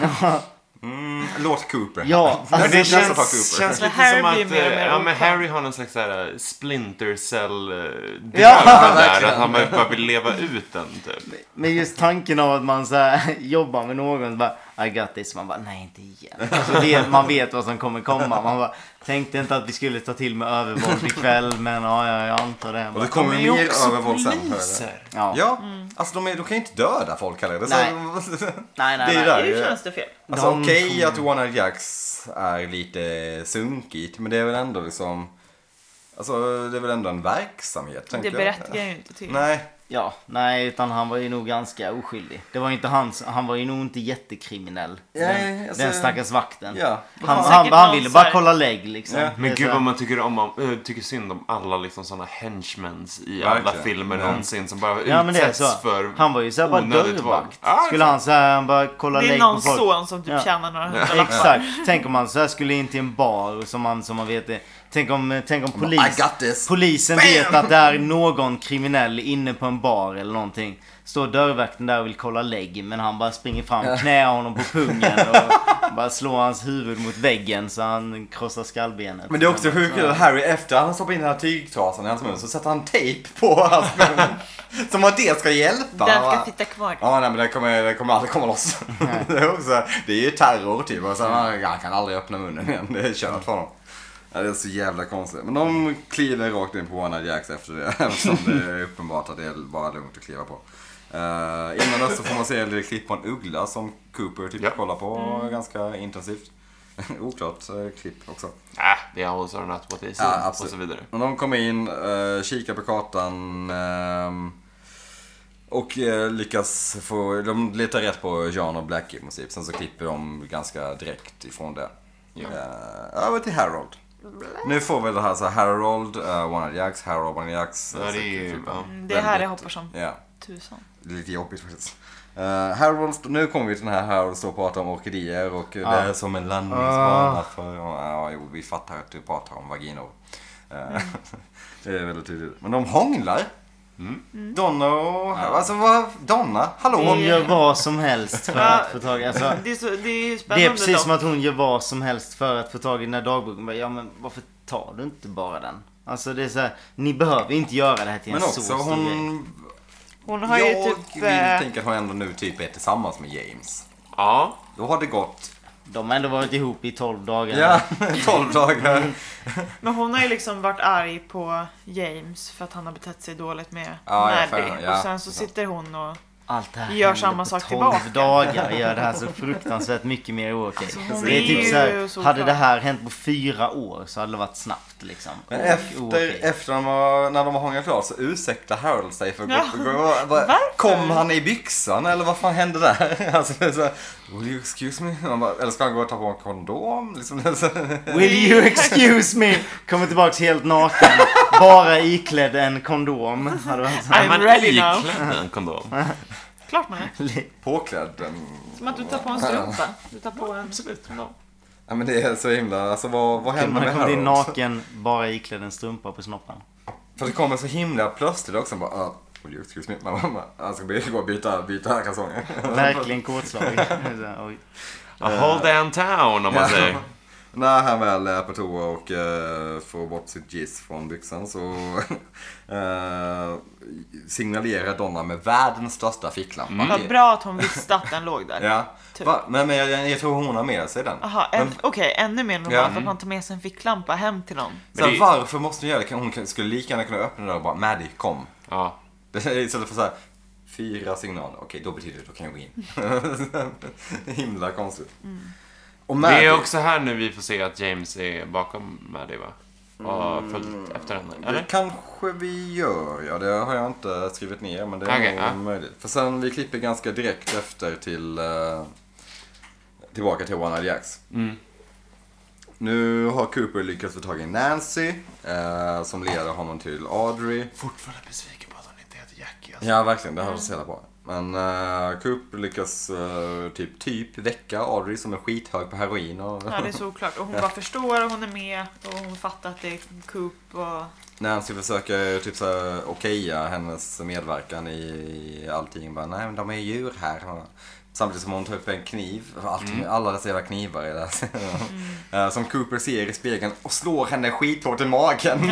låt Cooper. Ja, Men Nästa det Cooper. känns lite Harry som blir att mer och mer ja, men oskön. Harry har någon slags såhär Splinter Cell Ja, där. verkligen. Att han bara vill leva ut den typ. men just tanken av att man så här, jobbar med någon och bara I got this. Man bara, nej inte igen. Alltså, man vet vad som kommer komma. Man bara, tänkte inte att vi skulle ta till med övervåld ikväll. Men ja, jag antar det. Och det kommer De är ju mer också övervåld sen. hör jag det. poliser. Ja. Ja, alltså de kan ju inte döda folk heller. Det är Nej. det är där. Nu känns det fel. Alltså De okej att One-Eyed Jacks är lite sunkigt, men det är väl ändå liksom... Alltså det är väl ändå en verksamhet, Det tänker jag. berättigar ju inte till. Nej, Ja, nej, utan han var ju nog ganska oskyldig. Det var inte han var ju nog inte jättekriminell. alltså- Den stackars vakten. ja. Han någon ville så bara här- kolla lägg liksom. Ja. Men Det är gud så vad här- man tycker synd om alla liksom såna henchmens i alla Verkligen. filmer någonsin som bara Ja, men det är utsätts så. för Han var ju så här bara onödigt dörrvakt. våld. Ja, Skulle han så här, han bara kolla Det är lägg på någon folk. son som typ Ja. tjänar några hundralappar. Exakt. Tänk om man så här skulle in till en bar och som man vet är Tänk om I got this. polisen Bam! vet att det är någon kriminell inne på en bar eller någonting. Står dörrvakten där och vill kolla lägg, men han bara springer fram, knäar honom på pungen och bara slår hans huvud mot väggen så han krossar skallbenet. Men det är också sjukt att Harry efter han stoppar in den här tygtrasan i hans mun så sätter han tejp på hans mun. Som att det ska hjälpa. Den ska sitta kvar. Ja, nej, men det kommer aldrig komma loss. Det är ju terror typ. Och så han kan aldrig öppna munnen igen. Det är kört för honom. Ja, det är så jävla konstigt. Men de kliver rakt in på One-Eyed Jacks efter det. Eftersom det är uppenbart att det är bara lugnt att kliva på. Innan dess så får man se en liten klipp på en uggla som Cooper typ kollar på ganska intensivt. Oklart klipp också. Det är also not what they Ja, och så vidare. Och de kommer in, kikar på kartan och lyckas få, de letar rätt på John och Black i princip. Sen så klipper de ganska direkt ifrån det. Över till Harold. Nu får vi det här så Harold, One-Eyed Jacks, Harold, One-Eyed Jacks. Ja, det är ju... Det är här jag hoppar som tusan. Det är lite jobbigt faktiskt. Harold, nu kommer vi till den här Harold står och pratar om orkidéer och det är som en landningsbana för... jo, vi fattar att du pratar om vaginor. Det är väldigt tydligt. Men de hånglar. Donna och... Alltså vad... Donna? Hallå? Hon gör vad som helst för att få tag i... Alltså, Det är ju det spännande. är precis som att hon gör vad som helst för att få tag i den här dagboken. Ja, men varför tar du inte bara den? Alltså det är så här, ni behöver inte göra det här till en så stor grej. Hon har ju Jag typ... vill tänka att hon ändå nu typ är tillsammans med James. Ja. Då har det gått... De har ändå varit ihop i 12 dagar. Ja, 12 dagar. Men hon har ju liksom varit arg på James för att han har betett sig dåligt med Ja, Maddie. ja, och sen så sitter hon och... Allt det här Gör händer samma på sak 12 tillbaka. dagar gör det här så fruktansvärt mycket mer okej. Alltså, hon Det är typ så här, så hade klar. det här hänt på 4 år så hade det varit snabbt liksom. Men Och okej. efter när de har hånglat klart så ursäktar Harold sig för Varför? kom han i byxan eller vad fan hände där? Alltså det är så här, will you excuse me? Han bara, eller ska han gå och ta på en kondom? Liksom, Will you excuse me? Kommer tillbaks helt naken. Bara iklädd en kondom. Hade varit så här. Är man ready now. iklädd en kondom? Klart man är. påklädd. Som att du tar på en strumpa. Du tar på en... Absolut. Ja, men det är så himla, alltså vad händer Man med kommer in Harold? naken, bara iklädd en strumpa på snoppen. För det kommer så himla plötsligt också bara, will you excuse me? Han ska gå och byta kalsonger. Verkligen kortslag. Oj. A whole damn town om man säger. När han väl är på toa och får bort sitt giss från byxan så signalerar Donna med världens största ficklampa. Vad bra att hon visste att den låg där. Ja, Typ. men jag tror hon har med sig den. Jaha, okej, ännu mer normalt Ja. att man tar med sig en ficklampa hem till någon. Så Men det- varför måste hon göra det? Hon skulle lika gärna kunna öppna dörren och bara, Maddie, kom. Ja. Istället för så här 4 signaler. Okej, då betyder det då kan jag gå in. Himla konstigt. Och Det Maddie, är också här nu vi får se att James är bakom Maddie, va? Och följt efter henne, det eller? kanske vi gör. Ja, det har jag inte skrivit ner, men det är Okej, nog ja. möjligt. För sen vi klipper ganska direkt efter till tillbaka till One-Eyed Jacks. Nu har Cooper lyckats få tag i Nancy som leder honom till Audrey. Fortfarande besviken på att hon inte heter Jackie. Alltså. Ja, verkligen. Det hade så jävla bra. Men Cooper lyckas typ väcka Audrey som är skithög på heroin. Och Ja, det är så oklart. Och hon bara förstår och hon är med och hon fattar att det är Coop och... Nancy försöker typ såhär okeja hennes medverkan i allting. Bara, nej men de är djur här. Samtidigt som hon tar upp en kniv. Alla dessa jävla knivar är där. Som Cooper ser i spegeln och slår henne skithårt i magen.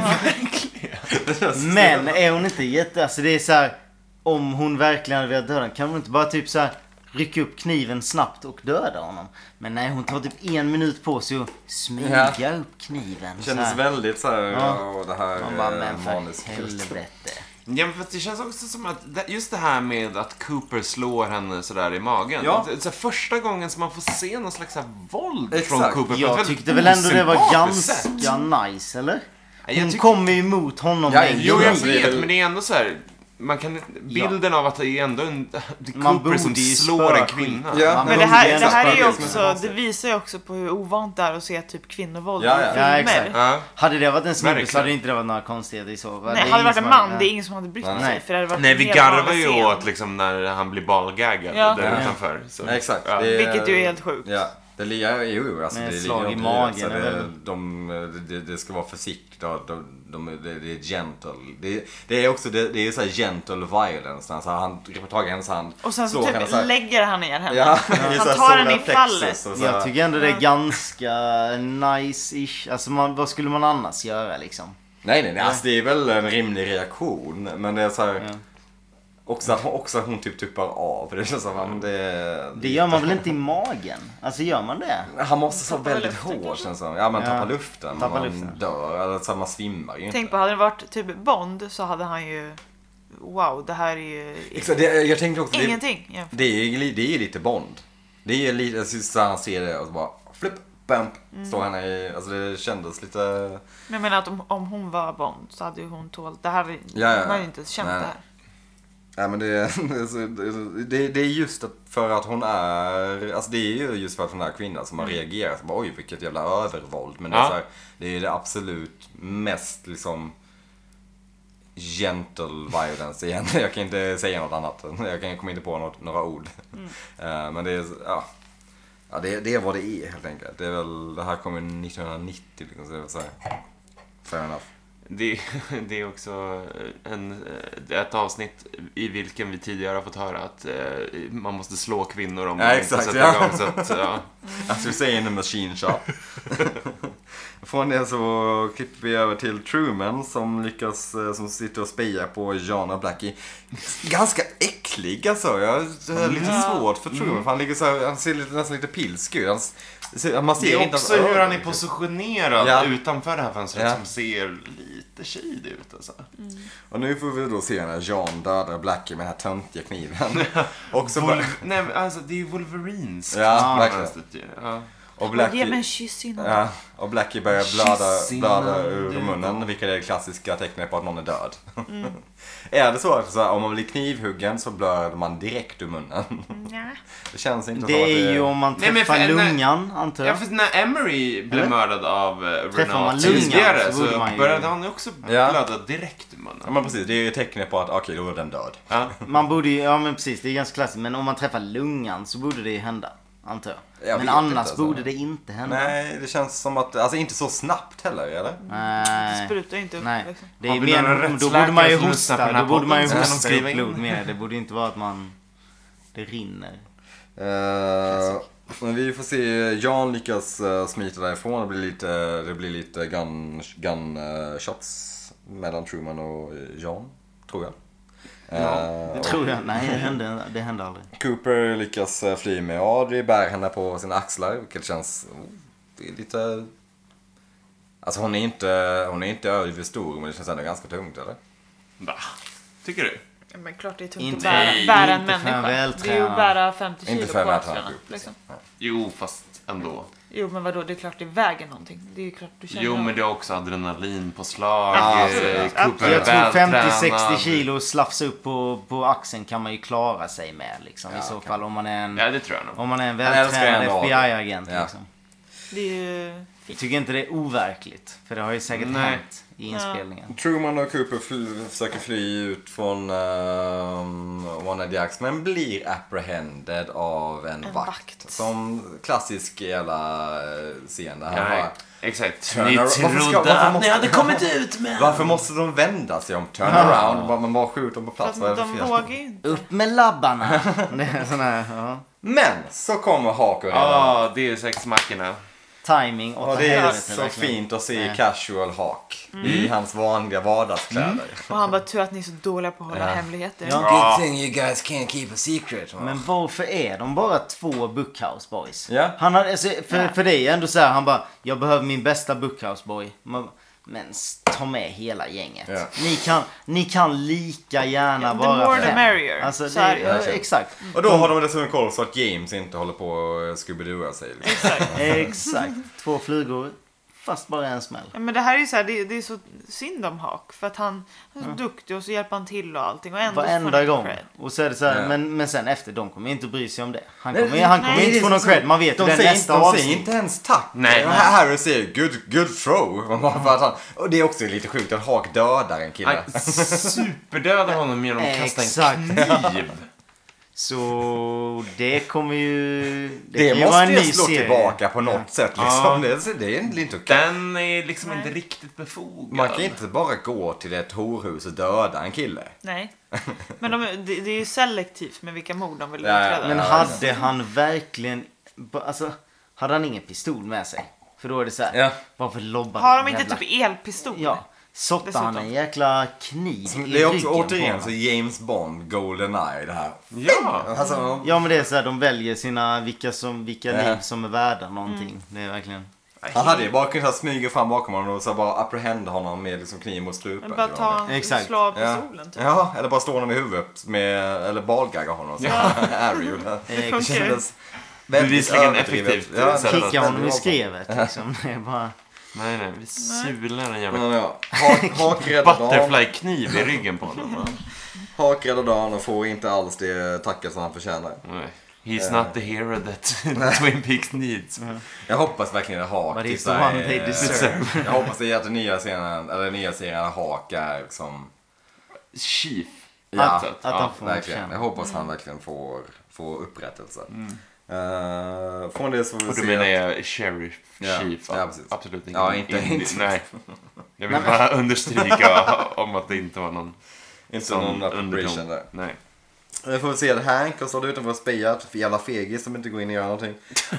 Men är hon inte jätte... Alltså det är så här, om hon verkligen hade velat döda honom, kan hon inte bara typ så här rycka upp kniven snabbt och döda honom? Men nej, hon tar typ 1 minut på sig och smyga upp kniven. Det så kändes här. väldigt såhär, Ja. det här Man bara, men för manuskriptet. helvete. Ja, men fast det känns också som att just det här med att Cooper slår henne sådär i magen. Ja. Så här, första gången som man får se någon slags så här våld Exakt. från Cooper. på ett Jag väldigt tyckte väl ändå det var osympatiskt ganska sätt. nice, eller? Jag Hon tycker- kommer ju emot honom Ja, med en Jo, jag kniv. vet, men det är ändå så här. Man kan, bilden av att det är ändå Man Cooper som borde ju slår spöa en kvinna. Ja. Man Men det borde här, gärna det här är ju spöa också, det. det visar ju också på hur ovant det är att se typ kvinnovåld Ja, i ja. filmer. Ja, exakt. Ja. Hade det varit en snubbe så Verkligen. hade det inte varit några konstigheter i så. Nej, hade det varit en man, det är ingen som hade brytt Nej. sig. För det hade varit Nej, en vi helt garvar vanlig ju scen. åt liksom när han blir balgaggad Ja. där Ja. utanför. Så. Ja, exakt. Ja. Det är- Vilket ju är helt sjukt. Ja. Det är ju alltså med det slag i magen. Det ska vara försiktigt. Det är gentle. Det är också det är så här gentle violence. Alltså han griper tag i hennes hand. Och sen så typ henne så här, lägger han ner henne. Ja, han tar henne i fallet. Jag tycker ändå det är ganska nice-ish. Alltså vad skulle man annars göra liksom? Nej. Alltså det är väl en rimlig reaktion. Men det är så här... Ja. Också att hon typ tuppar av. Det känns som att det gör man väl inte i magen? Alltså gör man det? Han måste så väldigt hårt känns som. Ja, man tappar luften. Man dör. Eller så man svimmar ju. Tänk på, hade det varit typ Bond så hade han ju... Wow, det här är ju... Exakt, jag tänkte också... Ingenting. Det är lite Bond. Det är lite... Så han ser det och så bara... Flipp, bump. Står han i... Alltså det kändes lite... Men jag menar att om hon var Bond så hade ju hon tålt... Det här... Man hade ju inte känt det här. Ja, men det är just för att hon är... Alltså det är ju just för att hon är kvinna som man reagerar. Så bara, oj, vilket jävla övervåld. Men det är så här, det är det absolut mest liksom... gentle violence igen. Jag kan inte säga något annat. Jag kan komma inte på några ord. Men det är... Ja, det är vad det är helt enkelt. Det är väl... Det här kommer 1990 liksom. Så det är så här... Fair enough. Det är också ett avsnitt i vilken vi tidigare har fått höra att man måste slå kvinnor om man inte sätter igång. Så att, ja. Alltså vi säger en machine shop. Från det så klipper vi över till Truman som sitter och spejar på John och Blackie. Ganska äcklig alltså. Jag har lite svårt för Truman. För han ligger så här, han ser nästan lite pilsk ut. Man ser det är inte också hur han är positionerad utanför det här fönstret som ser lite shady ut alltså. Och nu får vi då se när John dödar Blackie med den här töntiga kniven. Nej, alltså det är ju Wolverines. Ja, verkligen. Ja. Och Blackie, ge mig en kyss innan. Ja, och Blackie börjar blöda ur munnen, vilket är det klassiska tecknet på att någon är död. Är det så att om man blir knivhuggen så blöder man direkt ur munnen? Det känns inte det som att är ju om man träffar lungan, antar jag. Ja, för när Emery blev mördad av Renault tidigare så började han ju också blöda direkt ur munnen. Ja, men precis. Det är ju tecknet på att okej, då är den död. Ja. Man borde ju, ja men precis, det är ganska klassiskt. Men om man träffar lungan så borde det ju hända, antar jag. Men annars inte, borde det inte hända. Nej, det känns som att... Alltså inte så snabbt heller, eller? Nej. Det sprutar inte upp. Nej. Liksom. Det är mer, då borde man ju hosta. Då borde man ju hosta upp blod mer. Det borde inte vara att det rinner. Men vi får se. Jan lyckas smita därifrån. Det blir lite gun shots mellan Truman och Jan, tror jag. Det tror jag. Nej, det hände aldrig. Cooper lyckas fly med Audrey, bär henne på sina axlar, vilket känns det är lite... Alltså hon är inte överstor, men det känns ändå ganska tungt, eller? Va? Tycker du? Ja, men klart det är tungt inte, att bära en inte människa. Det är ju att bära 50 kilo på axlarna. Liksom. Jo, fast ändå. Jo, men vadå? Det är klart det väger någonting. Det är ju klart du känner. Jo, men det är också adrenalin på slag. Cooper jag tror 50-60 kilo slafsa upp på axeln kan man ju klara sig med liksom, i så fall om man är en, det tror jag nog. om man är en vältränad FBI-agent liksom. Det är ju jag tycker inte det är overkligt, för det har ju säkert hänt i inspelningen. Truman och Cooper försöker fly ut från One Jacks, men blir apprehended av en vakt. Som klassisk jävla scen där här. Ja, exakt. Ni trodde att ni hade kommit ut med. Varför måste de vända sig om? Turn around. Man bara skjuter dem på plats. För de vågar ju inte. Upp med labbarna. Det är sån här, Men så kommer Hawk och det är sexmackorna. timing och det är så fint att se casual Hawk i hans vanliga vardagskläder. Och han bara, tur att ni är så dåliga på att hålla hemligheter. Good thing you guys can't keep a secret. Men varför är de bara 2 Bookhouse Boys? Ja. Han har, alltså, för det är ändå så här, han bara, jag behöver min bästa Bookhouse Boy. Men ta med hela gänget. Ni kan lika gärna vara the more the merrier. Alltså, exakt. Och då har de dessutom koll så att James inte håller på att Scooby-Dooa sig. Liksom. Exakt. 2 flugor, fast bara en smäll. Ja, men det här är ju så här, det är så synd om Hawk. För att han är så duktig och så hjälper han till och allting. Och ändå varenda gång. Cred. Och så är det så här, men sen efter, de kommer inte bry sig om det. Han kommer inte få någon cred. Man vet ju det nästa avsnitt. De säger inte ens tack. Nej. Harry säger good throw. För att och det är också lite sjukt att Hawk dödar en kille. Superdödar honom genom att kasta en kniv. Så det kommer ju... Det kan ju måste vara en ju ny slå serie. tillbaka på något sätt. Liksom. Det är inte okej. Den är liksom inte riktigt befogad. Man kan inte bara gå till ett horhus och döda en kille. Nej. Men det är ju selektivt med vilka mord de vill Ja, utreda. Men hade han verkligen... Alltså, hade han ingen pistol med sig? För då är det så här, Ja. varför lobbar Har de den inte jävla... typ elpistol? Ja, sottar han en jäkla kniv i Det är också ryggen återigen på så James Bond, Goldeneye det här. Ja. Alltså, Ja, men det är så här, de väljer sina, vilka liv som är värda någonting. Det är verkligen... han hade ju bara kunnat smyga fram bakom honom och så bara apprehenda honom med liksom kniv mot strupen. Men bara ta Exakt. slå av Ja. pistolen typ. Ja, eller bara stå honom i huvudet med, eller balgagga honom. Så. Ariel. Det funkar ju. kändes Bevisligen överdrivet. effektivt. Ja, Så Kicka honom i väldigt skrevet liksom. Det är bara... Nej, vi sular en jävla Men ja, hakrädda Dan. butterfly-kniv i ryggen på honom. va? Hakrädda Dan och får inte alls det tacket som han förtjänar. Nej. He's not the hero that Twin Peaks needs. Jag hoppas verkligen att Hak But he's typ the one they deserve. Jag hoppas att den nya scenen, eller den nya serien Hak är liksom... Chief. Ja, Att han får verkligen. känna. Jag hoppas han verkligen får upprättelse. Från det så får vi Och då se menar att- jag Sheriff Ja, Chief. ja, precis. Absolut Ja, inte. Nej. Jag vill bara understryka om att det inte var någon inte sån någon appropriation underton. där. Nej. Vi får se att Hank och står utanför och spejar för jävla fegis som inte går in och gör någonting.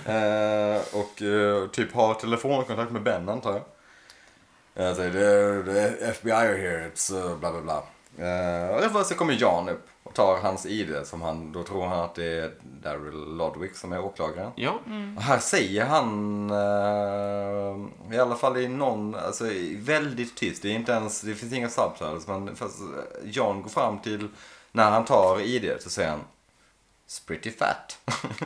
Och typ har telefonkontakt med Ben antar jag. Jag säger the FBI are here, it's bla bla bla. Och därför så kommer Jan upp och tar hans ID som han, då tror han att det är Daryl Lodwick som är åklagaren. Ja. Och här säger han i alla fall i någon, alltså väldigt tyst, det är inte ens, det finns inga subtitles, men fast Jan går fram till, när han tar ID så säger han "It's pretty fat."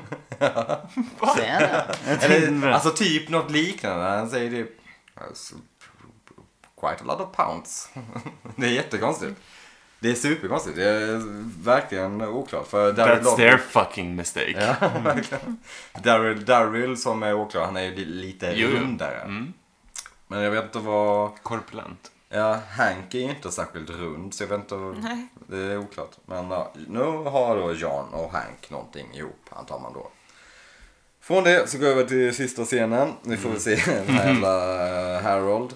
Eller, alltså typ något liknande, han säger det "Quite a lot of pounds." Det är jättekonstigt. Det är superkonstigt. Det är verkligen oklart. För That's their fucking mistake. Ja, verkligen. Daryl som är åklagare, han är ju lite rundare. Mm. Men jag vet inte vad... Korpulent. Ja, Hank är ju inte särskilt rund, så jag vet inte... Nej. Det är oklart. Men ja, nu har då John och Hank någonting ihop, antar man då. Från det så går vi över till sista scenen. Nu får vi se den här jävla Harold.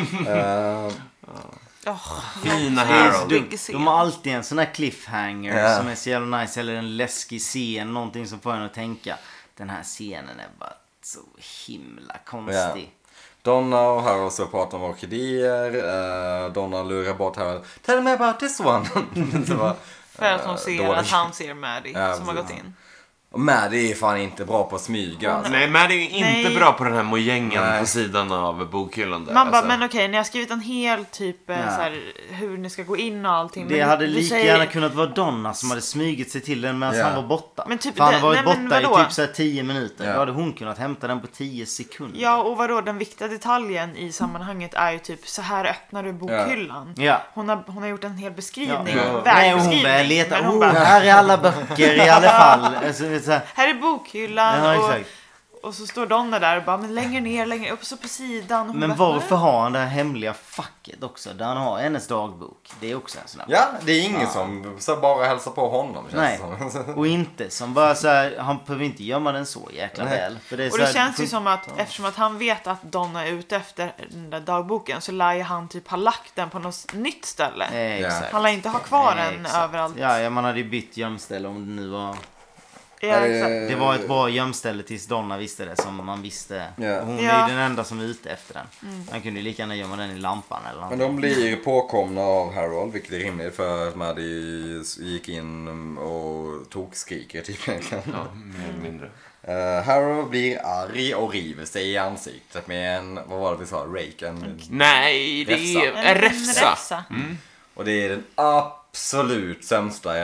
Fina Det är så Harold. dumt. De har alltid en sån här cliffhanger Ja. som är så jävla nice. Eller en läskig scen. Någonting som får en att tänka. Den här scenen är bara så himla konstig. Donna och Harold så pratar om orkidéer. Donna lurar bort Harold. Tell me about this one. Så bara, För att hon ser dålig. att han ser Maddie Ja, som har gått precis. in. Och Maddie är fan inte bra på att smyga. Alltså. Nej, men det är ju inte Nej. bra på den här mojängen Nej. på sidan av bokhyllan där. Man bara, alltså. men okej, ni har skrivit en hel typ så här, hur ni ska gå in och allting. Det men hade du lika säger- gärna kunnat vara Donna som hade smugit sig till den medan Ja. han var borta. Men typ För han har det- varit nej, men borta i vadå? typ så här 10 minuter. Ja. Då hade hon kunnat hämta den på 10 sekunder. Ja, och vadå, den viktiga detaljen i sammanhanget är ju typ så här öppnar du bokhyllan. Ja. Hon har gjort en hel beskrivning, Ja. Nej, och hon vägbeskrivning. börjar leta. men hon bara, Här är alla böcker i alla fall. Alltså, vet du, så här. här är bokhyllan Ja, och, exakt. och så står Donna där och bara, men längre ner, längre upp, så på sidan. Och hon Men bara, varför har han det här hemliga facket också? Där han har hennes dagbok. Det är också en sån här. Ja, det är ingen som så bara hälsar på honom. Nej, Känns det som. och inte som bara så här, han behöver inte gömma den så jäkla Nej. väl. För det är Och så det här, känns ju som att eftersom att han vet att Donna är ute efter den där dagboken så lär ju han typ ha lagt den på något nytt ställe. Exakt. Han lär inte ha kvar den Exakt. överallt. Ja, man hade ju bytt gömställe om det nu var... Ja, exakt. Det var ett bra gömställe tills Donna visste det som man visste. Ja. Och hon Ja. är ju den enda som är ute efter den. Han kunde ju lika gärna gömma den i lampan eller Men någonting. de blir påkomna av Harold, vilket är rimligt för att Maddie gick in och tokskriker typ egentligen. Ja, mer eller mindre. Harold blir arg och river sig i ansiktet med en, vad var det vi sa, rake? Nej, det är Räfsa. en räfsa. Och det är den absolut sämsta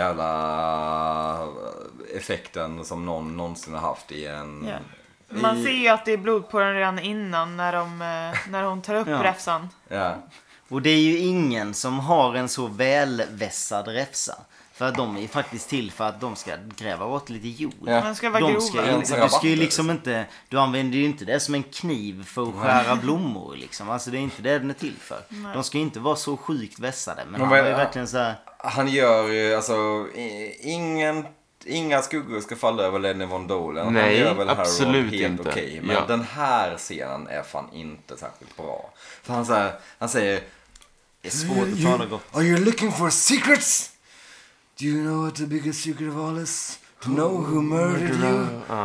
jävla effekten som någon någonsin har haft i en... Ja. Man ser ju att det är blod på den redan innan när hon tar upp Ja. räfsan. Ja. Och det är ju ingen som har en så välvässad räfsa. För att de är faktiskt till för att de ska gräva bort lite jord. Ja. Den ska vara De grova. ska En inte, sån du ska ju rabatter, liksom inte, du använder ju inte det som en kniv för att skära blommor liksom. Alltså det är inte det den är till för. De ska ju inte vara så sjukt vässade. Men han var ju verkligen så här. Han gör ju, alltså, ingen inga skuggor ska falla över Lenny Von Dolen. Nej, Han gör väl absolut helt inte. okej. Men den här scenen är fan inte särskilt bra. För han säger... Det är svårt att tala gott. Are you looking for secrets? Do you know what the biggest secret of all is? To know who murdered you?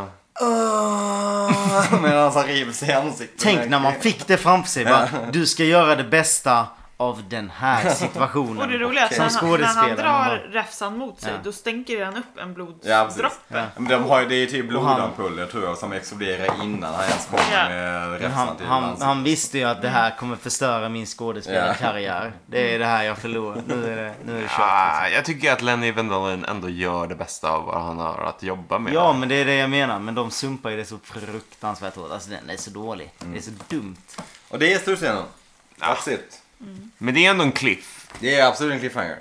Medan han river sig i ansiktet. Tänk när man fick det framför sig. Bara, du ska göra det bästa av den här situationen. Och det roliga är att Som när han drar bara... räfsan mot sig, Ja. då stänker han upp en Ja, blodsdroppe. precis. Men de har ju, det är typ blodampuller tror jag som exploderar innan han ens kommer Ja. med räfsan till Han visste ju att det här kommer förstöra min skådespelarkarriär. Det är det här jag förlorar. Nu är det kört. Jag tycker att Lenny Von Dolen ändå gör det bästa av vad han har att jobba med. Ja, men det är det jag menar. Men de sumpar ju det så fruktansvärt hårt. Alltså den är så dålig. Det är så dumt. Och det är slutscenen. That's it. Men det är ändå en cliff. Det är absolut en cliffhanger.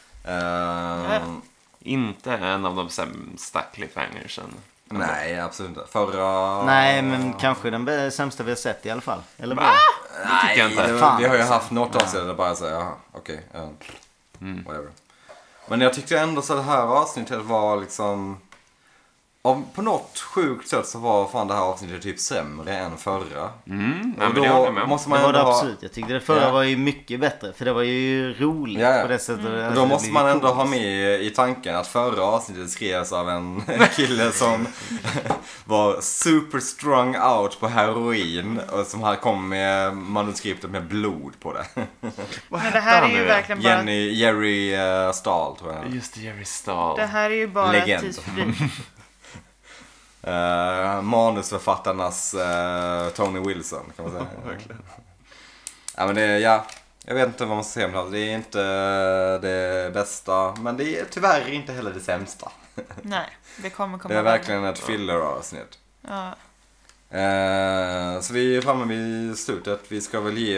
Inte en av de sämsta cliffhangersen. Nej, absolut inte. Förra... Nej, men kanske den sämsta vi har sett i alla fall. Eller vad? tycker jag inte. Vi har ju haft något avsnitt där bara säga, okej, whatever. Men jag tyckte ändå så det här avsnittet var liksom... På något sjukt sätt så var fan det här avsnittet typ sämre än förra. Men det håller jag med. måste Det man var ändå det ha... absolut. Jag tyckte det förra var ju mycket bättre. För det var ju roligt på det sättet. Och Alltså, då det måste blir man ändå coolt. ha med i tanken att förra avsnittet skrevs av en kille som var super strung out på heroin och som kom med manuskriptet med blod på det. Men det här är ju verkligen bara... Jerry Stahl tror jag. Just det, Jerry Stahl. Det här är ju bara Legend. tidsfördriv. Manusförfattarnas Tony Wilson kan man säga. Verkligen. Ja, men jag vet inte vad man ska säga om det. Det är inte det bästa, men det är tyvärr inte heller det sämsta. Nej, det kommer komma. Det är verkligen ett filler-avsnitt. Ja. Så vi är framme vid slutet. Vi ska väl ge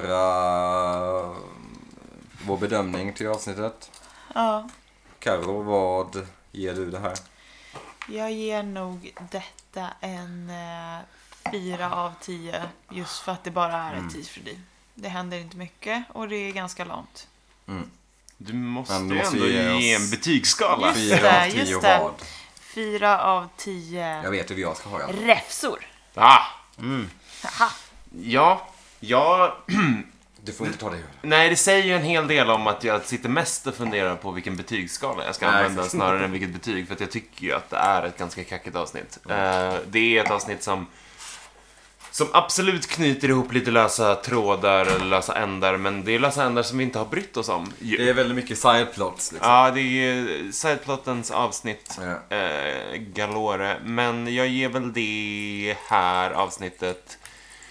vår bedömning till avsnittet. Ja. Karo, vad ger du det här? Jag ger nog detta en 4 av 10. Just för att det bara är ett tidsfördriv. Det händer inte mycket och det är ganska långt. Du måste Men du ju måste ändå ge ge oss- en betygsskala. Just 4 av 10 just det. vad? 4 av 10 Jag vet hur jag ska ha det. räfsor. Haha. Ja, Du får inte ta det. nej, det säger ju en hel del om att jag sitter mest och funderar på vilken betygsskala jag ska använda snarare än vilket betyg. För att jag tycker ju att det är ett ganska kackigt avsnitt. Det är ett avsnitt som absolut knyter ihop lite lösa trådar eller lösa ändar. Men det är lösa ändar som vi inte har brytt oss om. Det är väldigt mycket sideplots liksom. Ja, det är sideplottens avsnitt Ja. galore. Men jag ger väl det här avsnittet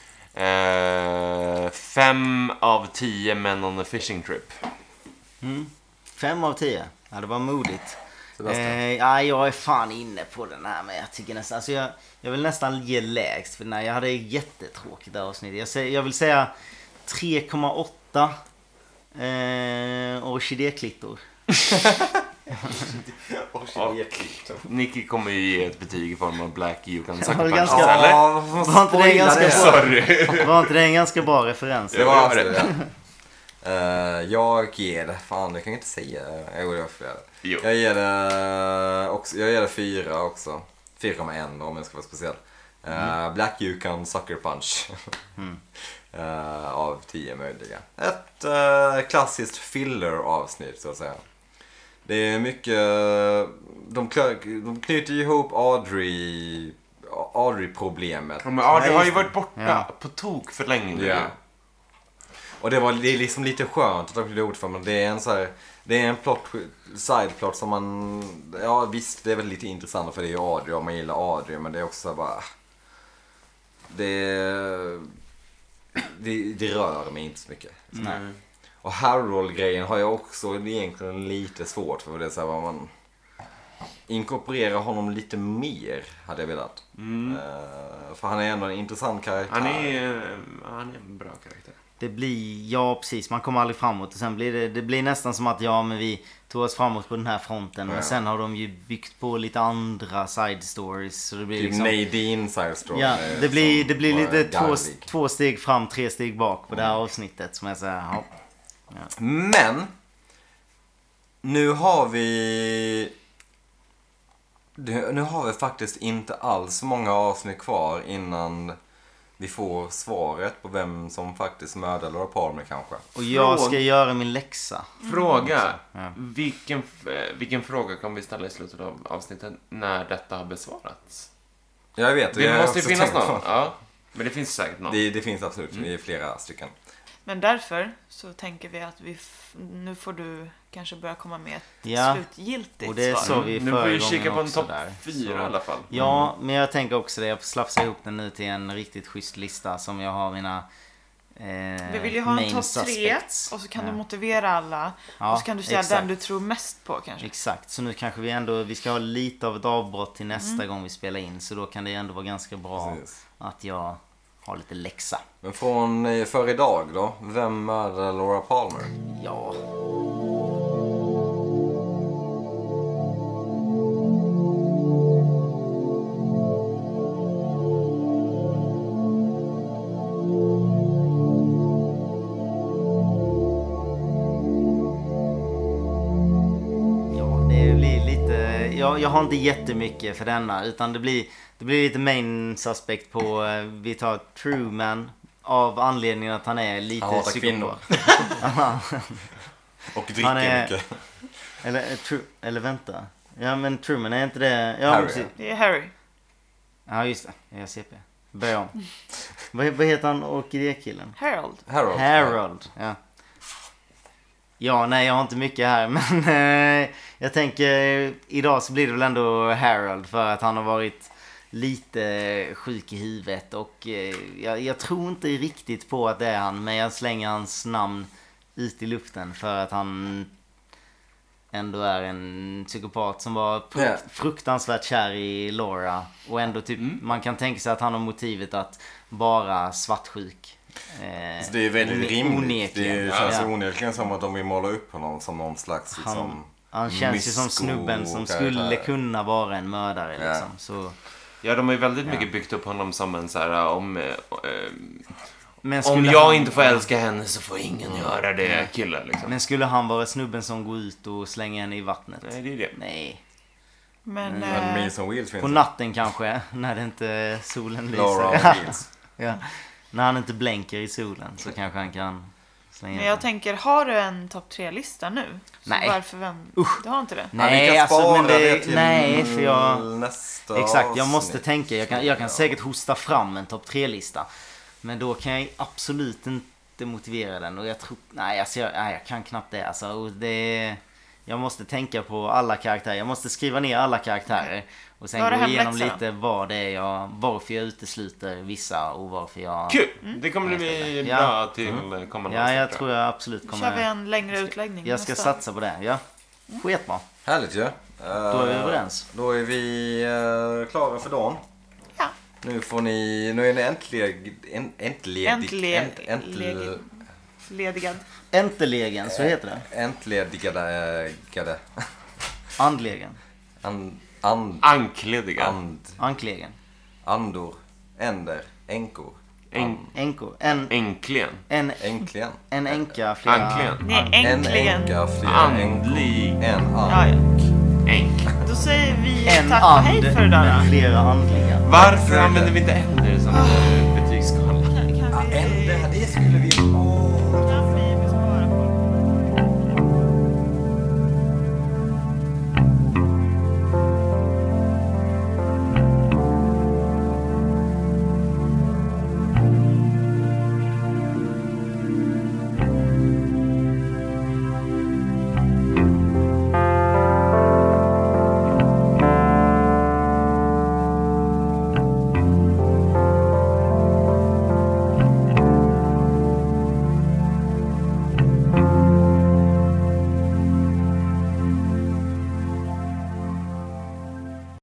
5 av 10 men on a fishing trip. 5 av 10. Ja, det var modigt. Sebastian. Jag är fan inne på den här, men jag tycker nästan... Alltså jag vill nästan ge lägst, för jag hade jättetråkigt det här avsnittet. Jag vill säga 3,8 orkidéklittor. Nicky kommer ju ge ett betyg i form av Black You Can Suck Ja, a ganska- Punch, eller? Var inte det en ganska bra? Sorry. Var inte det en ganska bra referens? Det var alltså det. Jag ger det, fan det kan jag inte säga. Jo. Jag ger det 4 också. 4,1 om jag ska vara speciell. Black You Can Sucker Punch. Av 10 möjliga. Ett klassiskt filler-avsnitt så att säga. Det är mycket... De knyter ihop Audrey-problemet. Men Audrey har ju varit borta på tok för länge nu. Ja. Och det är liksom lite skönt att de knyter ihop för men det är en så här, det är en sideplot som man... Ja visst, det är väl lite intressant för det är ju Audrey och man gillar Audrey men det är också så här bara... Det rör mig inte så mycket. Nej. Och Harold-grejen har jag också egentligen lite svårt för det är så här, vad man inkorporerar honom lite mer hade jag velat. För han är ändå en intressant karaktär. Han är en bra karaktär. Det blir, ja precis, man kommer aldrig framåt och sen blir det blir nästan som att men vi tog oss framåt på den här fronten men sen har de ju byggt på lite andra side stories så det blir Typ liksom, Nadine side story. ja, det blir lite garvig. 2 steg fram, 3 steg bak på det här avsnittet som är så här, ja. Men nu har vi Nu har vi faktiskt inte alls många avsnitt kvar innan vi får svaret på vem som faktiskt mördade Laura Palmer kanske. Och jag ska göra min läxa. Fråga. Ja. Vilken fråga kan vi ställa i slutet av avsnittet när detta har besvarats? Jag vet. Det måste ju finnas någon. Ja, men det finns säkert någon. Det finns absolut. Det är flera stycken. Men därför så tänker vi att nu får du kanske börja komma med ett slutgiltigt och det är svar. så vi Nu får vi kika på en också topp där. 4 i alla fall. Ja, men jag tänker också det. Jag får slafsa ihop den nu till en riktigt schysst lista som jag har mina vi vill ju ha en topp 3 och så kan du motivera alla. Och så kan du säga den du tror mest på kanske. Exakt, så nu kanske vi ska ha lite av ett avbrott till nästa gång vi spelar in. Så då kan det ändå vara ganska bra att jag har lite läxa. Men från för idag då? Vem mördade Laura Palmer? Ja. Jag har inte jättemycket för denna, utan det blir lite main suspect på vi tar Truman av anledningen att han är lite psykopat. Och dricker mycket. Eller vänta. Ja, men Truman är inte det. Ja, Harry. Det är Harry. Ja, just det. Jag är CP. Börja om. Vad heter han orkidékillen? Harold. Ja. Ja, nej, jag har inte mycket här, men jag tänker idag så blir det väl ändå Harold för att han har varit lite sjuk i huvudet och jag tror inte riktigt på att det är han, men jag slänger hans namn ut i luften för att han ändå är en psykopat som var fruktansvärt kär i Laura och ändå typ man kan tänka sig att han har motivet att vara svartsjuk. Så det är väldigt rimligt. Onekligen. Det känns onekligen som att de vill måla upp honom som någon slags han känns ju som snubben som skulle kunna vara en mördare liksom. Så ja, de har ju väldigt mycket byggt upp honom som en så här om jag han inte får älska henne så får ingen göra det, killar liksom. Men skulle han vara snubben som går ut och slänger henne i vattnet? Nej, det är det. Nej. Men Mason Wheels finns på natten kanske, när det inte solen lyser. Laura Wheels. Ja. När han inte blänker i solen så kanske han kan slänga. Men jag tänker, har du en topp 3-lista nu? Så nej. Varför du har inte det? Nej, alltså men det till nej, för jag nästa exakt, jag måste tänka. Jag kan säkert hosta fram en topp 3-lista. Men då kan jag absolut inte motivera den och jag tror jag kan knappt det alltså, och jag måste tänka på alla karaktärer. Jag måste skriva ner alla karaktärer och sen gå igenom lite varför jag utesluter vissa och varför jag... Kul! Det kommer bli bra till kommande avsnitt. Ja, jag tror jag absolut kommer... Kör vi en längre utläggning? Jag ska satsa på det, ja. Skitbra. Härligt ju. Då är vi överens. Då är vi klara för dagen. Ja. Nu är ni Entledigad. Äntligen, så heter det. Entledigade. Andlegen. Anklediga. Anklegen. Andor. Änder. Änkor. Änkor. Äntligen. Äntligen. En änka flera... Anklingen. Nej, En äntligen. änka flera Andlig. En Ja, ja. Änk. Då säger vi En tack och hej för idag. men flera andliga. Varför använder vi inte änder som betygsskala? Kan vi... Änder, det skulle vi ha.